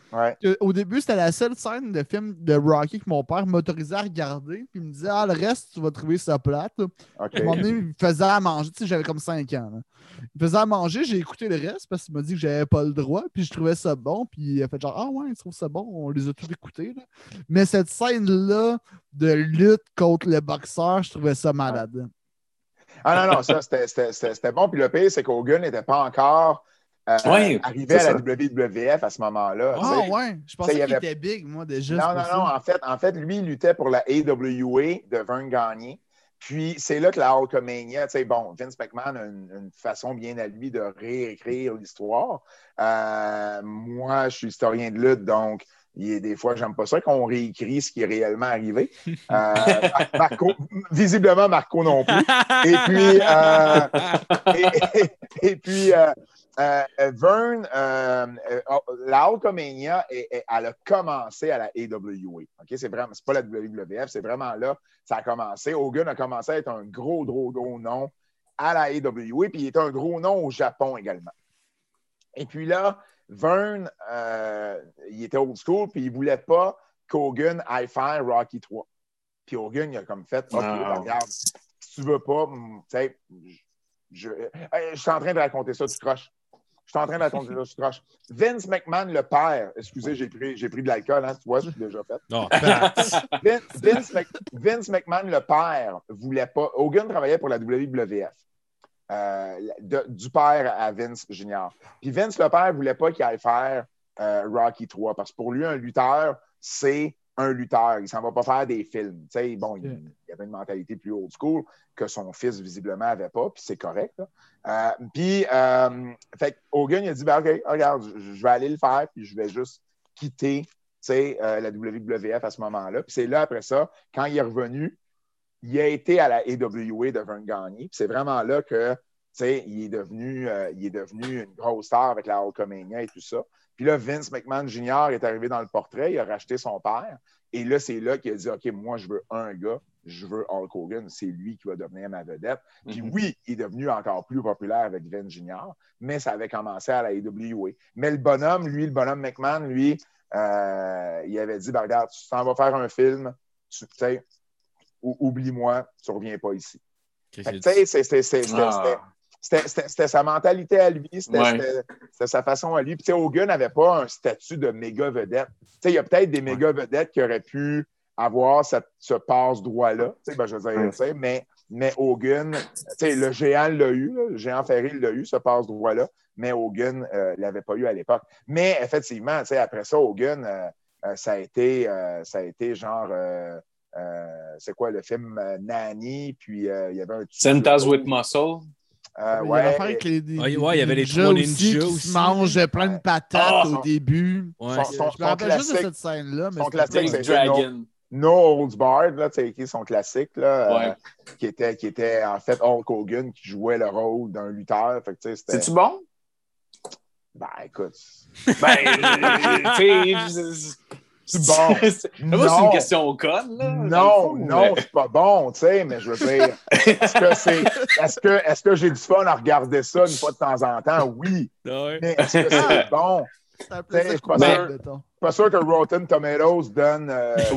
Ouais. Au début, c'était la seule scène de film de Rocky que mon père m'autorisait à regarder. Puis il me disait, le reste, tu vas trouver ça plate. OK. À un moment donné, il me faisait à manger. Tu sais, j'avais comme 5 ans. Là. Il me faisait à manger, j'ai écouté le reste parce qu'il m'a dit que j'avais pas le droit. Puis je trouvais ça bon. Puis il a fait genre, ah ouais, il trouve ça bon. On les a tous écoutés. Là. Mais cette scène-là de lutte contre le boxeur, je trouvais ça malade. Ah non, ça, c'était bon. Puis le pire, c'est qu'Hogan n'était pas encore arrivé à la WWF à ce moment-là. Ah ouais, je pensais qu'il était big, moi, déjà. Non. En fait, lui, il luttait pour la AWA de Vern Gagné. Puis c'est là que la Hulkamania, tu sais, bon, Vince McMahon a une façon bien à lui de réécrire l'histoire. Moi, je suis historien de lutte, donc des fois, j'aime pas ça qu'on réécrit ce qui est réellement arrivé. Visiblement, Marco non plus. Et puis, Vern, la Hulkamania, elle a commencé à la AWA. Okay? C'est pas la WWF, c'est vraiment là ça a commencé. Hogan a commencé à être un gros nom à la AWA, puis il était un gros nom au Japon également. Et puis là, Vern, il était old school, puis il ne voulait pas qu'Hogan aille faire Rocky 3. Puis Hogan, il a comme fait, OK, regarde, si tu veux pas, tu sais, je suis en train de raconter ça, tu croches. Je suis en train d'attendre là, je croche. Vince McMahon, le père, excusez, j'ai pris de l'alcool, hein, tu vois, je suis déjà fait. Non. Vince McMahon, le père, voulait pas. Hogan travaillait pour la WWF. Du père à Vince Junior. Puis Vince, le père, voulait pas qu'il aille faire Rocky 3 parce que pour lui, un lutteur, c'est un lutteur. Il s'en va pas faire des films. Tu sais, bon, il avait une mentalité plus old school que son fils, visiblement, n'avait pas, puis c'est correct. Fait Hogan, il a dit, ben, OK, regarde, je vais aller le faire, puis je vais juste quitter la WWF à ce moment-là. Puis c'est là, après ça, quand il est revenu, il a été à la AWA de Vern Gagné. Puis c'est vraiment là que il est devenu une grosse star avec la Hulkamania et tout ça. Puis là, Vince McMahon Jr. est arrivé dans le portrait, il a racheté son père. Et là, c'est là qu'il a dit, OK, moi, je veux un gars, je veux Hulk Hogan, c'est lui qui va devenir ma vedette. Puis oui, il est devenu encore plus populaire avec Vince Jr., mais ça avait commencé à la AWA. Mais le bonhomme McMahon, lui, il avait dit, ben, regarde, tu t'en vas faire un film, tu sais, oublie-moi, tu ne reviens pas ici. Tu sais, c'était sa mentalité à lui, c'était sa façon à lui. Puis, Hogan n'avait pas un statut de méga vedette. Il y a peut-être des méga vedettes qui auraient pu avoir ce passe-droit-là. Ben, je veux dire, mais Hogan, le géant l'a eu, le géant Ferry l'a eu, ce passe-droit-là, mais Hogan ne l'avait pas eu à l'époque. Mais effectivement, après ça, Hogan, ça a été genre. C'est quoi le film Nanny, puis il y avait un Santa's with Muscle. Il y avait les trois ninjas qui se mangent plein de patates au début. Je me rappelle juste de cette scène-là. Son classique, c'est Dragon. No Holds Barred, là, qui est son classique, là, qui était en fait Hulk Hogan qui jouait le rôle d'un lutteur. C'est-tu bon? Ben, écoute. C'est bon. C'est une question conne, là. Non, c'est pas bon, tu sais, mais je veux dire, est-ce que j'ai du fun à regarder ça une fois de temps en temps? Oui. Mais est-ce que c'est bon? Je suis pas sûr que Rotten Tomatoes donne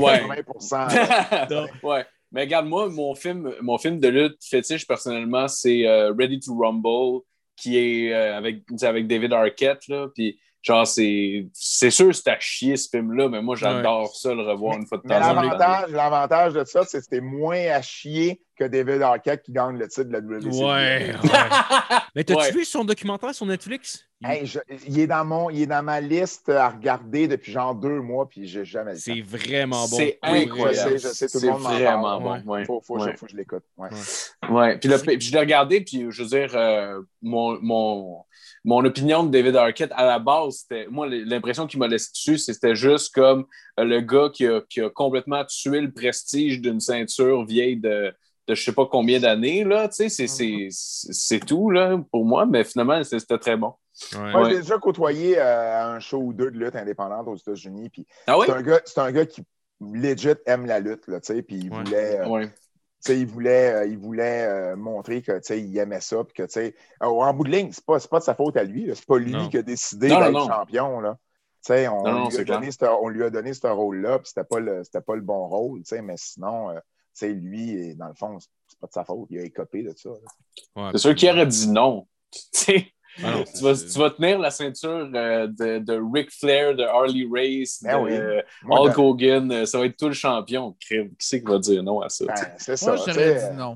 20%. Ouais. Mais regarde, moi, mon film de lutte fétiche, personnellement, c'est Ready to Rumble, qui est avec David Arquette, là, puis genre, c'est sûr c'est à chier ce film-là, mais moi, j'adore ça, le revoir une fois de temps en temps. L'avantage de ça, c'est que c'était moins à chier que David Arquette qui gagne le titre de la WCW. Ouais. Mais t'as-tu vu son documentaire sur Netflix? Il est dans ma liste à regarder depuis genre 2 mois, puis j'ai jamais le temps. C'est vraiment bon. C'est incroyable. Je sais, tout le monde m'en parle. Vraiment bon. Ouais. Faut que je l'écoute. Ouais. Puis je l'ai regardé, puis je veux dire, mon opinion de David Arquette, à la base, c'était, moi, l'impression qu'il m'a laissé dessus, c'était juste comme le gars qui a complètement tué le prestige d'une ceinture vieille de je sais pas combien d'années, là, tu sais, c'est tout, là, pour moi, mais finalement, c'était très bon. Moi, j'ai déjà côtoyé un show ou 2 de lutte indépendante aux États-Unis, puis c'est un gars qui legit aime la lutte, là, tu sais, puis il voulait... il voulait montrer qu'il aimait ça. Puis que, en bout de ligne, c'est pas de sa faute à lui. C'est pas lui qui a décidé d'être champion. Là. sais, on lui a donné ce rôle-là, puis c'était pas le bon rôle, tu sais, mais sinon, tu sais, lui, dans le fond, c'est pas de sa faute. Il a écopé de ça. Ouais, c'est sûr qu'il aurait dit non. Tu vas tenir la ceinture de Ric Flair, de Harley Race, Hulk Hogan. Ça va être tout le champion. Qui c'est qui va dire non à ça? Ben, c'est ça. Moi, j'aurais dit non.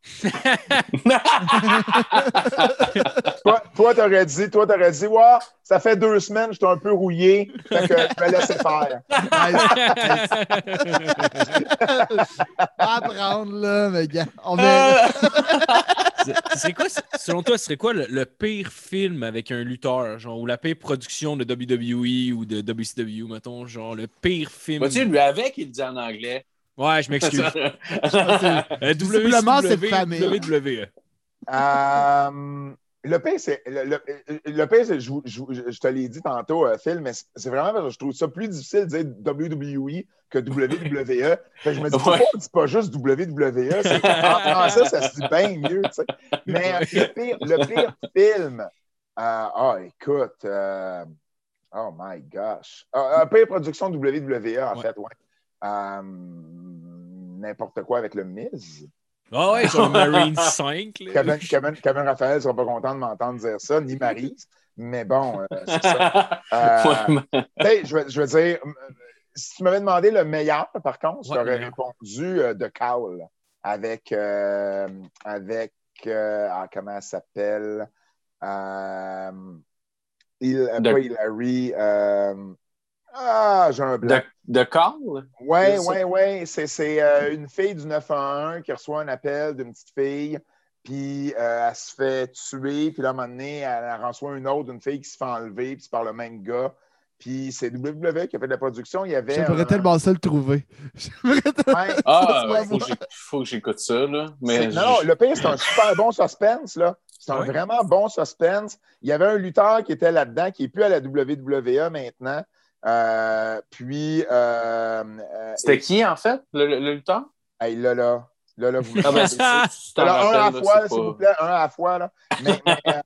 toi, t'aurais dit, ouais, ça fait 2 semaines, je suis un peu rouillé, fait que je vais laisser faire. Pas prendre, là, mais gars, on verra. C'est quoi, selon toi, ce serait quoi le pire film avec un lutteur, genre, ou la pire production de WWE ou de WCW, mettons, genre, le pire film? Bah, tu sais, lui avec, il le dit en anglais. Ouais, je m'excuse. Visiblement, c'est famille. WWE. Le pire, c'est, je te l'ai dit tantôt, Phil, mais c'est vraiment parce que je trouve ça plus difficile de dire WWE que WWE. Fait que je me dis, pourquoi on ne dit pas juste WWE? En français, ça se dit bien mieux, tu sais. Mais le pire film, écoute, oh my gosh. Pire production WWE, en fait, ouais. N'importe quoi avec le Miz. Ah ouais, genre Marine 5. Kevin Raphaël ne sera pas content de m'entendre dire ça, ni Maryse. Mais bon, c'est ça. Je veux dire, si tu m'avais demandé le meilleur, par contre, j'aurais répondu The Cowl avec comment elle s'appelle? Pas Hillary. J'ai un blanc. De Carl? Oui. C'est une fille du 911 qui reçoit un appel d'une petite fille, puis elle se fait tuer, puis là, à un moment donné, elle reçoit une autre d'une fille qui se fait enlever, puis c'est par le même gars. Puis c'est WWE qui a fait de la production. Il y avait. J'aimerais tellement ça le trouver. Faut que j'écoute ça, là. Mais non, le pire, c'est un super bon suspense, là. C'est un vraiment bon suspense. Il y avait un lutteur qui était là-dedans, qui n'est plus à la WWE maintenant. C'était qui, en fait, le lutteur? Hey, là, vous un à la fois, s'il vous plaît, un à la fois, là. Mais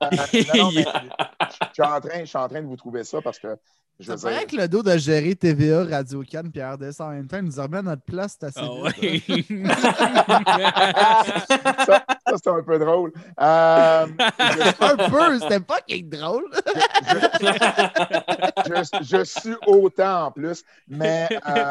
je suis en train de vous trouver ça parce que ça paraît que le dos de gérer TVA, Radio-Can et RDS en même temps nous remet à notre place, c'est assez ça, c'est un peu drôle. Un peu, c'était fucking drôle. je suis autant en plus, mais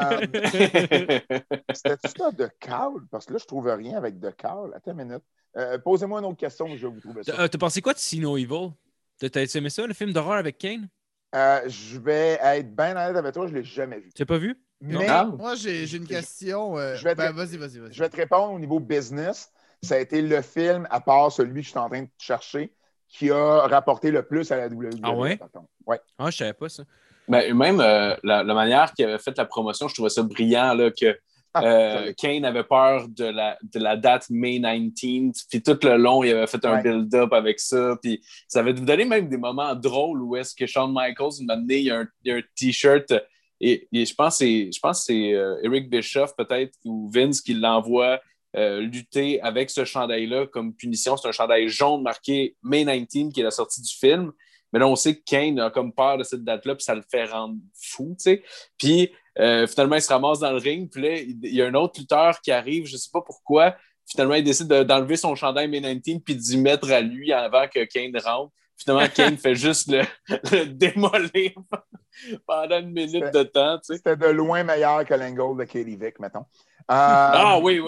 c'était-tu ça de Carl? Parce que là, je ne trouve rien avec de Carl. Attends une minute. Posez-moi une autre question, je vais vous trouver ça. T'as pensé quoi de See No Evil? T'as aimé ça, le film d'horreur avec Kane? Je vais être bien honnête avec toi, je ne l'ai jamais vu. Tu l'as pas vu? Mais moi, j'ai une question. Vas-y. Je vais te répondre au niveau business. Ça a été le film, à part celui que je suis en train de chercher, qui a rapporté le plus à la WWE. Ah ouais? Ouais. Ah, je savais pas ça. Ben, même la manière qu'il avait fait la promotion, je trouvais ça brillant, là, que Kane avait peur de la date May 19th, puis tout le long, il avait fait un build-up avec ça, puis ça avait donné même des moments drôles où est-ce que Shawn Michaels, une année, il y a un T-shirt, et je pense que c'est Eric Bischoff, peut-être, ou Vince, qui l'envoie lutter avec ce chandail-là comme punition. C'est un chandail jaune marqué May 19, qui est la sortie du film. Mais là, on sait que Kane a comme peur de cette date-là, puis ça le fait rendre fou, tu sais. Puis finalement, il se ramasse dans le ring, puis là, il y a un autre lutteur qui arrive, je ne sais pas pourquoi. Finalement, il décide d'enlever son chandail May 19 puis d'y mettre à lui avant que Kane rentre. Finalement, Kane fait juste le démolir pendant une minute de temps, tu sais. C'était de loin meilleur que l'angle de Katie Vick, mettons. Oui.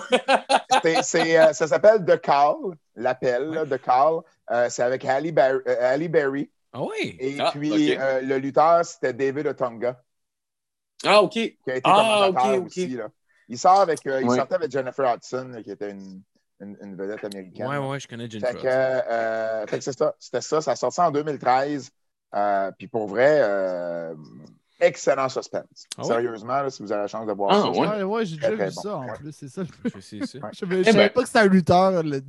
Ça s'appelle The Call, l'appel de Call. C'est avec Halle Berry. Ah oui? Et puis, le lutteur, c'était David Otunga. Ah, OK. Qui a été commentateur aussi. Là. Il sortait avec Jennifer Hudson, qui était une vedette américaine. Ouais, je connais Jennifer Hudson. Fait que c'est ça. C'était ça. Ça sortait en 2013. Puis pour vrai... excellent suspense. Sérieusement, là, si vous avez la chance de voir ça. Ouais, j'ai déjà vu ça en plus. C'est ça. Je sais ça. Je savais pas que c'était un lutteur, le doute.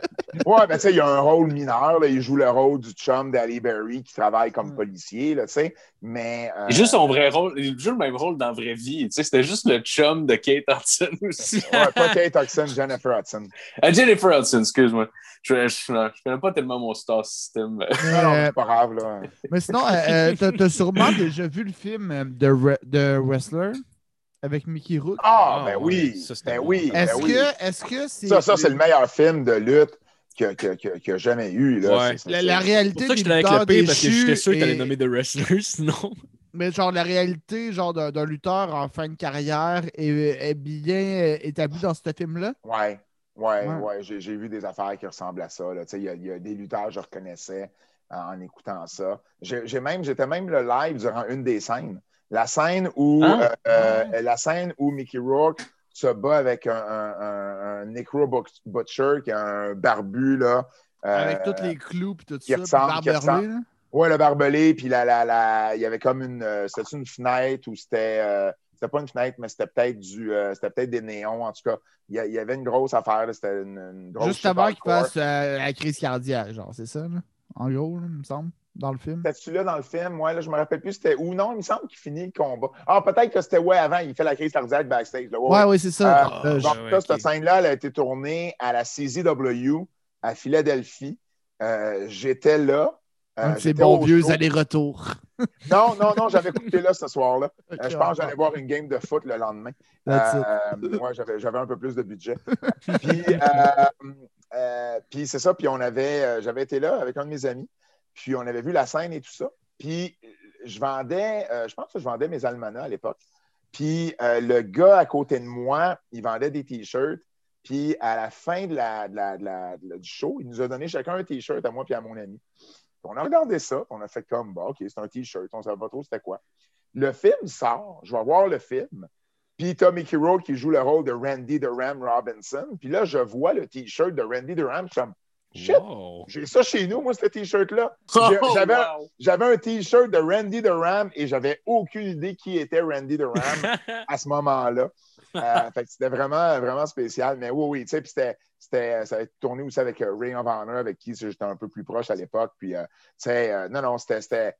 Ouais, ben tu sais, il y a un rôle mineur. Là. Il joue le rôle du chum d'Halle Berry qui travaille comme policier, là, tu sais. Mais. Il joue son vrai rôle. Il joue le même rôle dans la vraie vie. Tu sais, c'était juste le chum de Kate Hudson aussi. Ouais, pas Kate Hudson, Jennifer Hudson. Jennifer Hudson, excuse-moi. Je connais pas tellement mon star system. Non, c'est pas grave, là. Mais sinon, t'as sûrement déjà vu le film The Wrestler avec Mickey Rourke. Ah, ben ouais. oui. Ça, Ben bon. oui. Est-ce que c'est. Ça, c'est le meilleur film de lutte qu'il y a jamais eu. Là. Ouais. La réalité C'est pour ça que des j'étais avec lutteurs le P parce que déchus j'étais sûr que t'allais est- nommer The Wrestler sinon. Mais genre, la réalité genre d'un lutteur en fin de carrière est bien établie dans ce film-là. Ouais. J'ai vu des affaires qui ressemblent à ça. Là. Il y a des lutteurs que je reconnaissais en écoutant ça. J'étais même le live durant une des scènes. La scène où Mickey Rourke se bat avec un Necro Butcher qui est un barbu. Là, Avec tous les clous et tout qui ça. ressemble. Ouais, le barbelé, puis il y avait comme c'était une fenêtre ou c'était pas une fenêtre, mais c'était peut-être des néons, en tout cas. Il y avait une grosse affaire, là, c'était une grosse. Juste avant qu'il fasse la crise cardiaque, genre, c'est ça, là? En gros, là, il me semble, dans le film. C'était-tu là dans le film? Ouais, là, je me rappelle plus c'était où. Non, il me semble qu'il finit le combat. Ah, peut-être que c'était avant, il fait la crise cardiaque backstage. Là. Ouais, c'est ça. Cette scène-là, elle a été tournée à la CZW à Philadelphie. J'étais là. Un de ces bons vieux allers-retours. Non, j'avais écouté là ce soir-là. Je pense que j'allais voir une game de foot le lendemain. Ouais, j'avais un peu plus de budget. Puis c'est ça, puis j'avais été là avec un de mes amis, puis on avait vu la scène et tout ça. Puis je pense que je vendais mes almanachs à l'époque. Puis le gars à côté de moi, il vendait des T-shirts. Puis à la fin du show, il nous a donné chacun un T-shirt à moi et à mon ami. On a regardé ça, on a fait comme, OK, c'est un T-shirt, on ne savait pas trop c'était quoi. Le film sort, je vais voir le film, puis t'as Mickey Rourke qui joue le rôle de Randy the Ram Robinson, puis là, je vois le T-shirt de Randy the Ram, je suis comme, shit, j'ai ça chez nous, moi, ce T-shirt-là. J'avais un T-shirt de Randy the Ram et j'avais aucune idée qui était Randy the Ram à ce moment-là. Fait que c'était vraiment, vraiment spécial. Mais oui, tu sais, puis ça a été tourné aussi avec Ring of Honor, avec qui j'étais un peu plus proche à l'époque. Puis, c'était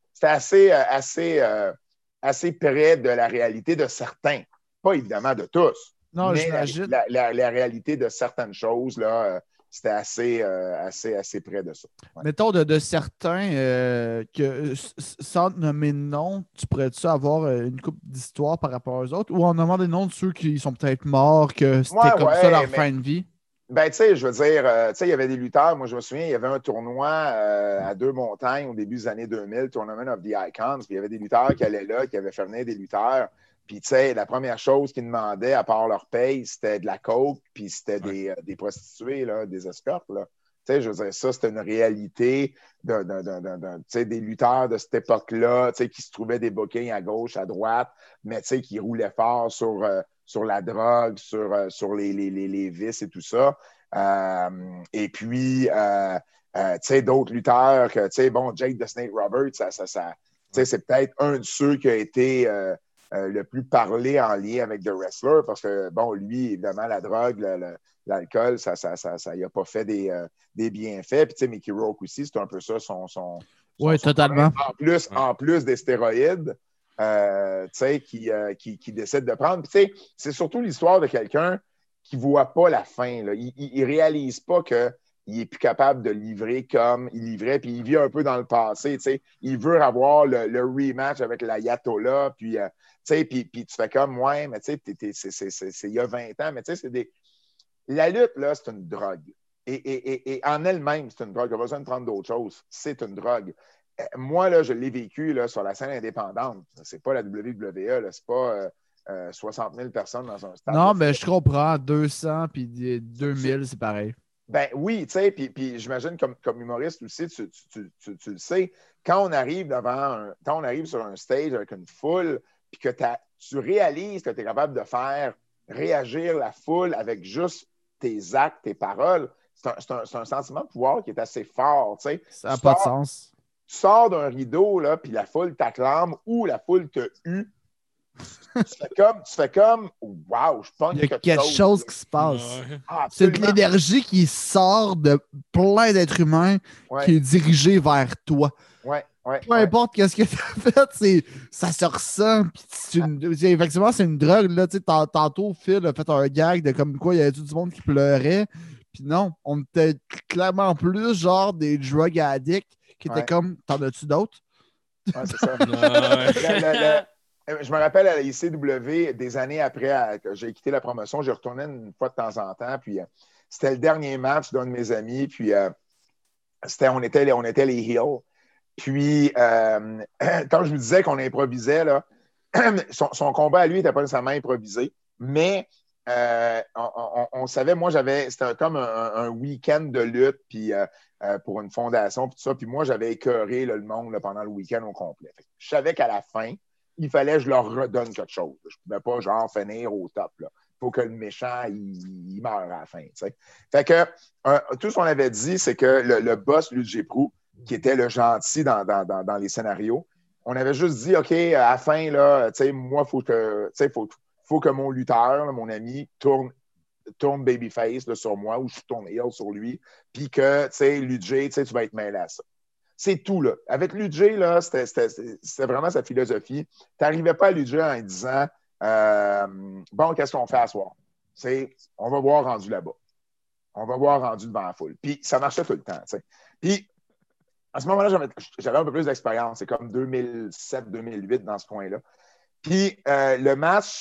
assez près de la réalité de certains. Pas évidemment de tous. Non, mais j'imagine. La réalité de certaines choses, là, c'était assez près de ça. Ouais. Mettons de certains que, sans nommer de nom, tu pourrais-tu avoir une couple d'histoires par rapport aux autres? Ou en nommant des noms de ceux qui sont peut-être morts, que c'était ça leur fin de vie? Ben, tu sais, je veux dire, il y avait des lutteurs. Moi, je me souviens, il y avait un tournoi à Deux-Montagnes au début des années 2000, Tournament of the Icons. Puis il y avait des lutteurs qui allaient là, qui avaient fait venir des lutteurs. Puis, tu sais, la première chose qu'ils demandaient, à part leur paye, c'était de la coke, puis c'était des prostituées, là, des escortes, là. Tu sais, je veux dire, ça, c'était une réalité des lutteurs de cette époque-là, tu sais, qui se trouvaient des bookings à gauche, à droite, mais tu sais, qui roulaient fort sur la drogue, sur les vices et tout ça. Et puis, tu sais, d'autres lutteurs que, tu sais, bon, Jake the Snake Roberts, tu sais, c'est peut-être un de ceux qui a été le plus parlé en lien avec The Wrestler parce que, bon, lui, évidemment, la drogue, l'alcool, ça y a pas fait des bienfaits. Puis, tu sais, Mickey Rourke aussi, c'est un peu ça oui, totalement. En plus des stéroïdes, tu sais, qui décide de prendre. Puis, tu sais, c'est surtout l'histoire de quelqu'un qui ne voit pas la fin. Là. Il ne réalise pas qu'il n'est plus capable de livrer comme il livrait, puis il vit un peu dans le passé. Tu sais. Il veut avoir le rematch avec l'Ayatollah, puis, tu sais, puis tu fais comme, ouais, mais tu sais, c'est il y a 20 ans, mais tu sais, la lutte, là, c'est une drogue. Et en elle-même, c'est une drogue. Il n'y a pas besoin de prendre d'autres choses. C'est une drogue. Moi, là, je l'ai vécu là, sur la scène indépendante. C'est pas la WWE, là, c'est pas 60 000 personnes dans un stade. Non, mais je comprends. 200 puis 2000, c'est pareil. Ben oui, tu sais, puis j'imagine comme humoriste aussi, tu le sais, quand on arrive sur un stage avec une foule, puis que tu réalises que tu es capable de faire réagir la foule avec juste tes actes, tes paroles, c'est un sentiment de pouvoir qui est assez fort, tu sais. Ça n'a pas de sens. Tu sors d'un rideau, là, puis la foule t'acclame ou la foule te hue, tu fais comme wow, je pense Il y a quelque chose qui se passe. Ouais. Ah, C'est de absolument. l'énergie qui sort de plein d'êtres humains Ouais. qui est dirigée vers toi. Ouais. Peu importe qu'est-ce que tu as fait, ça se ressent. Effectivement, c'est une drogue. Là, tantôt, Phil a fait un gag de comme quoi il y avait tout du monde qui pleurait. Puis non, on était clairement plus genre des drug addicts qui étaient comme t'en as-tu d'autres? Ouais, c'est ça. Ouais. Je me rappelle à la ICW, des années après que j'ai quitté la promotion, j'ai retourné une fois de temps en temps. Puis c'était le dernier match d'un de mes amis. Puis on était les Heels. Puis quand je vous disais qu'on improvisait, là, son combat à lui n'était pas nécessairement improvisé, mais on savait, moi, c'était comme un week-end de lutte puis, pour une fondation, puis tout ça. Puis moi, j'avais écœuré là, le monde là, pendant le week-end au complet. Je savais qu'à la fin, il fallait que je leur redonne quelque chose. Je ne pouvais pas, genre, finir au top. Il faut que le méchant, il meure à la fin. T'sais. Fait que tout ce qu'on avait dit, c'est que le boss, Luigi Prou, qui était le gentil dans les scénarios, on avait juste dit, OK, à la fin, là, moi, faut que mon lutteur, là, mon ami, tourne babyface là, sur moi ou je tourne heel sur lui, puis que, Luigi, tu vas être mêlé à ça. C'est tout, là. Avec Luigi, là, c'était vraiment sa philosophie. Tu n'arrivais pas à Luigi en disant bon, qu'est-ce qu'on fait à soir? On va voir rendu là-bas. On va voir rendu devant la foule. Puis ça marchait tout le temps. T'sais. Puis à ce moment-là, j'avais un peu plus d'expérience. C'est comme 2007-2008 dans ce coin-là. Puis le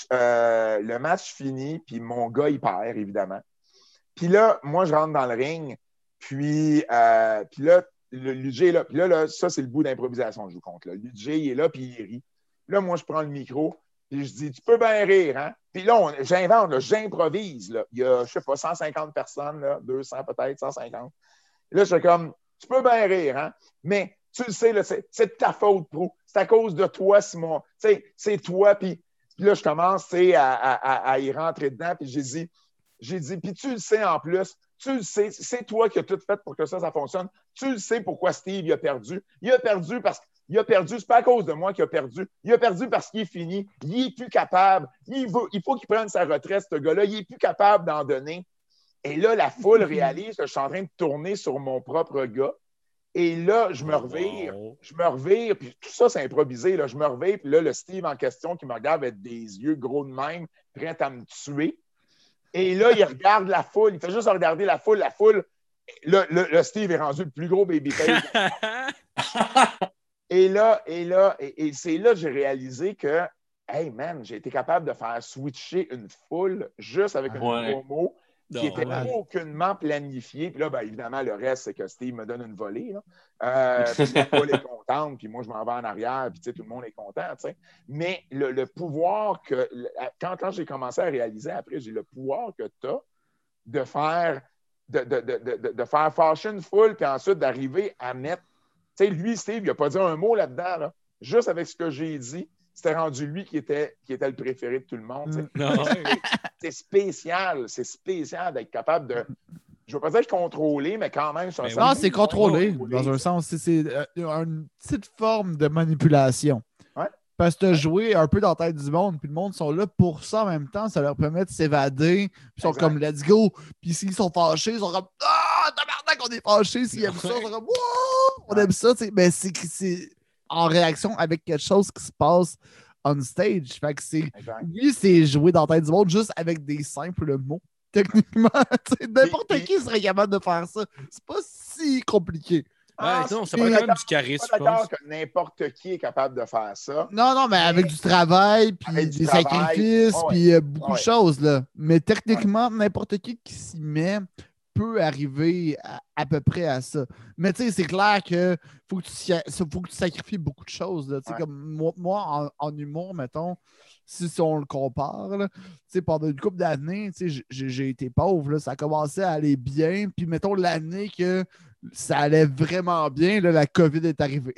match finit, puis mon gars, il perd, évidemment. Puis là, moi, je rentre dans le ring, puis là, Luigi est là. Puis là, ça, c'est le bout d'improvisation que je vous compte. Là. Luigi, il est là, puis il rit. Puis là, moi, je prends le micro, puis je dis, tu peux bien rire, hein? Puis là, j'invente, j'improvise. Là. Il y a, je sais pas, 150 personnes, là, 200 peut-être, 150. Et là, je fais comme, tu peux bien rire, hein? Mais tu le sais, là, c'est de ta faute, Prou. C'est à cause de toi, Simon. C'est toi. Puis là, je commence à y rentrer dedans. Puis j'ai dit, puis tu le sais en plus, tu le sais, c'est toi qui as tout fait pour que ça fonctionne. Tu le sais pourquoi Steve il a perdu. Il a perdu parce qu'il a perdu, c'est pas à cause de moi qu'il a perdu. Il a perdu parce qu'il est fini. Il est plus capable. Il faut qu'il prenne sa retraite, ce gars-là. Il est plus capable d'en donner. Et là, la foule réalise que je suis en train de tourner sur mon propre gars. Et là, je me revire, puis tout ça, c'est improvisé. Là. Je me revire, puis là, le Steve en question qui me regarde avec des yeux gros de même, prêt à me tuer. Et là, il regarde la foule, il fait juste regarder la foule. Le Steve est rendu le plus gros babyface. et c'est là que j'ai réalisé que, hey man, j'ai été capable de faire switcher une foule juste avec un promo qui n'était aucunement planifié. Puis là, ben, évidemment, le reste, c'est que Steve me donne une volée. Puis la foule est contente, puis moi, je m'en vais en arrière, puis tout le monde est content. T'sais. Mais le pouvoir que... Quand j'ai commencé à réaliser, après, j'ai le pouvoir que tu as de faire fâcher une foule, puis ensuite d'arriver à mettre... Tu sais, lui, Steve, il n'a pas dit un mot là-dedans. Là. Juste avec ce que j'ai dit, c'était rendu lui qui était le préféré de tout le monde. C'est spécial d'être capable de, je ne veux pas dire contrôler, mais quand même... Non, c'est contrôlé, dans un sens. C'est une petite forme de manipulation. Ouais. Parce que tu as joué un peu dans la tête du monde, puis le monde sont là pour ça en même temps, ça leur permet de s'évader, puis ils sont comme « let's go », puis s'ils sont fâchés, ils sont comme « ah, tabarnak, on est fâchés », s'ils aiment ça, ils sont comme « wow, on aime ça », mais c'est en réaction avec quelque chose qui se passe on stage. Fait que c'est jouer dans la tête du monde juste avec des simples mots. Techniquement, n'importe qui serait capable de faire ça. C'est pas si compliqué. Non, ça prend quand même du charisme. Je suis pas d'accord que n'importe qui est capable de faire ça. Non, mais avec du travail, puis des sacrifices, puis beaucoup de choses. Là. Mais techniquement, n'importe qui s'y met peut arriver à peu près à ça. Mais tu sais, c'est clair que faut que tu sacrifies beaucoup de choses. Là. Comme moi en humour, mettons, si on le compare, là, pendant une couple d'années, j'ai été pauvre. Là, ça a commencé à aller bien. Puis mettons l'année que ça allait vraiment bien, là, la COVID est arrivée.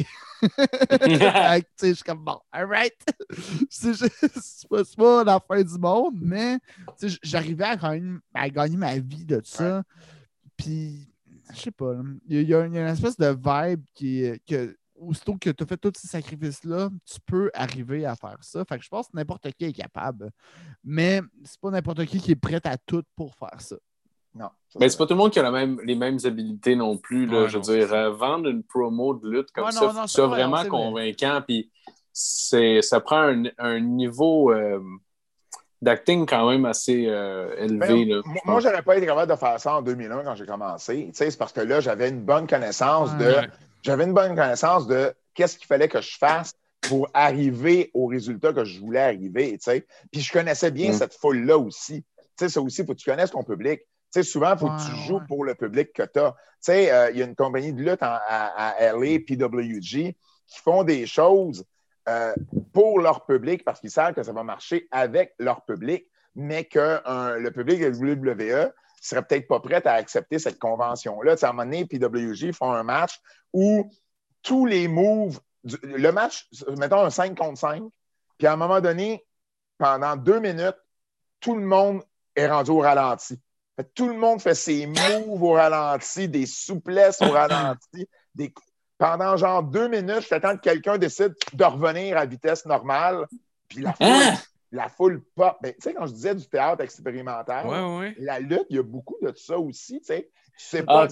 Je suis comme bon, all right. C'est pas la fin du monde, mais j'arrivais à gagner ma vie de ça. Puis, je sais pas, il y a une espèce de vibe aussitôt que tu as fait tous ces sacrifices-là, tu peux arriver à faire ça. Fait que je pense que n'importe qui est capable. Mais c'est pas n'importe qui est prêt à tout pour faire ça. Non. Mais c'est pas tout le monde qui a les mêmes habilités non plus. Là, je veux dire, vendre une promo de lutte comme ça, c'est vraiment convaincant. Puis ça prend un niveau d'acting quand même assez élevé. Là, moi, je n'aurais pas été capable de faire ça en 2001 quand j'ai commencé. C'est parce que là, j'avais une bonne connaissance de qu'est-ce qu'il fallait que je fasse pour arriver au résultat que je voulais arriver. T'sais. Puis je connaissais bien cette foule-là aussi. Ça aussi, il faut que tu connaisses ton public. Souvent, il faut que tu joues pour le public que tu as. Il y a une compagnie de lutte à LA, PWG, qui font des choses pour leur public parce qu'ils savent que ça va marcher avec leur public, mais que le public de WWE serait peut-être pas prêt à accepter cette convention-là. À un moment donné, PWG font un match où tous les moves, le match, mettons un 5 contre 5, puis à un moment donné, pendant 2 minutes, tout le monde est rendu au ralenti. Tout le monde fait ses moves au ralenti, des souplesses au ralenti. Pendant genre 2 minutes, j'attends que quelqu'un décide de revenir à vitesse normale. Puis la foule pop. Tu sais, quand je disais du théâtre expérimental, la lutte, il y a beaucoup de ça aussi. Tu sais pas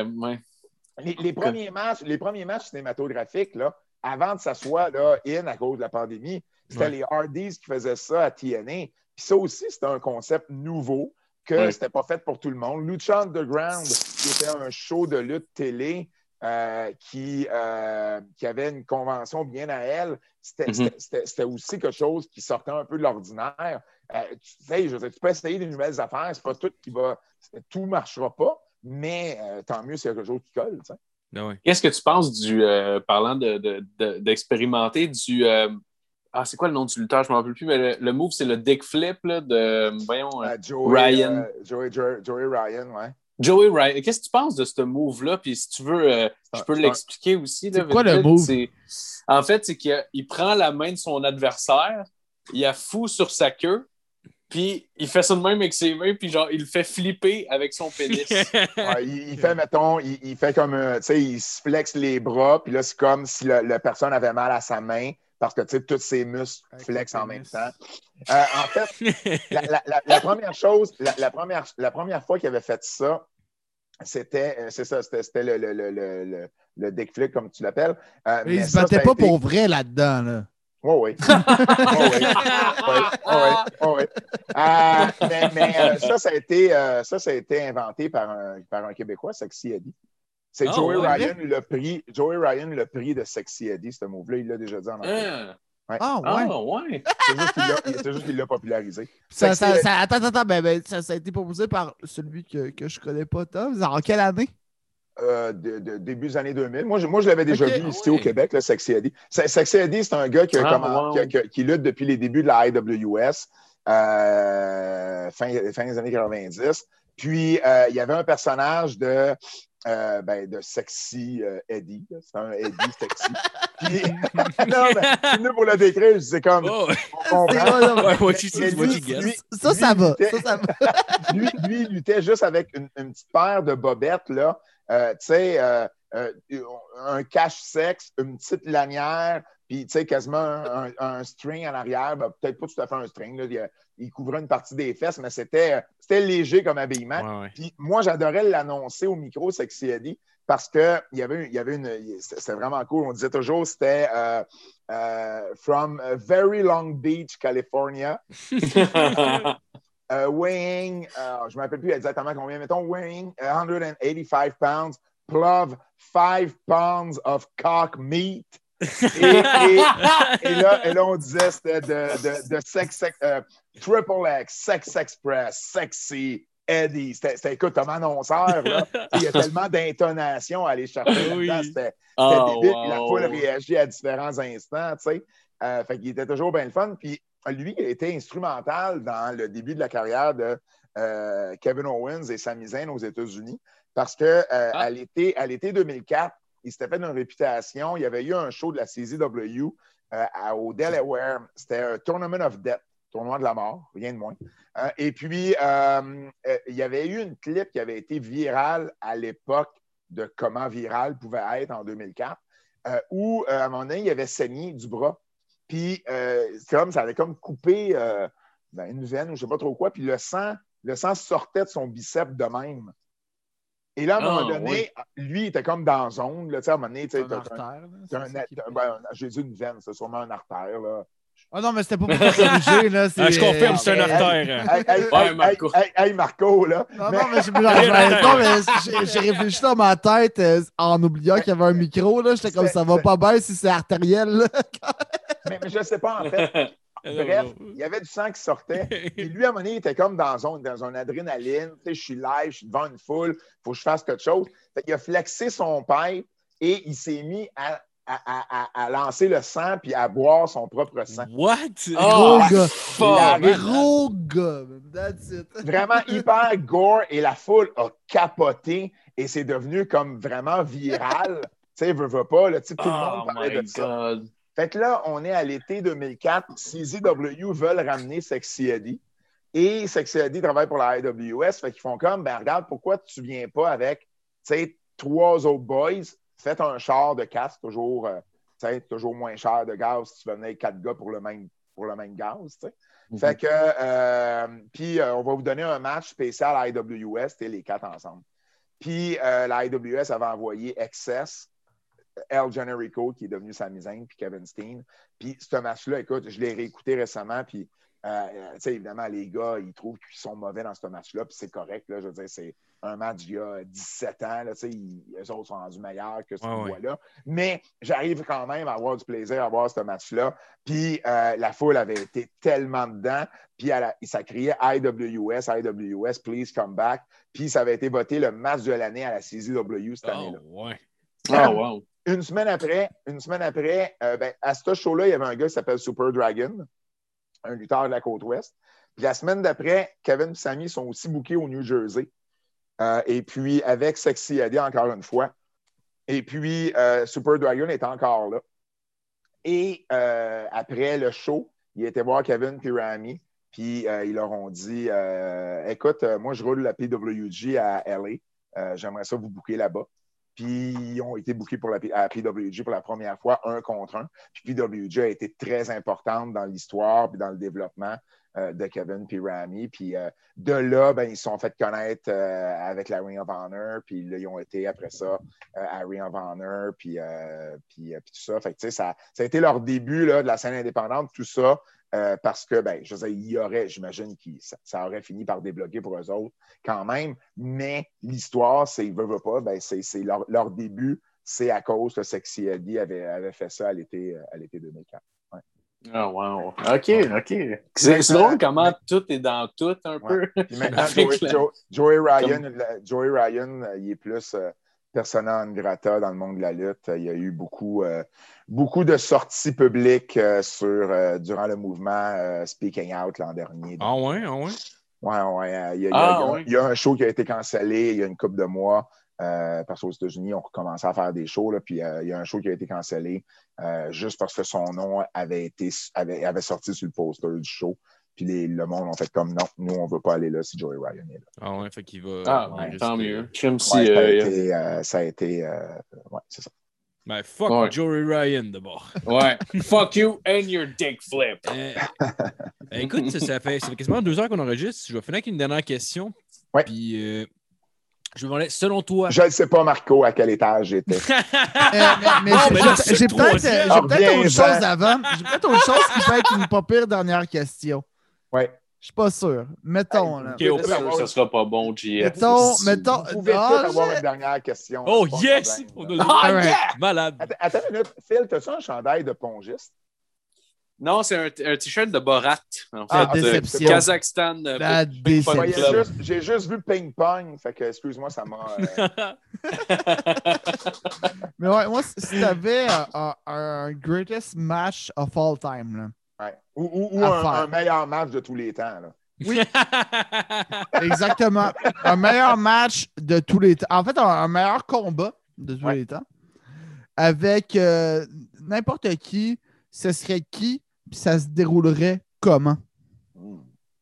les premiers matchs cinématographiques, là, avant que ça soit là, à cause de la pandémie, c'était les Hardys qui faisaient ça à TNA. Puis ça aussi, c'était un concept nouveau que c'était pas fait pour tout le monde. Lucha Underground, qui était un show de lutte télé qui avait une convention bien à elle, c'était aussi quelque chose qui sortait un peu de l'ordinaire. Tu peux essayer des nouvelles affaires, c'est pas tout tout marchera pas, mais tant mieux s'il y a quelque chose qui colle. Qu'est-ce que tu penses parlant d'expérimenter du... c'est quoi le nom du lutteur? Je ne m'en rappelle plus, mais le move, c'est le dick flip là, de Ryan. Joey Ryan, ouais. Joey Ryan. Qu'est-ce que tu penses de ce move-là? Puis si tu veux, je peux l'expliquer aussi. C'est quoi le move? En fait, c'est qu'il prend la main de son adversaire, il la fout sur sa queue, puis il fait ça de même avec ses mains, puis genre, il le fait flipper avec son pénis. Il fait, mettons, il fait comme, tu sais, il se flexe les bras, puis là, c'est comme si la personne avait mal à sa main, parce que, tu sais, tous ses muscles flexent en même temps. En fait, la première chose, la première fois qu'il avait fait ça, c'était le dick flip, comme tu l'appelles. Mais il se battait pas pour vrai là-dedans, là. Oui. Mais ça a été inventé par un Québécois, Sexy Eddie. C'est Joey Ryan le prix de Sexy Eddie, ce move-là, il l'a déjà dit en anglais. C'est juste qu'il l'a popularisé. Attends, ça a été proposé par celui que je connais pas, Tom. En quelle année? Début des années 2000. Moi, je l'avais déjà vu ici au Québec, là, Sexy Eddie. Sexy Eddie, c'est un gars qui lutte depuis les débuts de la IWS, fin des années 90. Puis, il y avait un personnage de Sexy Eddie. C'est un Eddie sexy. Puis, non, mais pour le décrire, c'est comme... On comprend. Ça va. Lui, il luttait juste avec une petite paire de bobettes, là. Un cache-sexe, une petite lanière, puis quasiment un string en arrière. Peut-être pas tout à fait un string. Là. Il couvrait une partie des fesses, mais c'était léger comme habillement. Puis moi, j'adorais l'annoncer au micro Sexy Eddie parce que c'était vraiment cool. On disait toujours c'était from very Long Beach, California. Weighing, je ne me rappelle plus exactement combien, mettons, weighing 185 pounds, plus 5 pounds of cock meat. Et là, on disait c'était de sex, Triple X, Sex Express, Sexy, Eddie. C'était écoute, comme annonceur, là. Il y a tellement d'intonations à aller chercher. C'était débile. La foule réagit à différents instants, tu sais. Fait qu'il était toujours bien le fun. Puis lui, il a été instrumental dans le début de la carrière de Kevin Owens et Sami Zayn aux États-Unis parce qu'à l'été 2004, il s'était fait une réputation. Il y avait eu un show de la CZW au Delaware. C'était un Tournament of Death, tournoi de la mort, rien de moins. Et puis, il y avait eu une clip qui avait été virale à l'époque de comment viral pouvait être en 2004. où, à un moment donné, il avait saigné du bras. Puis, ça avait comme coupé une veine ou je ne sais pas trop quoi. Puis, le sang sortait de son biceps de même. Et là, à un moment donné, lui, il était comme dans la zone. Là, à un moment donné, c'est une artère. J'ai dit une veine, c'est sûrement une artère. Là. Ah non, mais c'était pas pour te corriger. Là, je confirme, c'est une artère. Marco. Hey, Marco, là. Non, mais j'ai réfléchi dans ma tête en oubliant qu'il y avait un micro. Là. J'étais comme ça va pas bien si c'est artériel. Là. mais je sais pas, en fait. Bref, il y avait du sang qui sortait. Puis lui, à un moment donné, il était comme dans une adrénaline. Tu sais, je suis live, je suis devant une foule, il faut que je fasse quelque chose. Fait qu'il a flexé son pipe et il s'est mis à lancer le sang puis à boire son propre sang. What? Gros gars. Gros gars. That's it. Vraiment hyper gore et la foule a capoté et c'est devenu comme vraiment viral. Tu sais, veut pas, là, tout le monde parlait de ça. Fait que là, on est à l'été 2004. CZW veulent ramener Sexy Eddie. Et Sexy Eddie travaille pour la IWS. Fait qu'ils font comme, regarde, pourquoi tu viens pas avec, 3 autres boys? Faites un char de casse, toujours moins cher de gaz si tu venais avec 4 gars pour le même gaz, Fait que, puis on va vous donner un match spécial à IWS, les 4 ensemble. Puis la IWS avait envoyé Excess, El Generico, qui est devenu Sami Zayn, puis Kevin Steen. Puis ce match-là, écoute, je l'ai réécouté récemment, puis évidemment, les gars, ils trouvent qu'ils sont mauvais dans ce match-là, puis c'est correct, là, je veux dire, c'est un match d'il y a 17 ans, là, eux autres sont rendus meilleurs que ce qu'on voit là. Mais j'arrive quand même à avoir du plaisir à voir ce match-là, puis la foule avait été tellement dedans, puis ça criait IWS, please come back, puis ça avait été voté le match de l'année à la CZW cette année-là. Wow. Une semaine après, à ce show-là, il y avait un gars qui s'appelle Super Dragon, un lutteur de la côte ouest. Puis la semaine d'après, Kevin et Sami sont aussi bookés au New Jersey. Et puis, avec Sexy Eddie, encore une fois. Et puis, Super Dragon est encore là. Et après le show, il était voir Kevin et Rami. Puis, ils leur ont dit écoute, moi, je roule la PWG à LA. J'aimerais ça vous booker là-bas. Puis, ils ont été bookés à PWG pour la première fois, 1 contre 1. Puis, PWG a été très importante dans l'histoire et dans le développement de Kevin et Rami. Puis, de là, ils se sont fait connaître avec la Ring of Honor. Puis, là, ils ont été, après ça, à Ring of Honor. Puis tout ça. Fait que, tu sais, ça a été leur début là, de la scène indépendante, tout ça. Parce que, je veux dire, j'imagine que ça aurait fini par débloquer pour eux autres quand même, mais l'histoire, ils veulent pas, c'est leur début, c'est à cause que Sexy Eddie avait fait ça à l'été 2004. Ouais. Oh, wow. OK. C'est drôle comment tout est dans tout un peu. Puis maintenant, Joey Ryan, il est plus persona non grata dans le monde de la lutte. Il y a eu beaucoup de sorties publiques durant le mouvement Speaking Out l'an dernier. Ah ouais? Ouais. Il y a un show qui a été cancellé il y a une couple de mois parce qu'aux États-Unis, on recommençait à faire des shows. Là, puis il y a un show qui a été cancellé juste parce que son nom avait sorti sur le poster du show. Puis le monde ont fait comme non, nous, on ne veut pas aller là si Joey Ryan est là. Ah ouais, fait qu'il va. Tant mieux. Ça a été. Ouais, c'est ça. Fuck Joey Ryan d'abord. Ouais. Fuck you and your dick flip. Écoute, ça fait quasiment 2 heures qu'on enregistre. Je vais finir avec une dernière question. Ouais. Puis je me demandais, selon toi. Je ne sais pas, Marco, à quel étage j'étais. mais j'ai peut-être autre chose avant. J'ai peut-être autre chose qui peut être une pas pire dernière question. Ouais. Je suis pas sûr. Mettons, là. OK, ça sera pas bon, JF. Mettons. Vous pouvez peut-être avoir une dernière question. Oh, yes! Malade. Attends une minute. Phil, as-tu un chandail de pongiste? Non, c'est un t-shirt de Borat. En fait, La déception. Kazakhstan. La déception. J'ai juste vu Ping Pong. Fait que, excuse-moi, ça m'a... Mais ouais, moi, si t'avais un greatest match of all time, là. Ouais. Ou un meilleur match de tous les temps. Là. Oui. Exactement. Un meilleur match de tous les temps. En fait, un meilleur combat de tous les temps. Avec n'importe qui, ce serait qui, puis ça se déroulerait comment? Il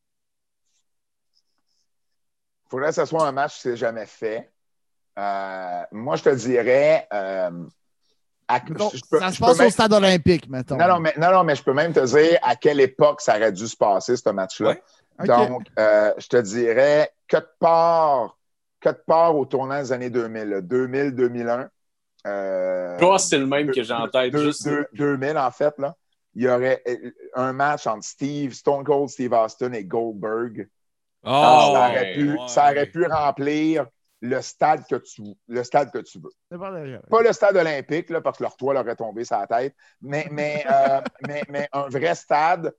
faudrait que ce soit un match qui ne s'est jamais fait. Moi, je te dirais Donc, ça se passe au stade olympique, mettons. Non, mais je peux même te dire à quelle époque ça aurait dû se passer, ce match-là. Ouais. Okay. Donc, je te dirais quelque part au tournant des années 2000, 2000-2001. Je pense que c'est le même que j'ai en tête. 2000, en fait, là. Il y aurait un match entre Stone Cold Steve Austin et Goldberg. Ça aurait pu remplir le stade que tu veux. Pas le stade olympique, là, parce que leur toile aurait tombé sur la tête, mais un vrai stade,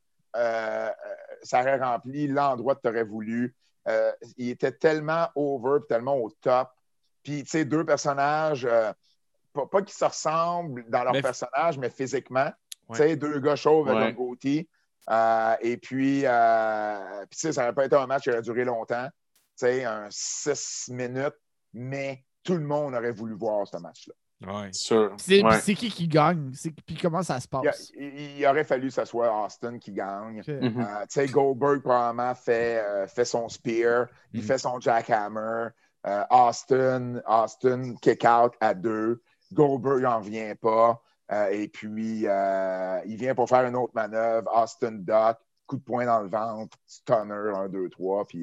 ça aurait rempli l'endroit que tu aurais voulu. Il était tellement over, tellement au top. Puis, tu sais, deux personnages, pas qu'ils se ressemblent dans leur personnage, mais physiquement. Tu sais, deux gars chauves avec un goatee. Et puis, tu sais, ça n'aurait pas été un match qui aurait duré longtemps. Tu sais, 6 minutes, mais tout le monde aurait voulu voir ce match-là. Ouais. C'est qui gagne? Puis comment ça se passe? Il aurait fallu que ce soit Austin qui gagne. Okay. Tu sais, Goldberg probablement fait son spear, il fait son jackhammer. Austin kick out à 2. Goldberg n'en vient pas. Et puis, il vient pour faire une autre manœuvre. Austin duck, coup de poing dans le ventre, stunner, 1, 2, 3, puis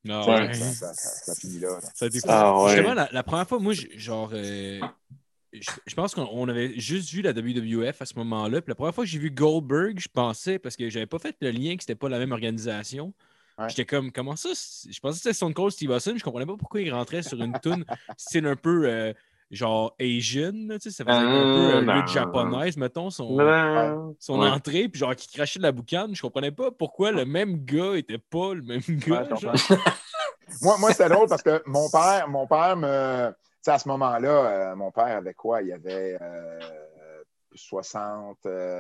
ça finit là. Justement, la première fois, moi, je pense qu'on avait juste vu la WWF à ce moment-là. Puis la première fois que j'ai vu Goldberg, je pensais, parce que j'avais pas fait le lien que c'était pas la même organisation. Ouais. J'étais comme, comment ça? Je pensais que c'était Stone Cold Steve Austin. Je comprenais pas pourquoi il rentrait sur une toune style un peu genre Asian. Tu sais, ça faisait un peu lutte japonaise, mettons, son entrée. Puis genre, qui crachait de la boucane. Je comprenais pas pourquoi le même gars était pas le même gars. Moi, c'était drôle parce que mon père me... Tu sais, à ce moment-là, mon père avait quoi? Il avait 60...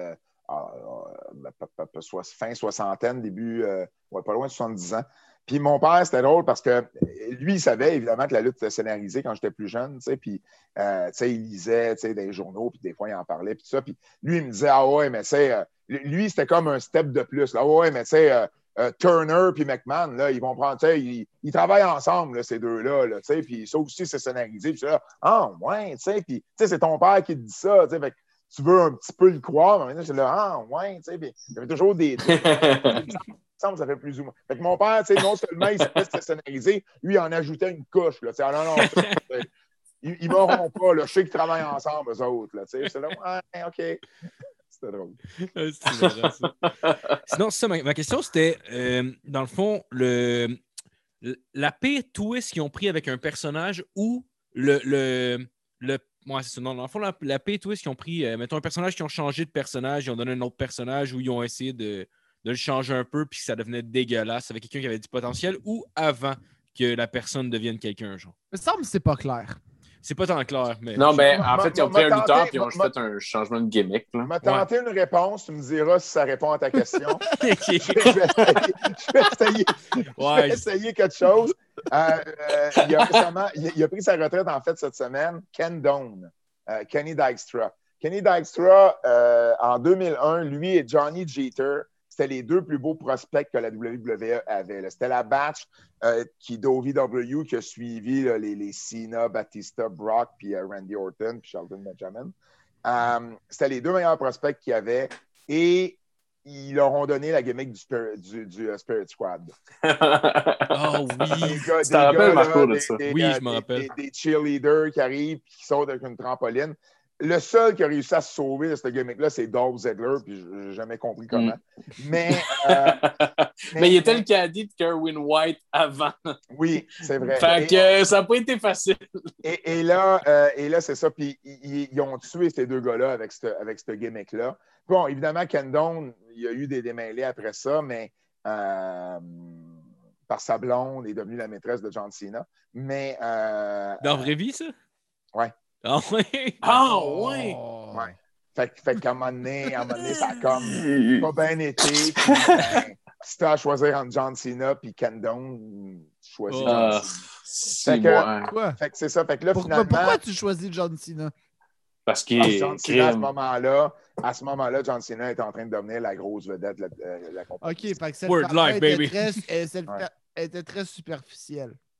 fin soixantaine, début... pas loin de 70 ans. Puis mon père, c'était drôle parce que lui, il savait évidemment que la lutte était scénarisée quand j'étais plus jeune, tu sais, puis tu sais, il lisait, tu sais, des journaux, puis des fois, il en parlait, puis tout ça. Puis lui, il me disait, ah ouais, mais tu sais, lui, c'était comme un step de plus. Là. Ah ouais, mais tu sais... Turner puis McMahon, là, ils vont prendre, tu sais, ils travaillent ensemble, là, ces deux-là, là, tu sais, puis ça aussi, c'est scénarisé, puis là, ouais, tu sais, puis, tu sais, c'est ton père qui te dit ça, tu sais, fait que tu veux un petit peu le croire, mais maintenant, c'est là, ouais, tu sais, puis il y avait toujours des ça fait plus ou moins. Fait que mon père, tu sais, non seulement il savait que c'était scénarisé, lui, il en ajoutait une couche, là, tu sais, non, ils m'auront pas, là, je sais qu'ils travaillent ensemble, eux autres, là, tu sais, c'est là, ouais, OK. C'était drôle. C'est vrai, ça. Sinon, ça, ma question, c'était, dans le fond, la pire twist qu'ils ont pris avec un personnage ou ouais, c'est ça. Non, dans le fond, la pire twist qu'ils ont pris, mettons, un personnage qui ont changé de personnage, ils ont donné un autre personnage ou ils ont essayé de le changer un peu puis que ça devenait dégueulasse avec quelqu'un qui avait du potentiel ou avant que la personne devienne quelqu'un, genre. Il me semble que c'est pas clair. C'est pas tant clair, mais... Non, mais en fait, ils ont pris un lutteur et ils ont fait un changement de gimmick. Je vais tenter une réponse. Tu me diras si ça répond à ta question. Okay. Je vais essayer quelque chose. Il a pris sa retraite, en fait, cette semaine. Ken Doane, Kenny Dykstra. Kenny Dykstra, en 2001, lui et Johnny Jeter, c'était les deux plus beaux prospects que la WWE avait. Là. C'était la batch d'OVW qui a suivi là, les Cena, Batista, Brock, puis Randy Orton, puis Shelton Benjamin. C'était les deux meilleurs prospects qu'il y avait et ils leur ont donné la gimmick du Spirit Squad. Oh oui! Tu t'en rappelles, Marco, de ça? Oui, je me rappelle. Des cheerleaders qui arrivent et qui sautent avec une trampoline. Le seul qui a réussi à se sauver de ce gimmick-là, c'est Dolph Ziggler, puis je n'ai jamais compris comment. Mais il était le caddie de Kerwin White avant. Oui, c'est vrai. Fait que ça n'a pas été facile. Et là, c'est ça. Puis ils ont tué ces deux gars-là avec ce gimmick-là. Bon, évidemment, Ken Doane, il y a eu des démêlés après ça, mais par sa blonde, il est devenu la maîtresse de John Cena. Mais dans la vraie vie, ça? Ouais. Ah oui! Ah oui! Ouais. Fait qu'à un moment donné, ça a comme pas bien été. Puis, si tu as à choisir entre John Cena et Ken Doane, tu choisis John Cena. Fait que c'est ça. Fait que là, finalement... Pourquoi tu choisis John Cena? Parce qu'il est John Cena, à ce moment-là, John Cena est en train de devenir la grosse vedette de la compagnie. OK, fait que cette Word life, baby. Elle était très superficielle.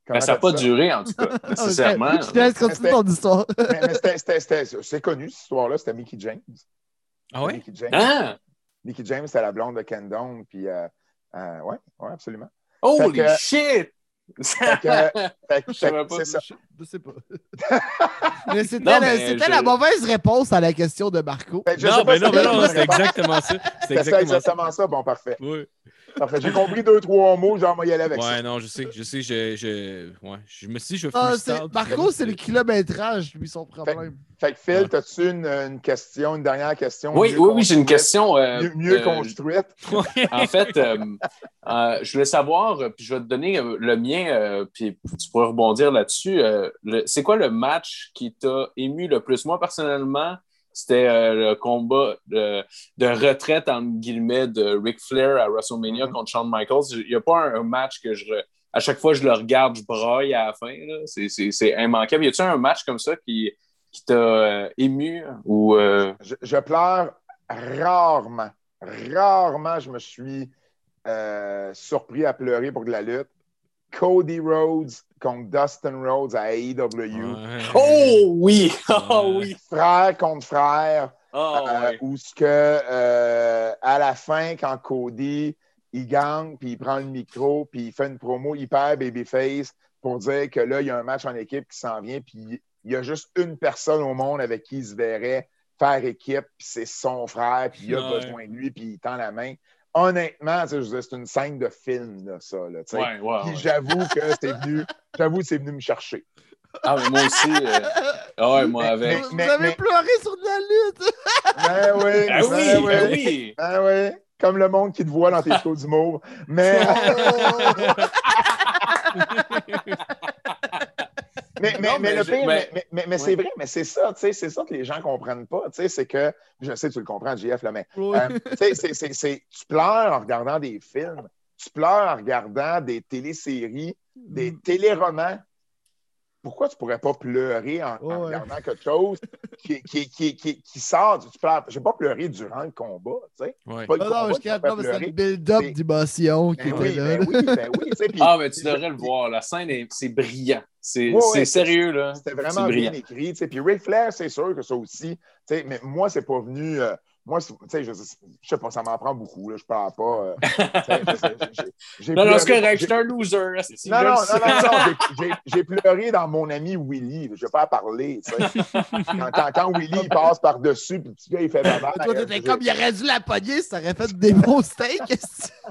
Ben, ça n'a pas duré, en tout cas, nécessairement. Je te laisse continuer ton histoire. mais c'est connu, cette histoire-là. C'était Mickie James. Ah ouais? Mickie James. Ah! Mickie James, c'était la blonde de Ken Dome. Puis, ouais, absolument. Holy shit! Je savais pas. Je sais pas. Mais c'était la mauvaise réponse à la question de Marco. Non, c'est exactement ça. C'est exactement ça. Bon, parfait. Oui. Parfait. J'ai compris 2-3 mots, genre, moi, y aller avec ça. Ouais, non, je sais. Je me suis dit, je Marco, c'est le kilométrage, lui, son problème. Fait que Phil, as-tu une question, une dernière question? Oui, j'ai une question. Mieux construite. En fait, je voulais savoir, puis je vais te donner le mien, puis tu pourrais rebondir là-dessus. C'est quoi le match qui t'a ému le plus? Moi, personnellement, c'était le combat de retraite, entre guillemets, de Ric Flair à WrestleMania contre Shawn Michaels. Il n'y a pas un match que à chaque fois que je le regarde, je braille à la fin. Là. C'est immanquable. Y a-t-il un match comme ça qui t'a ému? Ou, Je pleure rarement. Rarement, je me suis surpris à pleurer pour de la lutte. Cody Rhodes contre Dustin Rhodes à AEW. Ouais. Oh oui! Oh oui! Frère contre frère. Ouais. Où ce que à la fin, quand Cody il gagne, puis il prend le micro, puis il fait une promo hyper babyface pour dire que là, il y a un match en équipe qui s'en vient, puis il y a juste une personne au monde avec qui il se verrait faire équipe, puis c'est son frère, puis il a besoin de lui, puis il tend la main. Honnêtement, c'est une scène de film, là, ça. Là, puis j'avoue que c'est venu me chercher. Ah, mais moi aussi. Moi avec. Vous avez pleuré sur de la lutte! Ben oui. Comme le monde qui te voit dans tes shows d'humour. Mais. Mais le pire, mais c'est vrai, mais c'est ça, tu sais, c'est ça que les gens ne comprennent pas, tu sais, c'est que, je sais que tu le comprends, JF, là, mais tu sais, tu pleures en regardant des films, tu pleures en regardant des téléséries, des téléromans. Pourquoi tu ne pourrais pas pleurer en regardant quelque chose qui sort? Tu pleures. Je n'ai pas pleuré durant le combat, tu sais. Ouais. C'est le build-up d'émotion qui était là. Ben oui. Mais tu devrais le voir. La scène, c'est brillant. C'est sérieux, là. C'était vraiment bien écrit. Puis Ric Flair, c'est sûr que ça aussi. Mais moi, c'est pas venu... moi, tu sais, je sais pas, ça m'en prend beaucoup. Là, je parle pas. Non, c'est correct, j'étais un loser. Non, j'ai pleuré dans mon ami Willy. Je vais pas en parler. Quand Willy passe par-dessus, puis le petit gars, il fait bavard. Toi, t'étais comme, il aurait dû la pogner, ça aurait fait des bons steaks.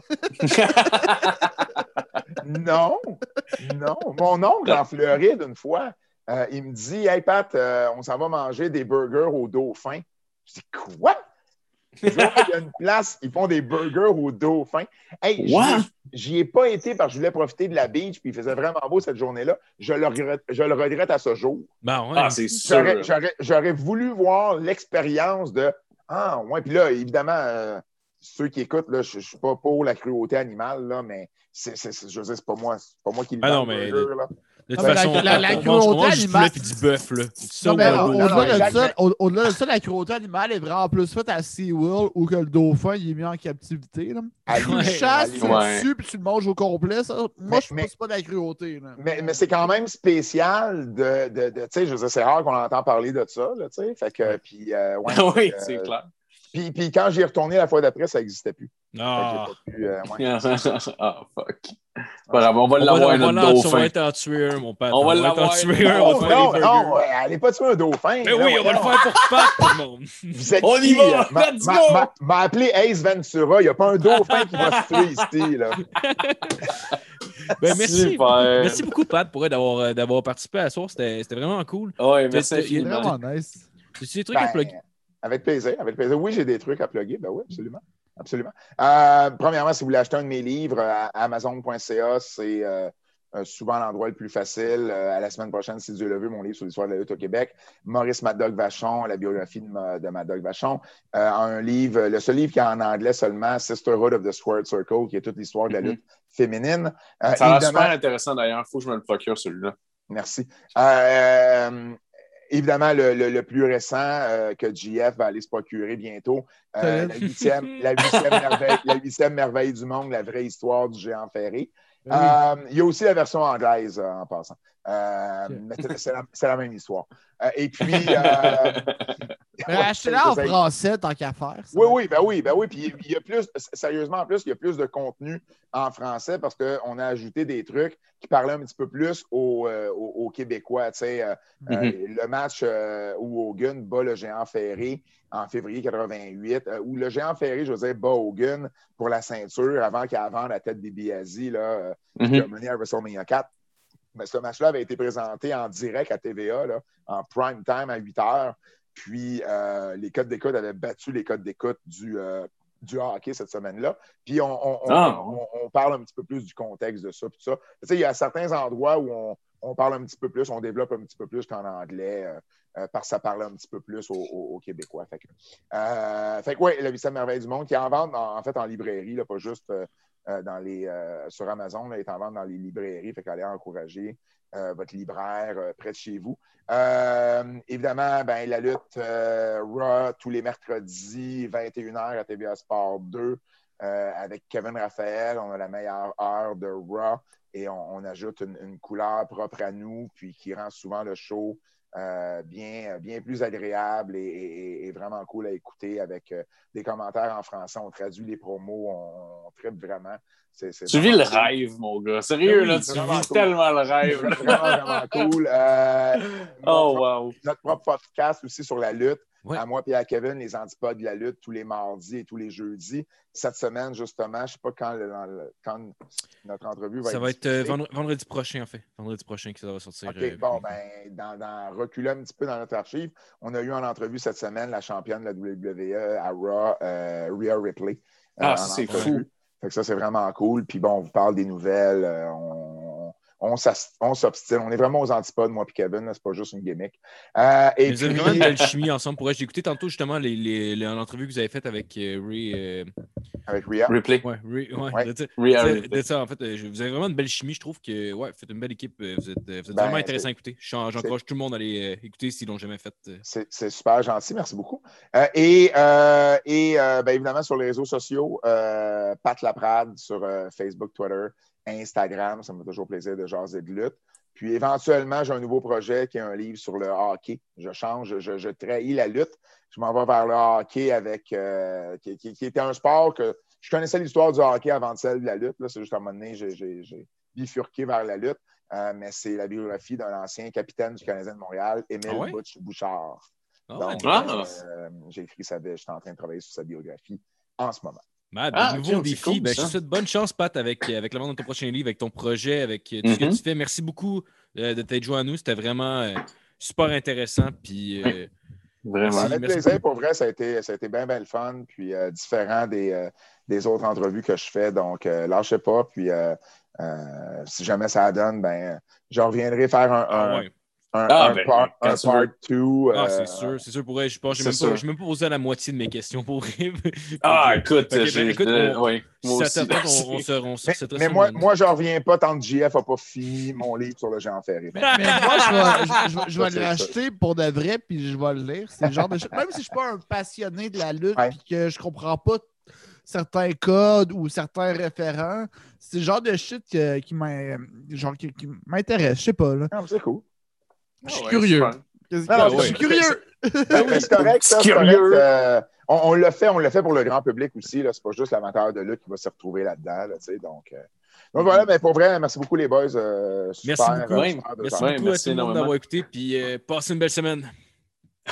Non. Mon oncle en Floride, une fois, il me dit, hey Pat, on s'en va manger des burgers au Dauphin. Je dis, quoi? Il y a une place, ils font des burgers au Dauphin. Hey, j'y ai pas été parce que je voulais profiter de la beach, puis il faisait vraiment beau cette journée-là. Je le regrette à ce jour. Ben ouais. C'est sûr. J'aurais voulu voir l'expérience de puis là, évidemment, ceux qui écoutent, là, je suis pas pour la cruauté animale, là, mais je veux dire, c'est pas moi qui le non, mais de toute façon, la on cruauté mange du animale, poulet et du bœuf, là. Au-delà de ça, la cruauté animale est vraiment plus faite à SeaWorld où que le dauphin il est mis en captivité. Là. Tu le chasses, tu le tues puis tu le manges au complet. Ça. Moi, je pense pas de la cruauté. Là. Mais c'est quand même spécial de tu sais, je veux dire, c'est rare qu'on entend parler de ça, là, tu sais. Fait que, puis, oui, c'est clair. Puis quand j'y ai retourné la fois d'après, ça n'existait plus. Fuck. Pas grave, on va l'avoir notre dauphin. On va être en tuer un, mon père. On va l'avoir. Non, allez pas tuer un dauphin. Mais oui, on va le faire pour Pat, tout le monde. On y va, let's go! M'a appelé Ace Ventura. Il n'y a pas un dauphin qui va se tuer ici, là. Merci beaucoup, Pat, d'avoir participé à ça. C'était vraiment cool. Oui, merci. C'est vraiment nice. C'est des trucs à plugger. Avec plaisir. Oui, j'ai des trucs à plugger. Ben oui, absolument. Premièrement, si vous voulez acheter un de mes livres à Amazon.ca, c'est souvent l'endroit le plus facile. À la semaine prochaine, si Dieu le veut, mon livre sur l'histoire de la lutte au Québec. Maurice Mad Dog Vachon, la biographie de Mad Dog Vachon. Le seul livre qui est en anglais seulement, Sisterhood of the Squared Circle, qui est toute l'histoire de la lutte féminine. Ça a l'air super intéressant d'ailleurs. Il faut que je me le procure, celui-là. Merci. Évidemment, le plus récent que JF va aller se procurer bientôt, la huitième merveille du monde, la vraie histoire du géant ferré. Il y a aussi la version anglaise en passant. Mais c'est la même histoire. Et puis. Achetez-la en français, tant qu'à faire. Oui. Puis il y a plus, sérieusement, en plus, il y a plus de contenu en français parce qu'on a ajouté des trucs qui parlaient un petit peu plus aux Québécois. Le match où Hogan bat le géant ferré en février 88, où le géant ferré, je veux dire, bat Hogan pour la ceinture avant qu'il vende la tête d'Ibiazi, qui a mené à WrestleMania 4. Mais ce match-là avait été présenté en direct à TVA, là, en prime time à 8 heures. Puis les codes d'écoute avaient battu les codes d'écoute du hockey cette semaine-là. Puis on parle un petit peu plus du contexte de ça. Il y a certains endroits où on parle un petit peu plus, on développe un petit peu plus qu'en anglais, parce que ça parle un petit peu plus aux Québécois. Fait que oui, la 8e merveille du monde qui est en vente en librairie, là, pas juste sur Amazon, là, est en vente dans les librairies. Fait qu'allez encourager votre libraire près de chez vous. Évidemment, la lutte Raw tous les mercredis, 21h à TVA Sport 2 avec Kevin Raphaël. On a la meilleure heure de Raw et on ajoute une couleur propre à nous puis qui rend souvent le show bien plus agréable et vraiment cool à écouter avec des commentaires en français. On traduit les promos, on tripe vraiment. Tu vis le rêve, mon gars. Sérieux, là, tu vis tellement le rêve. C'est vraiment cool. Wow. Notre propre podcast aussi sur la lutte. Ouais. À moi et à Kevin, les antipodes de la lutte tous les mardis et tous les jeudis. Cette semaine, justement, je ne sais pas quand notre entrevue va être. Ça va être vendredi prochain, en fait. Vendredi prochain que ça va sortir. OK, dans reculer un petit peu dans notre archive, on a eu en entrevue cette semaine la championne de la WWE à Raw, Rhea Ripley. Ça, c'est fou. Fait que ça, c'est vraiment cool. Puis bon, on vous parle des nouvelles. On s'obstine. On est vraiment aux antipodes, moi et Kevin. C'est pas juste une gimmick. Vous avez vraiment une belle chimie ensemble. J'ai écouté tantôt justement l'entrevue que vous avez faite avec Rhea. Avec Rhea. Ripley. Rhea. Ça, en fait, vous avez vraiment une belle chimie. Je trouve que vous faites une belle équipe. Vous êtes vraiment intéressant à écouter. J'encourage tout le monde à aller écouter s'ils l'ont jamais fait. C'est super gentil. Merci beaucoup. Évidemment, sur les réseaux sociaux, Pat Laprade sur Facebook, Twitter, Instagram, ça me fait toujours plaisir de jaser de lutte. Puis éventuellement, j'ai un nouveau projet qui est un livre sur le hockey. Je change, je trahis la lutte. Je m'en vais vers le hockey qui était un sport que je connaissais l'histoire du hockey avant celle de la lutte. Là, c'est juste à un moment donné, j'ai bifurqué vers la lutte. Mais c'est la biographie d'un ancien capitaine du Canadien de Montréal, Émile Bouchard. J'ai écrit je suis en train de travailler sur sa biographie en ce moment. Nouveau défi. Cool, je te souhaite bonne chance, Pat, avec la vente de ton prochain livre, avec ton projet, avec tout ce que tu fais. Merci beaucoup de t'être joint à nous. C'était vraiment super intéressant. Puis, vraiment. Avec plaisir, pour vrai, ça a été bien le fun. Puis différent des autres entrevues que je fais. Donc, lâchez pas. Puis, si jamais ça donne, je reviendrai faire un part 2. C'est sûr. Pour elle, je n'ai même pas posé la moitié de mes questions pour écoute, mais moi, je ne reviens pas tant que JF n'a pas fini mon livre sur le géant ferré. Mais moi, je vais l'acheter pour de vrai, puis je vais le lire. C'est le genre de... Même si je ne suis pas un passionné de la lutte et que je ne comprends pas certains codes ou certains référents, c'est le genre de shit qui m'intéresse. Je sais pas. Là. C'est cool. Je suis curieux. Je suis curieux. C'est correct, ça. C'est correct. On l'a fait pour le grand public aussi. C'est pas juste l'amateur de lutte qui va se retrouver là-dedans. Donc voilà, mais pour vrai, merci beaucoup les boys. Merci beaucoup à tout le monde d'avoir écouté. Puis passez une belle semaine.